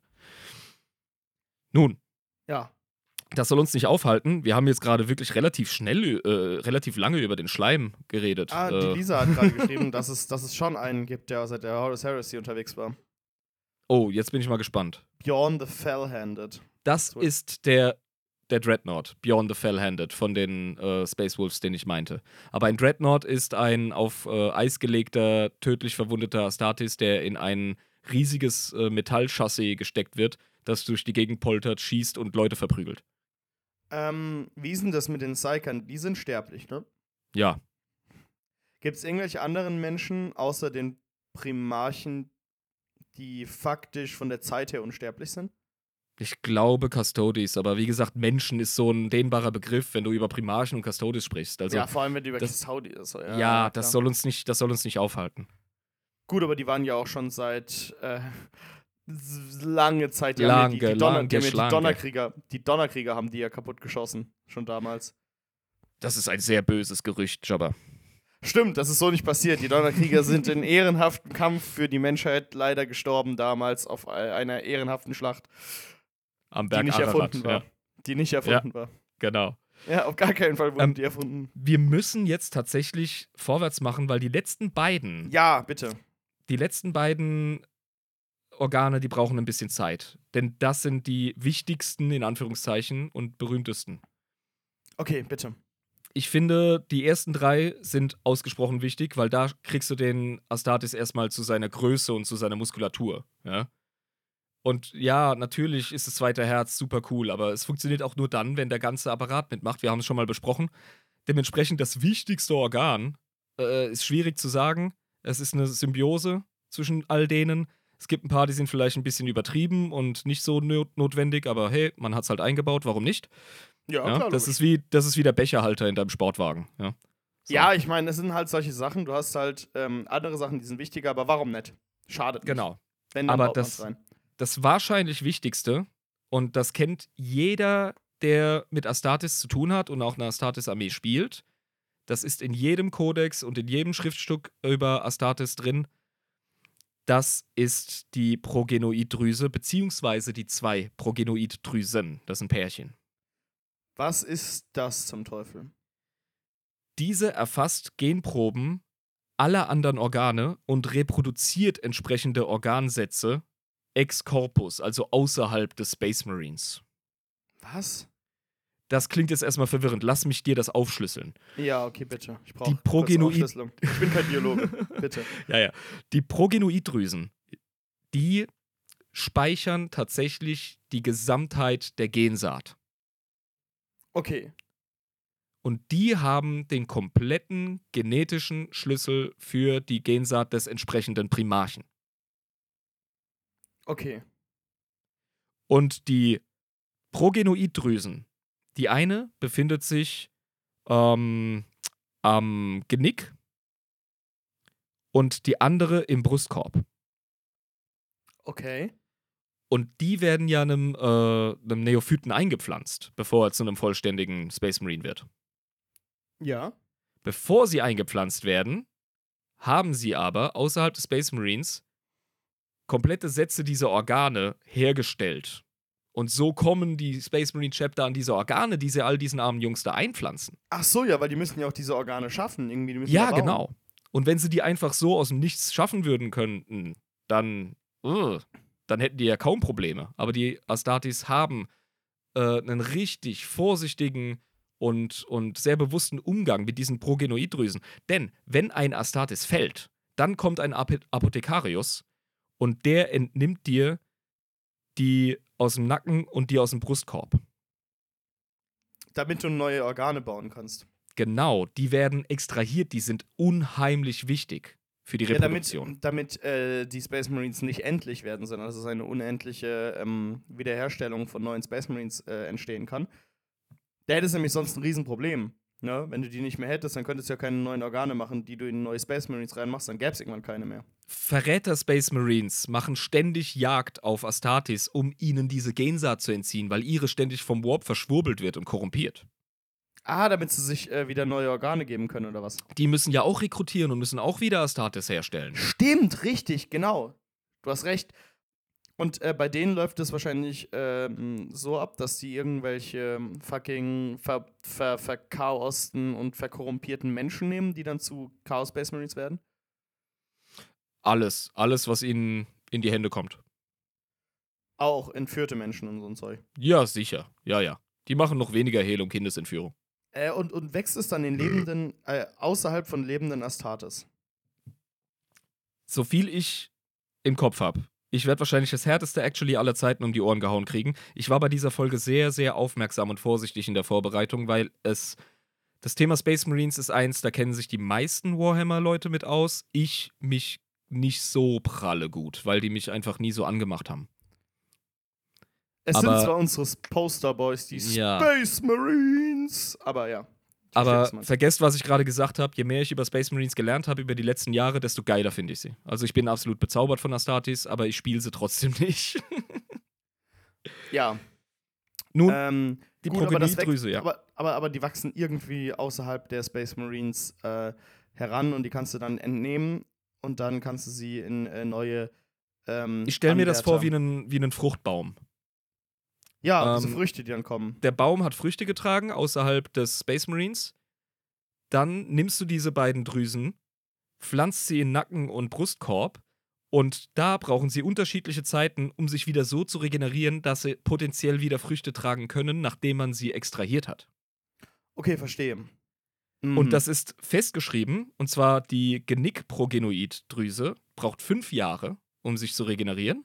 Nun, Ja. das soll uns nicht aufhalten. Wir haben jetzt gerade wirklich relativ schnell, äh, relativ lange über den Schleim geredet. Ah, die äh, Lisa hat gerade geschrieben, dass es, dass es schon einen gibt, der seit der Horus Heresy unterwegs war. oh, jetzt bin ich mal gespannt. Bjorn the Fell-Handed. Das So. ist der, der Dreadnought, Beyond the Fell-Handed, von den äh, Space Wolves, den ich meinte. Aber ein Dreadnought ist ein auf äh, Eis gelegter, tödlich verwundeter Astartes, der in ein riesiges äh, Metallchassis gesteckt wird, das durch die Gegend poltert, schießt und Leute verprügelt. Ähm, wie ist denn das mit den Psykern? Die sind sterblich, ne? Ja. Gibt es irgendwelche anderen Menschen, außer den Primarchen, die faktisch von der Zeit her unsterblich sind? Ich glaube Custodes, aber wie gesagt, Menschen ist so ein dehnbarer Begriff, wenn du über Primarchen und Custodes sprichst. Also, ja, vor allem, wenn du über das- Saudi ist. Ja, ja, das klar. soll uns nicht, das soll uns nicht aufhalten. Gut, aber die waren ja auch schon seit äh, s- lange Zeit. Die Lange, haben ja die, die, Donner, lange die, haben ja Schlange. die Donnerkrieger, die Donnerkrieger haben die ja kaputt geschossen, schon damals. Das ist ein sehr böses Gerücht, Jabba. Stimmt, das ist so nicht passiert. Die Donnerkrieger sind in ehrenhaftem Kampf für die Menschheit leider gestorben damals auf einer ehrenhaften Schlacht, Am die Berg nicht Ararat. erfunden war. Ja, Die nicht erfunden war. genau. Ja, auf gar keinen Fall wurden Ähm, die erfunden. Wir müssen jetzt tatsächlich vorwärts machen, weil die letzten beiden, Ja, bitte. die letzten beiden Organe, die brauchen ein bisschen Zeit. Denn das sind die wichtigsten, in Anführungszeichen, und berühmtesten. Okay, bitte. Ich finde, die ersten drei sind ausgesprochen wichtig, weil da kriegst du den Astartes erstmal zu seiner Größe und zu seiner Muskulatur. Ja? Und ja, natürlich ist das zweite Herz super cool, aber es funktioniert auch nur dann, wenn der ganze Apparat mitmacht. Wir haben es schon mal besprochen. Dementsprechend das wichtigste Organ äh, ist schwierig zu sagen. Es ist eine Symbiose zwischen all denen. Es gibt ein paar, die sind vielleicht ein bisschen übertrieben und nicht so not- notwendig, aber hey, man hat es halt eingebaut, warum nicht? Ja, Ja, klar. das, logisch. ist wie, das ist wie der Becherhalter in deinem Sportwagen. Ja. So. Ja, ich meine, es sind halt solche Sachen. Du hast halt ähm, andere Sachen, die sind wichtiger, aber warum nicht? Schadet nicht. Genau. Wenn, dann Aber baut man's das, rein. das wahrscheinlich Wichtigste, und das kennt jeder, der mit Astartes zu tun hat und auch eine Astartes-Armee spielt, das ist in jedem Kodex und in jedem Schriftstück über Astartes drin, das ist die Progenoiddrüse, beziehungsweise die zwei Progenoiddrüsen. Das sind Pärchen. Was ist das zum Teufel? Diese erfasst Genproben aller anderen Organe und reproduziert entsprechende Organsätze ex corpus, also außerhalb des Space Marines. Was? Das klingt jetzt erstmal verwirrend. Lass mich dir das aufschlüsseln. Ja, okay, bitte. Ich Die brauche Progenoid- Aufschlüsselung. Ich bin kein Biologe. Bitte. Ja, ja. Die Progenoiddrüsen, die speichern tatsächlich die Gesamtheit der Gensaat. Okay. Und die haben den kompletten genetischen Schlüssel für die Gensaat des entsprechenden Primarchen. Okay. Und die Progenoiddrüsen, die eine befindet sich ähm, am Genick und die andere im Brustkorb. Okay. Und die werden ja einem, äh, einem Neophyten eingepflanzt, bevor er zu einem vollständigen Space Marine wird. Ja. Bevor sie eingepflanzt werden, haben sie aber außerhalb des Space Marines komplette Sätze dieser Organe hergestellt. Und so kommen die Space Marine Chapter an diese Organe, die sie all diesen armen Jungs da einpflanzen. Ach so, ja, weil die müssen ja auch diese Organe schaffen. Irgendwie, die müssen Ja, da bauen. genau. Und wenn sie die einfach so aus dem Nichts schaffen würden könnten, dann, uh, dann hätten die ja kaum Probleme. Aber die Astartes haben äh, einen richtig vorsichtigen und, und sehr bewussten Umgang mit diesen Progenoiddrüsen. Denn wenn ein Astartes fällt, dann kommt ein Ap- Apothekarius und der entnimmt dir die aus dem Nacken und die aus dem Brustkorb. Damit du neue Organe bauen kannst. Genau, die werden extrahiert, die sind unheimlich wichtig für die Ja, damit Reproduktion. damit äh, die Space Marines nicht endlich werden, sondern dass es eine unendliche ähm, Wiederherstellung von neuen Space Marines äh, entstehen kann. Da hättest du nämlich sonst ein Riesenproblem. Ne? Wenn du die nicht mehr hättest, dann könntest du ja keine neuen Organe machen, die du in neue Space Marines reinmachst, dann gäbe es irgendwann keine mehr. Verräter Space Marines machen ständig Jagd auf Astartes, um ihnen diese Gensaat zu entziehen, weil ihre ständig vom Warp verschwurbelt wird und korrumpiert. Ah, damit sie sich äh, wieder neue Organe geben können, oder was? Die müssen ja auch rekrutieren und müssen auch wieder Astartes herstellen. Stimmt, richtig, genau. Du hast recht. Und äh, bei denen läuft es wahrscheinlich ähm, so ab, dass die irgendwelche fucking ver ver verchaosten und verkorrumpierten Menschen nehmen, die dann zu Chaos Space Marines werden. Alles, alles, was ihnen in die Hände kommt. Auch entführte Menschen und so ein Zeug. Ja, sicher. Ja, ja. Die machen noch weniger Hehl- und Kindesentführung. Äh, und, und wächst es dann in lebenden, äh, außerhalb von lebenden Astartes? So viel ich im Kopf habe. Ich werde wahrscheinlich das härteste Actually aller Zeiten um die Ohren gehauen kriegen. Ich war bei dieser Folge sehr, sehr aufmerksam und vorsichtig in der Vorbereitung, weil es das Thema Space Marines ist eins, da kennen sich die meisten Warhammer-Leute mit aus. Ich mich nicht so pralle gut, weil die mich einfach nie so angemacht haben. Es Aber- sind zwar unsere Posterboys, die Ja. Space Marines, aber ja. die Aber Schicksals- vergesst, was ich gerade gesagt habe. Je mehr ich über Space Marines gelernt habe über die letzten Jahre, desto geiler finde ich sie. Also ich bin absolut bezaubert von Astartes, aber ich spiele sie trotzdem nicht. Ja. Nun, Ähm, die gut, aber, das Progeniedrüse, wächst- ja. aber, aber, aber die wachsen irgendwie außerhalb der Space Marines äh, heran und die kannst du dann entnehmen und dann kannst du sie in äh, neue ähm, ich stelle mir das vor wie Anwärter- einen, wie einen Fruchtbaum. Ja, diese ähm, Früchte, die dann kommen. Der Baum hat Früchte getragen außerhalb des Space Marines. Dann nimmst du diese beiden Drüsen, pflanzt sie in Nacken und Brustkorb und da brauchen sie unterschiedliche Zeiten, um sich wieder so zu regenerieren, dass sie potenziell wieder Früchte tragen können, nachdem man sie extrahiert hat. Okay, verstehe. Mhm. Und das ist festgeschrieben, und zwar die Genickprogenoiddrüse braucht fünf Jahre, um sich zu regenerieren.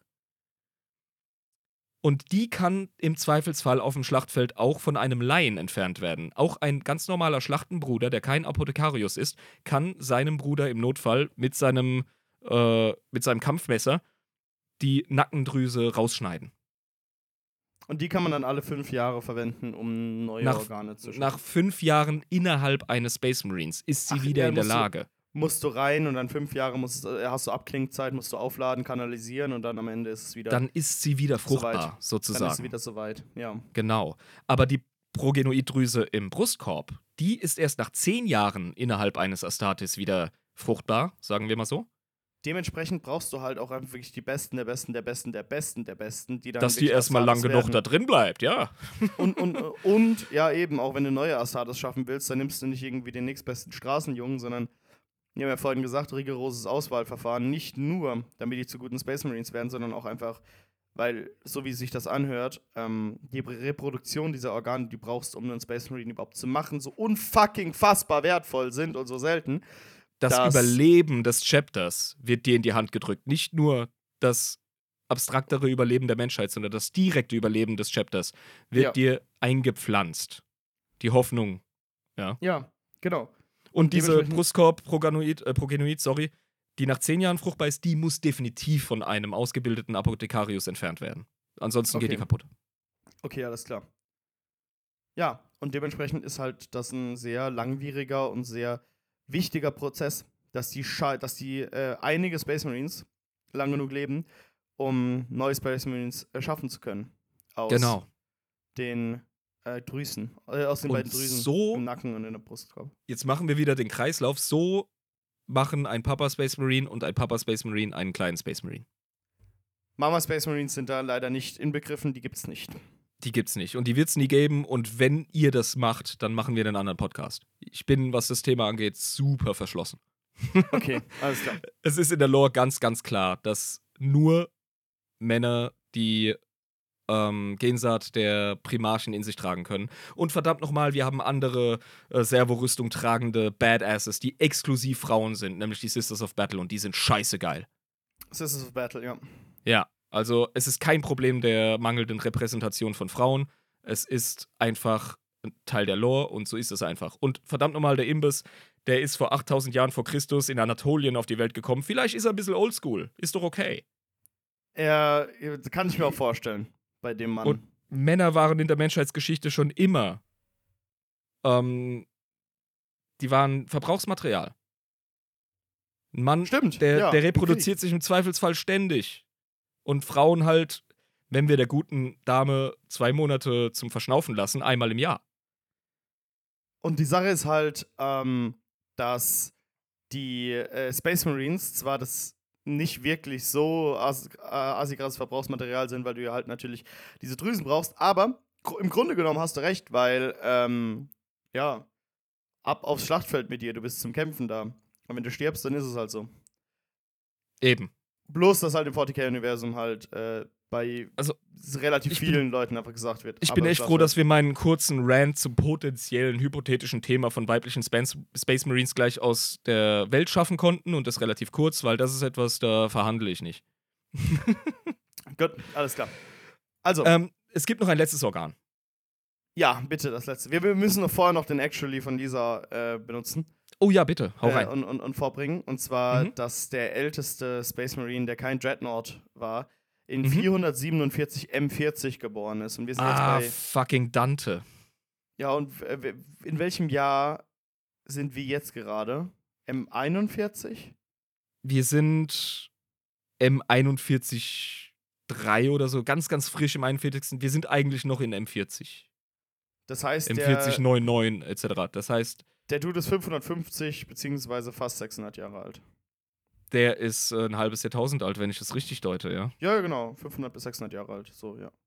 Und die kann im Zweifelsfall auf dem Schlachtfeld auch von einem Laien entfernt werden. Auch ein ganz normaler Schlachtenbruder, der kein Apothekarius ist, kann seinem Bruder im Notfall mit seinem, äh, mit seinem Kampfmesser die Nackendrüse rausschneiden. Und die kann man dann alle fünf Jahre verwenden, um neue Nach- Organe zu schaffen. Nach fünf Jahren innerhalb eines Space Marines ist sie Ach, wieder ja, in der musst du- Lage. Musst du rein und dann fünf Jahre musst, äh, hast du Abklingzeit, musst du aufladen, kanalisieren und dann am Ende ist es wieder. Dann ist sie wieder fruchtbar, Soweit. Dann sozusagen. ist es wieder soweit. Ja. Genau. Aber die Progenoiddrüse im Brustkorb, die ist erst nach zehn Jahren innerhalb eines Astartes wieder fruchtbar, sagen wir mal so. Dementsprechend brauchst du halt auch einfach wirklich die Besten, der Besten, der Besten, der Besten, der Besten, die dann. Dass die wirklich erstmal lang Astartes genug werden. da drin bleibt, ja. Und, und, und ja, eben, auch wenn du neue Astartes schaffen willst, dann nimmst du nicht irgendwie den nächstbesten Straßenjungen, sondern, wir haben ja vorhin gesagt, rigoroses Auswahlverfahren. Nicht nur, damit die zu guten Space Marines werden, sondern auch einfach, weil, so wie sich das anhört, ähm, die Reproduktion dieser Organe, die du brauchst, um einen Space Marine überhaupt zu machen, so unfucking fassbar wertvoll sind und so selten. Das, Das- Überleben des Chapters wird dir in die Hand gedrückt. Nicht nur das abstraktere Überleben der Menschheit, sondern das direkte Überleben des Chapters wird Ja. dir eingepflanzt. Die Hoffnung. Ja, genau. Und diese Dementsprechend- Brustkorb-Progenoid, äh, Progenoid, sorry, die nach zehn Jahren fruchtbar ist, die muss definitiv von einem ausgebildeten Apothekarius entfernt werden. Ansonsten geht Okay. die kaputt. Okay, alles klar. Ja, und dementsprechend ist halt das ein sehr langwieriger und sehr wichtiger Prozess, dass die, Scha dass die äh, einige Space Marines lang genug leben, um neue Space Marines erschaffen zu können. Aus Genau. den äh, Drüsen. Äh, aus den Und beiden Drüsen so- im Nacken und in der Brustkorb. Jetzt machen wir wieder den Kreislauf. So machen ein Papa Space Marine und ein Papa Space Marine einen kleinen Space Marine. Mama Space Marines sind da leider nicht inbegriffen, die gibt's nicht. Die gibt's nicht. Und die wird's nie geben. Und wenn ihr das macht, dann machen wir einen anderen Podcast. Ich bin, was das Thema angeht, super verschlossen. Okay, alles klar. Es ist in der Lore ganz, ganz klar, dass nur Männer die ähm, Gensaat der Primarchen in sich tragen können. Und verdammt nochmal, wir haben andere äh, Servorüstung tragende Badasses, die exklusiv Frauen sind, nämlich die Sisters of Battle. Und die sind scheiße geil. Sisters of Battle, ja. Ja, also es ist kein Problem der mangelnden Repräsentation von Frauen. Es ist einfach ein Teil der Lore und so ist es einfach. Und verdammt nochmal, der Imbiss, der ist vor achttausend Jahren vor Christus in Anatolien auf die Welt gekommen. Vielleicht ist er ein bisschen oldschool. Ist doch okay. Er, kann ich mir auch vorstellen, bei dem Mann. Und Männer waren in der Menschheitsgeschichte schon immer. Ähm, die waren Verbrauchsmaterial. Ein Mann, Stimmt, der, ja, der im reproduziert sich im Zweifelsfall ständig. Und Frauen halt, wenn wir der guten Dame zwei Monate zum Verschnaufen lassen, einmal im Jahr. Und die Sache ist halt, ähm, dass die äh, Space Marines zwar das nicht wirklich so as äh, assi-krasses Verbrauchsmaterial sind, weil du ja halt natürlich diese Drüsen brauchst, aber gr- im Grunde genommen hast du recht, weil, ähm, ja, ab aufs Schlachtfeld mit dir, du bist zum Kämpfen da. Und wenn du stirbst, dann ist es halt so. Eben. Bloß, dass halt im forty K-Universum halt äh, bei Also, relativ ich bin- vielen Leuten einfach gesagt wird. Ich aber bin das echt froh, Schlachtfeld- dass wir meinen kurzen Rant zum potenziellen, hypothetischen Thema von weiblichen Space, Space Marines gleich aus der Welt schaffen konnten und das relativ kurz, weil das ist etwas, da verhandle ich nicht. Gut, alles klar. Also, Ähm, es gibt noch ein letztes Organ. ja, bitte, das letzte. Wir, wir müssen noch vorher noch den Actually von Lisa äh, benutzen. Oh ja, bitte, hau äh, rein. und, und, und vorbringen. Und zwar, Mhm. dass der älteste Space Marine, der kein Dreadnought war, in Mhm. vierhundertsiebenundvierzig M vierzig geboren ist. Und wir sind Ah, jetzt fucking Dante. bei. Ja, und äh, w- in welchem Jahr sind wir jetzt gerade? M einundvierzig? Wir sind M einundvierzig Punkt drei oder so, ganz, ganz frisch im einundvierzigsten Wir sind eigentlich noch in M vierzig. Das heißt, M der, vierzig Punkt neunundneunzig et cetera. Das heißt, der Dude ist fünfhundertfünfzig, beziehungsweise fast sechshundert Jahre alt. der ist äh, ein halbes Jahrtausend alt, wenn ich das richtig deute, ja. Ja, ja, genau. fünfhundert bis sechshundert Jahre alt. So, ja.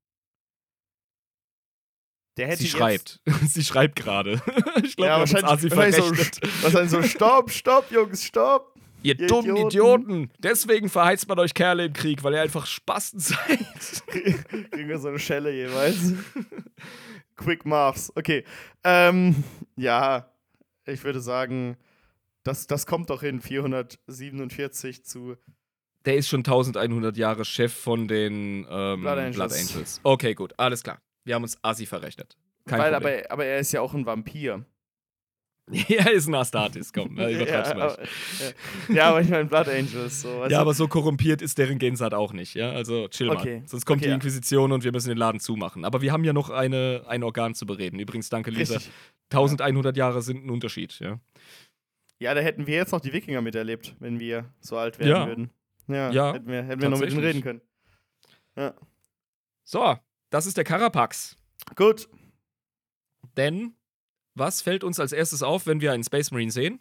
Der hätte Sie jetzt- schreibt. Sie schreibt gerade. Ich glaube, Ja, wir haben uns wahrscheinlich, Asi wahrscheinlich so, verrechnet. wahrscheinlich so, stopp, stopp, Jungs, stopp. Ihr ihr dummen Idioten. Idioten. Deswegen verheizt man euch Kerle im Krieg, weil ihr einfach Spasten seid. Kriegen wir so eine Schelle jeweils. Quick Marvs. Okay. Ähm, ja, ich würde sagen, das, das kommt doch hin. vierhundertsiebenundvierzig zu. Der ist schon elfhundert Jahre Chef von den ähm, Blood Angels. Blood Angels. Okay, gut, alles klar. Wir haben uns Asi verrechnet. Kein Weil, Problem. aber, aber er ist ja auch ein Vampir. Ja, ist ein Astartes, komm, ne, übertreib's ja, mal. aber, ja. ja, aber ich meine Blood Angels. So, weißt Ja, du? aber so korrumpiert ist deren Gensat auch nicht, ja? Also chill Okay. mal. Sonst kommt Okay, die ja. Inquisition und wir müssen den Laden zumachen. Aber wir haben ja noch eine, ein Organ zu bereden. Übrigens, danke, Lisa. Richtig. eintausendeinhundert Jahre sind ein Unterschied, ja? Ja, da hätten wir jetzt noch die Wikinger miterlebt, wenn wir so alt werden Ja. würden. Ja, Ja, hätten wir, hätten wir noch mit denen tatsächlich. reden können. Ja. So, das ist der Carapax. Gut. Denn, was fällt uns als erstes auf, wenn wir einen Space Marine sehen?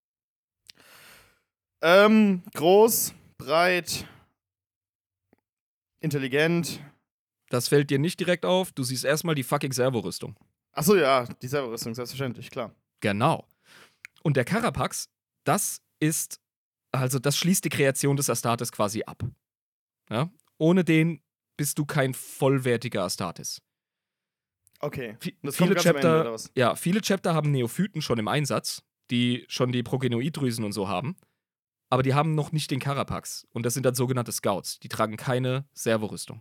Ähm, groß, breit, intelligent. Das fällt dir nicht direkt auf. Du siehst erstmal die fucking Servorüstung. Achso, ja, die Servorüstung, selbstverständlich, klar. Genau. Und der Carapax, das ist, also das schließt die Kreation des Astartes quasi ab. Ja? Ohne den bist du kein vollwertiger Astartes. Okay. Vi- Das viele kommt ganz am Ende, Chapter, oder was? ja, viele Chapter haben Neophyten schon im Einsatz, die schon die Progenoiddrüsen und so haben. Aber die haben noch nicht den Carapax. Und das sind dann sogenannte Scouts. Die tragen keine Servorüstung.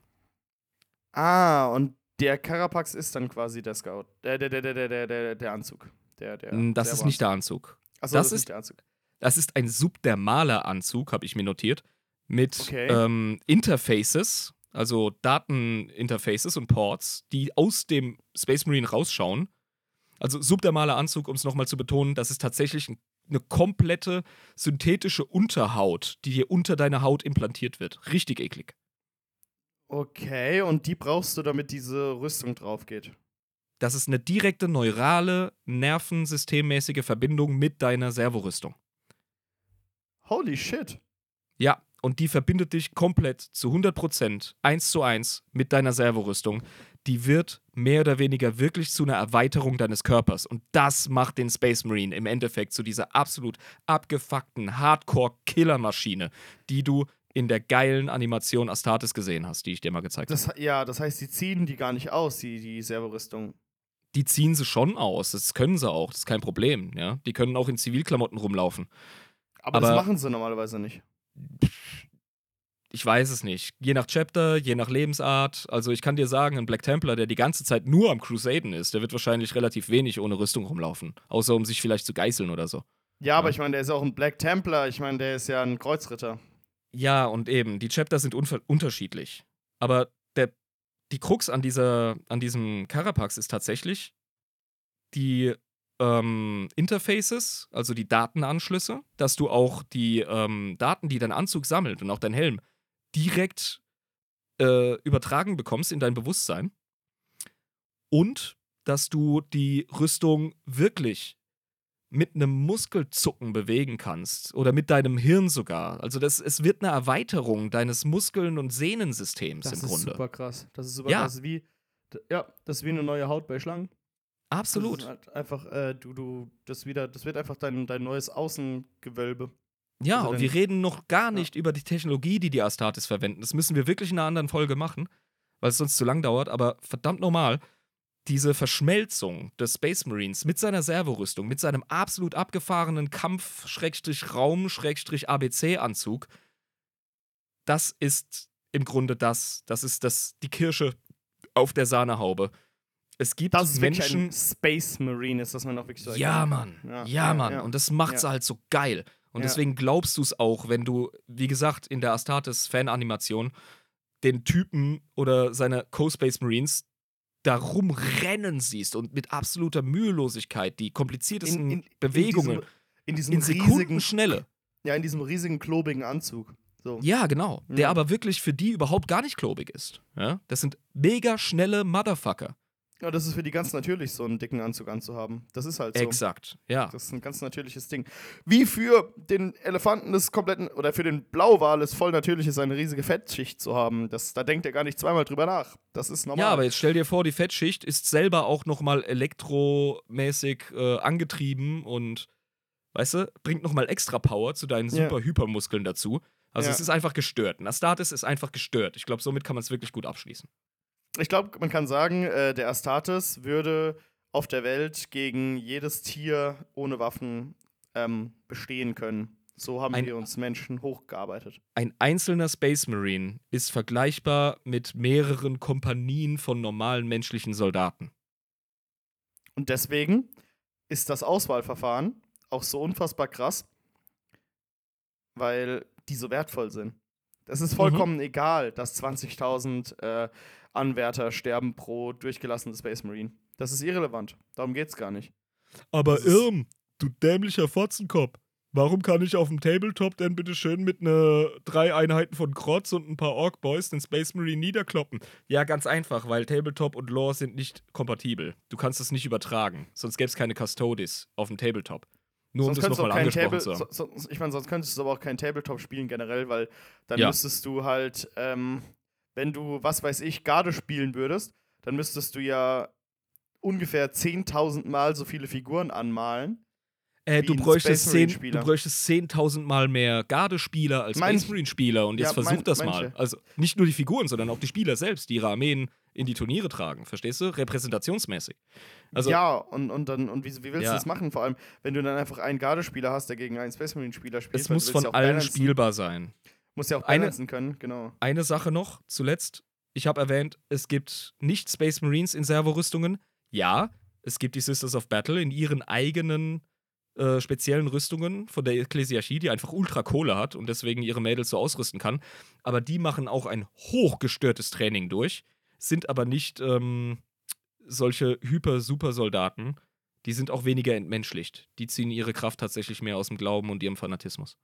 Ah, und der Carapax ist dann quasi der Scout. Der, der, der, der, der, der, der, der Anzug. Der, der, Mm, das der ist nicht der Anzug. Achso, das das, ist ist- nicht der Anzug. Das ist ein subdermaler Anzug, habe ich mir notiert, mit Okay. ähm, Interfaces, also Dateninterfaces und Ports, die aus dem Space Marine rausschauen. Also subdermaler Anzug, um es nochmal zu betonen, das ist tatsächlich ein, eine komplette synthetische Unterhaut, die dir unter deine Haut implantiert wird. Richtig eklig. Okay, und die brauchst du, damit diese Rüstung drauf geht. Das ist eine direkte neurale, nervensystemmäßige Verbindung mit deiner Servorüstung. Holy shit. Ja, und die verbindet dich komplett zu hundert Prozent, eins zu eins mit deiner Servorüstung. Die wird mehr oder weniger wirklich zu einer Erweiterung deines Körpers. Und das macht den Space Marine im Endeffekt zu dieser absolut abgefuckten Hardcore-Killer-Maschine, die du in der geilen Animation Astartes gesehen hast, die ich dir mal gezeigt habe. Das, ja, das heißt, die ziehen die gar nicht aus, die, die Servorüstung. Die ziehen sie schon aus, das können sie auch, das ist kein Problem. Ja? Die können auch in Zivilklamotten rumlaufen. Aber, Aber- das machen sie normalerweise nicht. Ich weiß es nicht. Je nach Chapter, je nach Lebensart. Also ich kann dir sagen, ein Black Templar, der die ganze Zeit nur am Crusaden ist, der wird wahrscheinlich relativ wenig ohne Rüstung rumlaufen. Außer um sich vielleicht zu geißeln oder so. Ja, aber Ja. ich meine, der ist auch ein Black Templar. Ich meine, der ist ja ein Kreuzritter. Ja, und eben, die Chapter sind unver- unterschiedlich. Aber der, die Krux an, dieser, an diesem Carapax ist tatsächlich die ähm, Interfaces, also die Datenanschlüsse, dass du auch die ähm, Daten, die dein Anzug sammelt und auch dein Helm, direkt äh, übertragen bekommst in dein Bewusstsein. Und dass du die Rüstung wirklich mit einem Muskelzucken bewegen kannst oder mit deinem Hirn sogar. Also das, es wird eine Erweiterung deines Muskeln- und Sehnensystems Das im ist Grunde. super krass. Das ist super Ja. krass. Wie, d- ja, das ist wie eine neue Haut bei Schlangen. Das Absolut. ist halt einfach, äh, du, du, das wieder, das wird einfach dein, dein neues Außengewölbe. Ja, Also und dann- wir reden noch gar nicht über die Technologie, die die Astartes verwenden. Das müssen wir wirklich in einer anderen Folge machen, weil es sonst zu lang dauert. Aber verdammt nochmal, diese Verschmelzung des Space Marines mit seiner Servorüstung, mit seinem absolut abgefahrenen Kampf-Raum-A B C-Anzug, das ist im Grunde das. Das ist das, die Kirsche auf der Sahnehaube. Es gibt Das ist wirklich Menschen. ein Space Marine, ist das man auch wirklich so Ja, erkennen Mann. kann. Ja, Ja, Mann. ja. Und das macht's Ja. halt so geil. Und Ja. deswegen glaubst du es auch, wenn du, wie gesagt, in der Astartes-Fan-Animation den Typen oder seine Co-Space Marines da rumrennen siehst und mit absoluter Mühelosigkeit die kompliziertesten Bewegungen in diesem, in, in diesem riesigen, Sekundenschnelle. ja, in diesem riesigen klobigen Anzug. So. Ja, genau. Der Ja. aber wirklich für die überhaupt gar nicht klobig ist. Ja? Das sind mega schnelle Motherfucker. Ja, das ist für die ganz natürlich, so einen dicken Anzug anzuhaben. Das ist halt so. Exakt. Ja. Das ist ein ganz natürliches Ding. Wie für den Elefanten des kompletten, oder für den Blauwal ist voll natürlich ist, eine riesige Fettschicht zu haben. Das, da denkt er gar nicht zweimal drüber nach. Das ist normal. Ja, aber jetzt stell dir vor, die Fettschicht ist selber auch nochmal elektromäßig äh, angetrieben und, weißt du, bringt nochmal extra Power zu deinen Ja. super-Hypermuskeln dazu. Also Ja. es ist einfach gestört. Ein Astartes ist einfach gestört. Ich glaube, somit kann man es wirklich gut abschließen. Ich glaube, man kann sagen, äh, der Astartes würde auf der Welt gegen jedes Tier ohne Waffen ähm, bestehen können. So haben Ein- wir uns Menschen hochgearbeitet. Ein einzelner Space Marine ist vergleichbar mit mehreren Kompanien von normalen menschlichen Soldaten. Und deswegen ist das Auswahlverfahren auch so unfassbar krass, weil die so wertvoll sind. Es ist vollkommen mhm. egal, dass zwanzigtausend äh, Anwärter sterben pro durchgelassenes Space Marine. Das ist irrelevant. Darum geht's gar nicht. Aber Irm, du dämlicher Fotzenkopf, warum kann ich auf dem Tabletop denn bitte schön mit ne drei Einheiten von Krotz und ein paar Orc-Boys den Space Marine niederkloppen? Ja, ganz einfach, weil Tabletop und Lore sind nicht kompatibel. Du kannst es nicht übertragen, sonst gäbe es keine Custodes auf dem Tabletop. Nur um sonst das nochmal angesprochen Table, zu haben. So, so, ich meine, sonst könntest du aber auch kein Tabletop spielen generell, weil dann ja. müsstest du halt, ähm, wenn du, was weiß ich, Garde spielen würdest, dann müsstest du ja ungefähr zehntausend Mal so viele Figuren anmalen. Äh, du, bräuchtest zehn, du bräuchtest zehntausend Mal mehr Gardespieler als Space Marine-Spieler und jetzt ja, versuch mein, das manche. mal. Also nicht nur die Figuren, sondern auch die Spieler selbst, die ihre Armeen in die Turniere tragen. Verstehst du? Repräsentationsmäßig. Also, ja, und, und, dann, und wie, wie willst ja. du das machen? Vor allem, wenn du dann einfach einen Gardespieler hast, der gegen einen Space Marine-Spieler spielt. Es muss von ja allen balancen. spielbar sein. Muss ja auch balancen können, genau. Eine Sache noch, zuletzt. Ich habe erwähnt, es gibt nicht Space Marines in Servorüstungen. Ja, es gibt die Sisters of Battle in ihren eigenen Äh, speziellen Rüstungen von der Ekklesiarchie, die einfach Ultra-Kohle hat und deswegen ihre Mädels so ausrüsten kann. Aber die machen auch ein hochgestörtes Training durch, sind aber nicht ähm, solche Hyper-Super-Soldaten. Die sind auch weniger entmenschlicht. Die ziehen ihre Kraft tatsächlich mehr aus dem Glauben und ihrem Fanatismus.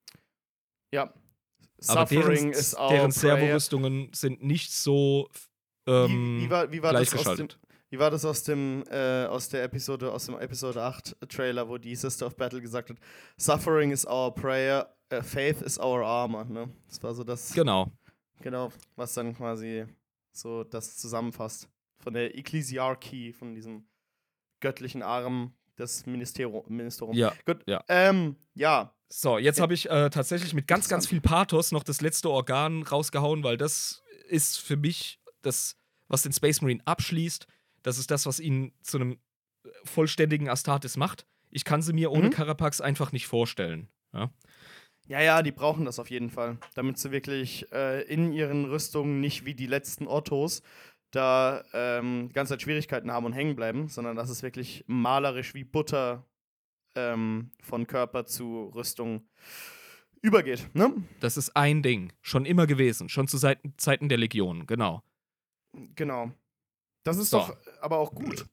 Ja. Aber deren, deren Servorüstungen sind nicht so ähm, wie, wie war, wie war gleichgeschaltet. Das aus dem Wie war das aus dem äh, aus der Episode, aus dem Episode acht Trailer, wo die Sister of Battle gesagt hat, Suffering is our prayer, uh, faith is our armor, ne? Das war so das. Genau. Genau, was dann quasi so das zusammenfasst. Von der Ekklesiarchie, von diesem göttlichen Arm des Ministerium. Ministerium. Ja. Gut. Ja. Ähm, ja. So, jetzt habe ich äh, tatsächlich mit ganz, ganz viel Pathos noch das letzte Organ rausgehauen, weil das ist für mich das, was den Space Marine abschließt. Das ist das, was ihn zu einem vollständigen Astartes macht. Ich kann sie mir ohne mhm. Carapax einfach nicht vorstellen. Ja? ja, ja, die brauchen das auf jeden Fall. Damit sie wirklich äh, in ihren Rüstungen nicht wie die letzten Ottos da ähm, die ganze Zeit Schwierigkeiten haben und hängen bleiben, sondern dass es wirklich malerisch wie Butter ähm, von Körper zu Rüstung übergeht. Ne? Das ist ein Ding. Schon immer gewesen. Schon zu Seiten, Zeiten der Legion. Genau. Genau. Das ist so. doch aber auch gut.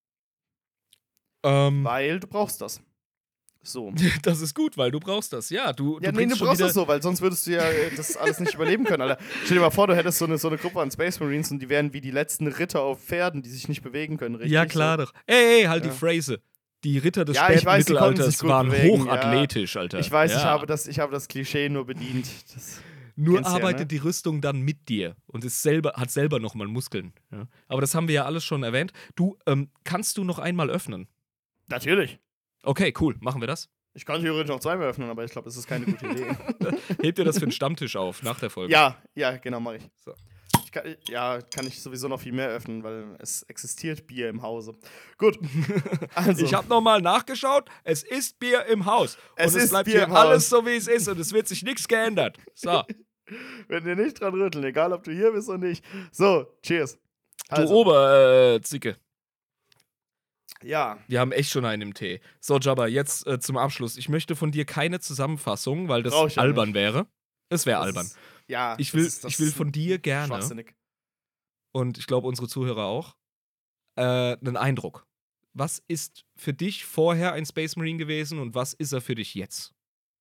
Ähm, weil du brauchst das. So. Das ist gut, weil du brauchst das. Ja, du, ja, du nee, du brauchst wieder das so, weil sonst würdest du ja das alles nicht überleben können, Alter. Stell dir mal vor, du hättest so eine, so eine Gruppe an Space Marines und die wären wie die letzten Ritter auf Pferden, die sich nicht bewegen können, richtig? Ja, klar so. doch. Ey, ey, halt ja. die Phrase. Die Ritter des ja, späten weiß, Mittelalters waren bewegen, hochathletisch, ja. Alter. Ich weiß, ja. ich, habe das, ich habe das Klischee nur bedient. Das Nur arbeitet ja, ne? die Rüstung dann mit dir und ist selber, hat selber nochmal Muskeln. Ja. Aber das haben wir ja alles schon erwähnt. Du, ähm, kannst du noch einmal öffnen? Natürlich. Okay, cool. Machen wir das? Ich kann theoretisch noch zweimal öffnen, aber ich glaube, das ist keine gute Idee. Hebt ihr das für den Stammtisch auf, nach der Folge? Ja, ja, genau, mache ich. So. ich kann, ja, kann ich sowieso noch viel mehr öffnen, weil es existiert Bier im Hause. Gut. Also. Ich habe nochmal nachgeschaut. Es ist Bier im Haus. Es und es ist bleibt Bier hier im alles Haus. so, wie es ist und es wird sich nichts geändert. So. Wenn wir nicht dran rütteln, egal ob du hier bist oder nicht. So, cheers. Also. Du Oberzicke. Äh, Ja. Wir haben echt schon einen im Tee. So, Jabba, jetzt äh, zum Abschluss. Ich möchte von dir keine Zusammenfassung, weil das ja albern nicht. wäre. Es wäre albern. Ist, ja. Ich will, das ist, das ich will von dir gerne, und ich glaube unsere Zuhörer auch, äh, einen Eindruck. Was ist für dich vorher ein Space Marine gewesen und was ist er für dich jetzt?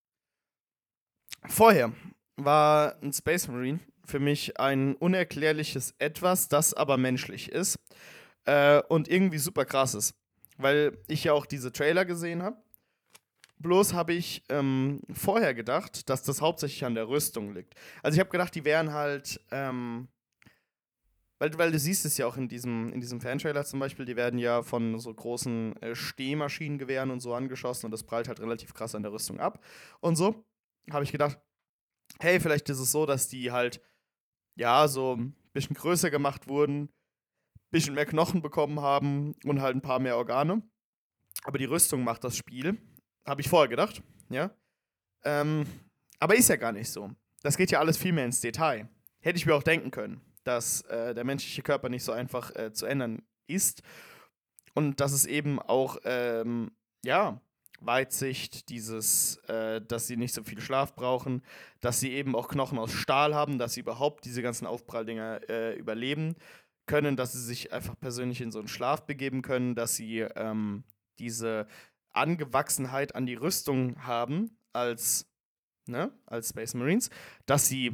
Vorher war ein Space Marine für mich ein unerklärliches Etwas, das aber menschlich ist äh, und irgendwie super krass ist. Weil ich ja auch diese Trailer gesehen habe. Bloß habe ich ähm, vorher gedacht, dass das hauptsächlich an der Rüstung liegt. Also ich habe gedacht, die wären halt, ähm, weil, weil du siehst es ja auch in diesem, in diesem Fan-Trailer zum Beispiel, die werden ja von so großen äh, Stehmaschinengewehren und so angeschossen und das prallt halt relativ krass an der Rüstung ab. Und so habe ich gedacht, hey, vielleicht ist es so, dass die halt, ja, so ein bisschen größer gemacht wurden, bisschen mehr Knochen bekommen haben und halt ein paar mehr Organe. Aber die Rüstung macht das Spiel. Habe ich vorher gedacht, ja. Ähm, aber ist ja gar nicht so. Das geht ja alles viel mehr ins Detail. Hätte ich mir auch denken können, dass äh, der menschliche Körper nicht so einfach äh, zu ändern ist. und dass es eben auch, ähm, ja, Weitsicht, dieses, äh, dass sie nicht so viel Schlaf brauchen, dass sie eben auch Knochen aus Stahl haben, dass sie überhaupt diese ganzen Aufpralldinger äh, überleben können, dass sie sich einfach persönlich in so einen Schlaf begeben können, dass sie ähm, diese Angewachsenheit an die Rüstung haben als, ne, als Space Marines, dass sie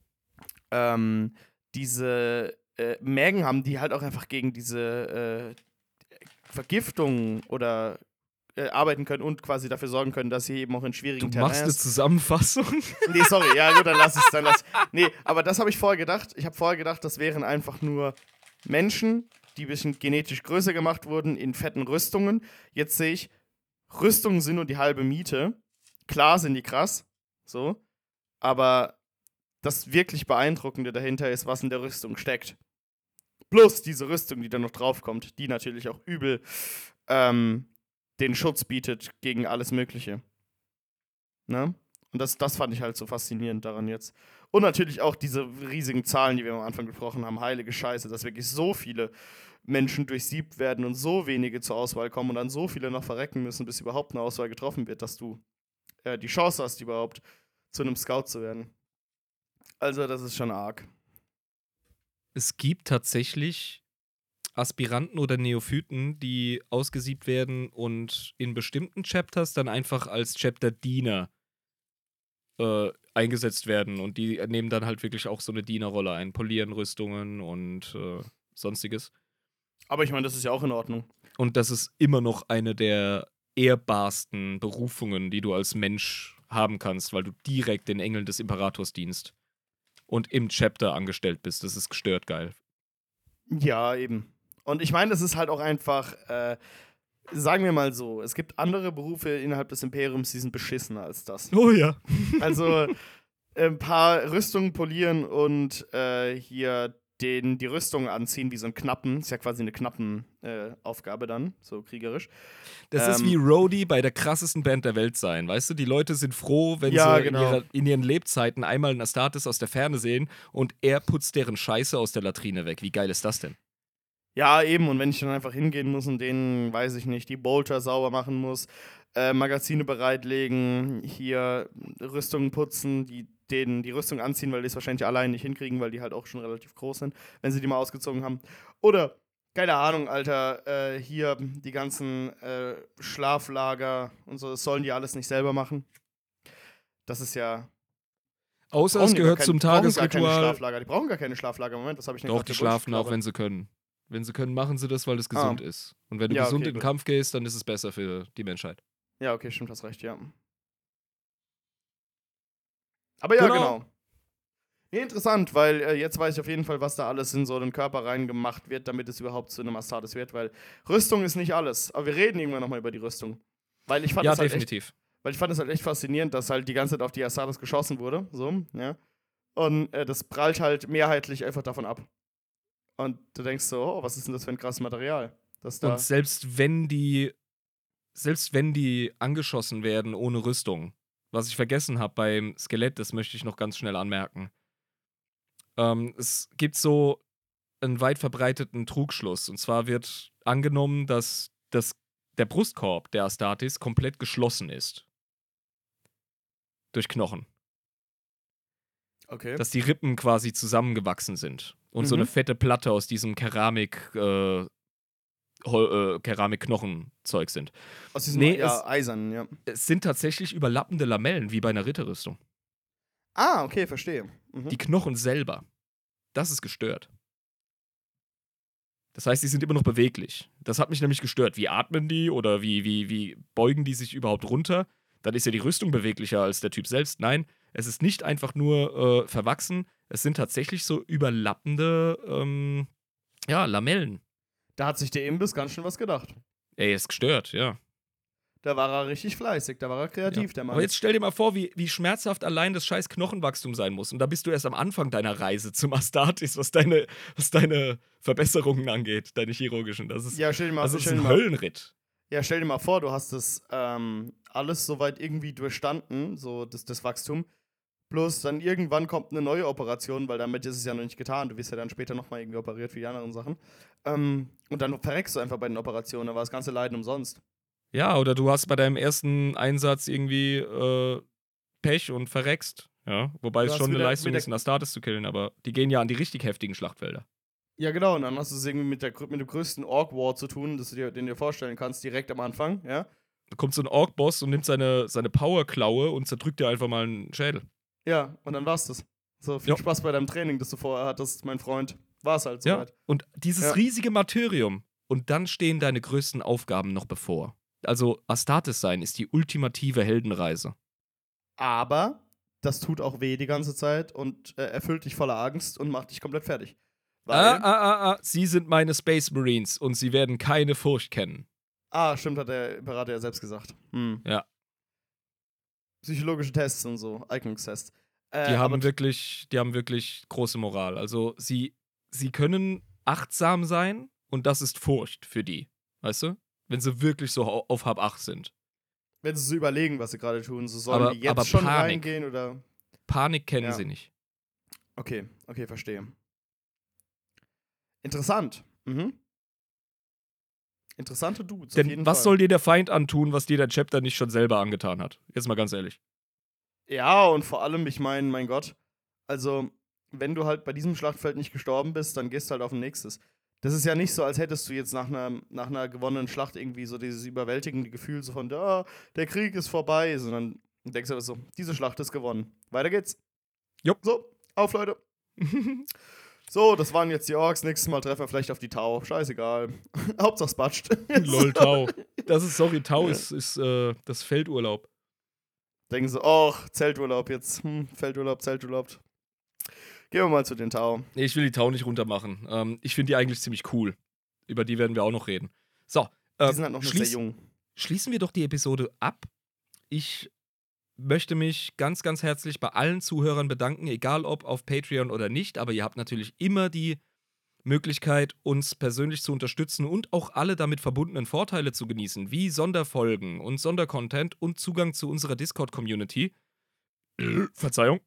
ähm, diese äh, Mägen haben, die halt auch einfach gegen diese äh, Vergiftung oder äh, arbeiten können und quasi dafür sorgen können, dass sie eben auch in schwierigen Du machst eine Terrains. Zusammenfassung? Nee, sorry, ja gut, dann lass es, dann lass. Nee, aber das habe ich vorher gedacht. Ich habe vorher gedacht, das wären einfach nur Menschen, die ein bisschen genetisch größer gemacht wurden in fetten Rüstungen. Jetzt sehe ich, Rüstungen sind nur die halbe Miete. Klar sind die krass, so, aber das wirklich Beeindruckende dahinter ist, was in der Rüstung steckt. Plus diese Rüstung, die dann noch draufkommt, die natürlich auch übel ähm, den Schutz bietet gegen alles Mögliche. Ne? Und das, das fand ich halt so faszinierend daran jetzt. Und natürlich auch diese riesigen Zahlen, die wir am Anfang gesprochen haben. Heilige Scheiße, dass wirklich so viele Menschen durchsiebt werden und so wenige zur Auswahl kommen und dann so viele noch verrecken müssen, bis überhaupt eine Auswahl getroffen wird, dass du äh, die Chance hast, überhaupt zu einem Scout zu werden. Also, das ist schon arg. Es gibt tatsächlich Aspiranten oder Neophyten, die ausgesiebt werden und in bestimmten Chapters dann einfach als Chapter-Diener äh, eingesetzt werden. Und die nehmen dann halt wirklich auch so eine Dienerrolle ein. Polieren Rüstungen und äh, sonstiges. Aber ich meine, das ist ja auch in Ordnung. Und das ist immer noch eine der ehrbarsten Berufungen, die du als Mensch haben kannst, weil du direkt den Engeln des Imperators dienst. Und im Chapter angestellt bist. Das ist gestört geil. Ja, eben. Und ich meine, das ist halt auch einfach, äh, sagen wir mal so, es gibt andere Berufe innerhalb des Imperiums, die sind beschissener als das. Oh ja. Also ein paar Rüstungen polieren und äh, hier den, die Rüstung anziehen wie so ein Knappen. Ist ja quasi eine Knappen-Aufgabe äh, dann, so kriegerisch. Das Ähm, ist wie Rhodey bei der krassesten Band der Welt sein. Weißt du, die Leute sind froh, wenn Ja, sie genau. in, ihrer, in ihren Lebzeiten einmal einen Astartes aus der Ferne sehen und er putzt deren Scheiße aus der Latrine weg. Wie geil ist das denn? Ja, eben. Und wenn ich dann einfach hingehen muss und denen, weiß ich nicht, die Bolter sauber machen muss, äh, Magazine bereitlegen, hier Rüstungen putzen, die denen die Rüstung anziehen, weil die es wahrscheinlich allein nicht hinkriegen, weil die halt auch schon relativ groß sind, wenn sie die mal ausgezogen haben. Oder, keine Ahnung, Alter, äh, hier die ganzen äh, Schlaflager und so, das sollen die alles nicht selber machen. Das ist ja. Außer brauchen es die gar gehört kein- zum die brauchen gar keine Tagesritual. Schlaflager. Die brauchen gar keine Schlaflager. Moment, was habe ich denn Doch, gerade die für schlafen Bullshit auch, wenn gelabert? sie können. Wenn sie können, machen sie das, weil es gesund Ah. ist. Und wenn du Ja, gesund okay, in den gut. Kampf gehst, dann ist es besser für die Menschheit. Ja, okay, stimmt, hast recht, ja. Aber ja, Genau. genau. Nee, interessant, weil äh, jetzt weiß ich auf jeden Fall, was da alles in so den Körper reingemacht wird, damit es überhaupt zu einem Astartes wird, weil Rüstung ist nicht alles. Aber wir reden irgendwann nochmal über die Rüstung. Weil ich fand Ja, das halt echt, definitiv. weil ich fand es halt echt faszinierend, dass halt die ganze Zeit auf die Astartes geschossen wurde, so, ja. Und äh, das prallt halt mehrheitlich einfach davon ab. Und du denkst so, oh, was ist denn das für ein krasses Material? Das da. Und selbst wenn die, selbst wenn die angeschossen werden ohne Rüstung, was ich vergessen habe beim Skelett, das möchte ich noch ganz schnell anmerken. Ähm, es gibt so einen weit verbreiteten Trugschluss. Und zwar wird angenommen, dass das, der Brustkorb der Astartes komplett geschlossen ist. Durch Knochen. Okay. Dass die Rippen quasi zusammengewachsen sind. Und so Mhm. eine fette Platte aus diesem Keramik, äh, Hol- äh, Keramik-Knochenzeug sind. Aus diesem nee, ja, es- Eisern, ja. Es sind tatsächlich überlappende Lamellen, wie bei einer Ritterrüstung. Ah, okay, verstehe. Mhm. Die Knochen selber. Das ist gestört. Das heißt, die sind immer noch beweglich. Das hat mich nämlich gestört. Wie atmen die oder wie, wie, wie beugen die sich überhaupt runter? Dann ist ja die Rüstung beweglicher als der Typ selbst. Nein, es ist nicht einfach nur äh, verwachsen. Es sind tatsächlich so überlappende ähm, ja, Lamellen. Da hat sich der Imbiss ganz schön was gedacht. Ey, ist gestört, ja. Da war er richtig fleißig, da war er kreativ, Ja. der Mann. Aber jetzt stell dir mal vor, wie, wie schmerzhaft allein das scheiß Knochenwachstum sein muss. Und da bist du erst am Anfang deiner Reise zum Astartes, was deine, was deine Verbesserungen angeht, deine chirurgischen. Das ist, ja, stell dir mal, also das ist stell dir ein mal, Höllenritt. ja, stell dir mal vor, du hast das ähm, alles soweit irgendwie durchstanden, so das, das Wachstum. Plus dann irgendwann kommt eine neue Operation, weil damit ist es ja noch nicht getan. Du wirst ja dann später nochmal irgendwie operiert für die anderen Sachen. Ähm, und dann verreckst du einfach bei den Operationen, dann war das ganze Leiden umsonst. Ja, oder du hast bei deinem ersten Einsatz irgendwie äh, Pech und verreckst. Ja, wobei Du es hast schon eine wieder- Leistung wieder- ist, einen Astartes zu killen, aber die gehen ja an die richtig heftigen Schlachtfelder. Ja, genau, und dann hast du es irgendwie mit, der, grö- mit dem größten Orc-War zu tun, das du dir, den du dir vorstellen kannst, direkt am Anfang, ja? Da kommt so ein Ork-Boss und nimmt seine, seine Power-Klaue und zerdrückt dir einfach mal einen Schädel. Ja, und dann war's das. So, viel Ja. Spaß bei deinem Training, das du vorher hattest, mein Freund. War's halt Ja, soweit. und dieses Ja. riesige Martyrium. Und dann stehen deine größten Aufgaben noch bevor. Also Astartes sein ist die ultimative Heldenreise. Aber das tut auch weh die ganze Zeit und äh, erfüllt dich voller Angst und macht dich komplett fertig. Weil, Ah, ah, ah, ah, sie sind meine Space Marines und sie werden keine Furcht kennen. ah, stimmt, hat der Imperator ja selbst gesagt. Hm. Ja. Psychologische Tests und so, Eignungstests. Äh, Die haben aber wirklich, die haben wirklich große Moral. Also sie, sie können achtsam sein und das ist Furcht für die. Weißt du? Wenn sie wirklich so au- auf Hab acht sind. wenn sie so überlegen, was sie gerade tun, so sollen Aber- die jetzt aber schon Panik. reingehen oder. Panik kennen Ja. sie nicht. Okay, okay, verstehe. Interessant. Mhm. Interessante Dudes, auf jeden Denn was Fall. soll dir der Feind antun, was dir der Chapter nicht schon selber angetan hat? Jetzt mal ganz ehrlich. Ja, und vor allem, ich meine, mein Gott, also, wenn du halt bei diesem Schlachtfeld nicht gestorben bist, dann gehst du halt auf ein nächstes. Das ist ja nicht so, als hättest du jetzt nach einer, nach einer gewonnenen Schlacht irgendwie so dieses überwältigende Gefühl so von, ah, der Krieg ist vorbei, sondern du denkst halt so, diese Schlacht ist gewonnen. Weiter geht's. Jupp. So, auf, Leute. So, das waren jetzt die Orks. Nächstes Mal treffen wir vielleicht auf die Tau. Scheißegal. Hauptsache es batscht. Lol, Tau. Das ist, sorry, Tau ist, ist äh, das Feldurlaub. Denken so, ach, Zelturlaub jetzt. Hm, Feldurlaub, Zelturlaub. Gehen wir mal zu den Tau. Nee, ich will die Tau nicht runtermachen. Ähm, ich finde die eigentlich ziemlich cool. Über die werden wir auch noch reden. So, Die äh, sind halt noch nur schließ- sehr jung. schließen wir doch die Episode ab. Ich möchte mich ganz, ganz herzlich bei allen Zuhörern bedanken, egal ob auf Patreon oder nicht, aber ihr habt natürlich immer die Möglichkeit, uns persönlich zu unterstützen und auch alle damit verbundenen Vorteile zu genießen, wie Sonderfolgen und Sondercontent und Zugang zu unserer Discord-Community. Verzeihung.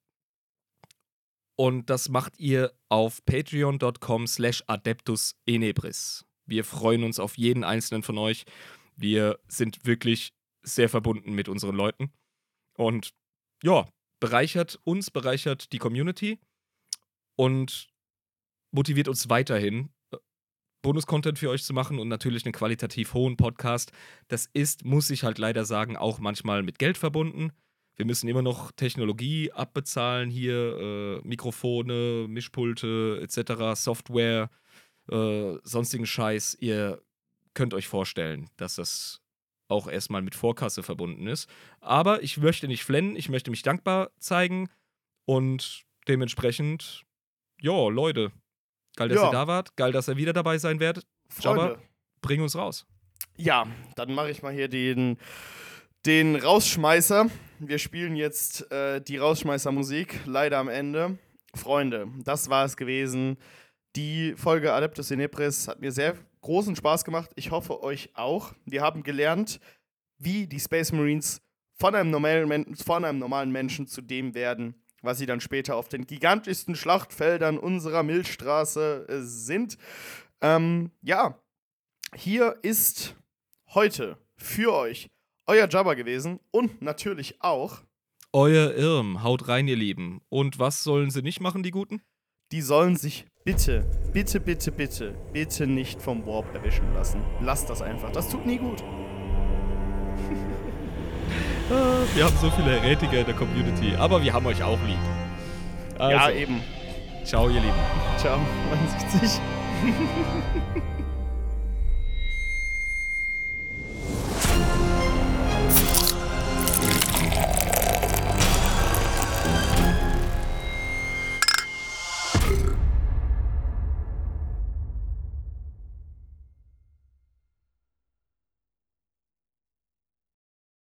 Und das macht ihr auf patreon.com slash adeptus enebris. Wir freuen uns auf jeden einzelnen von euch. Wir sind wirklich sehr verbunden mit unseren Leuten. Und ja, bereichert uns, bereichert die Community und motiviert uns weiterhin, äh, Bonus-Content für euch zu machen und natürlich einen qualitativ hohen Podcast. Das ist, muss ich halt leider sagen, auch manchmal mit Geld verbunden. Wir müssen immer noch Technologie abbezahlen hier, äh, Mikrofone, Mischpulte et cetera, Software, äh, sonstigen Scheiß. Ihr könnt euch vorstellen, dass das auch erstmal mit Vorkasse verbunden ist. Aber ich möchte nicht flennen, ich möchte mich dankbar zeigen und dementsprechend, ja, Leute, geil, dass Ja. ihr da wart, geil, dass ihr wieder dabei sein werdet. Freunde. Jabba, bring uns raus. Ja, dann mache ich mal hier den, den Rausschmeißer. Wir spielen jetzt äh, die Rausschmeißer-Musik, leider am Ende. Freunde, das war es gewesen. Die Folge Adeptus Enebris hat mir sehr großen Spaß gemacht. Ich hoffe, euch auch. Wir haben gelernt, wie die Space Marines von einem normalen, Men- von einem normalen Menschen zu dem werden, was sie dann später auf den gigantischsten Schlachtfeldern unserer Milchstraße äh, sind. Ähm, ja, hier ist heute für euch euer Jabba gewesen und natürlich auch, Euer Irm, haut rein, ihr Lieben. Und was sollen sie nicht machen, die Guten? die sollen sich bitte, bitte, bitte, bitte, bitte nicht vom Warp erwischen lassen. Lasst das einfach. Das tut nie gut. Wir haben so viele Heretiker in der Community, aber wir haben euch auch lieb. Also, Ja, eben. ciao, ihr Lieben. Ciao. Man sieht sich.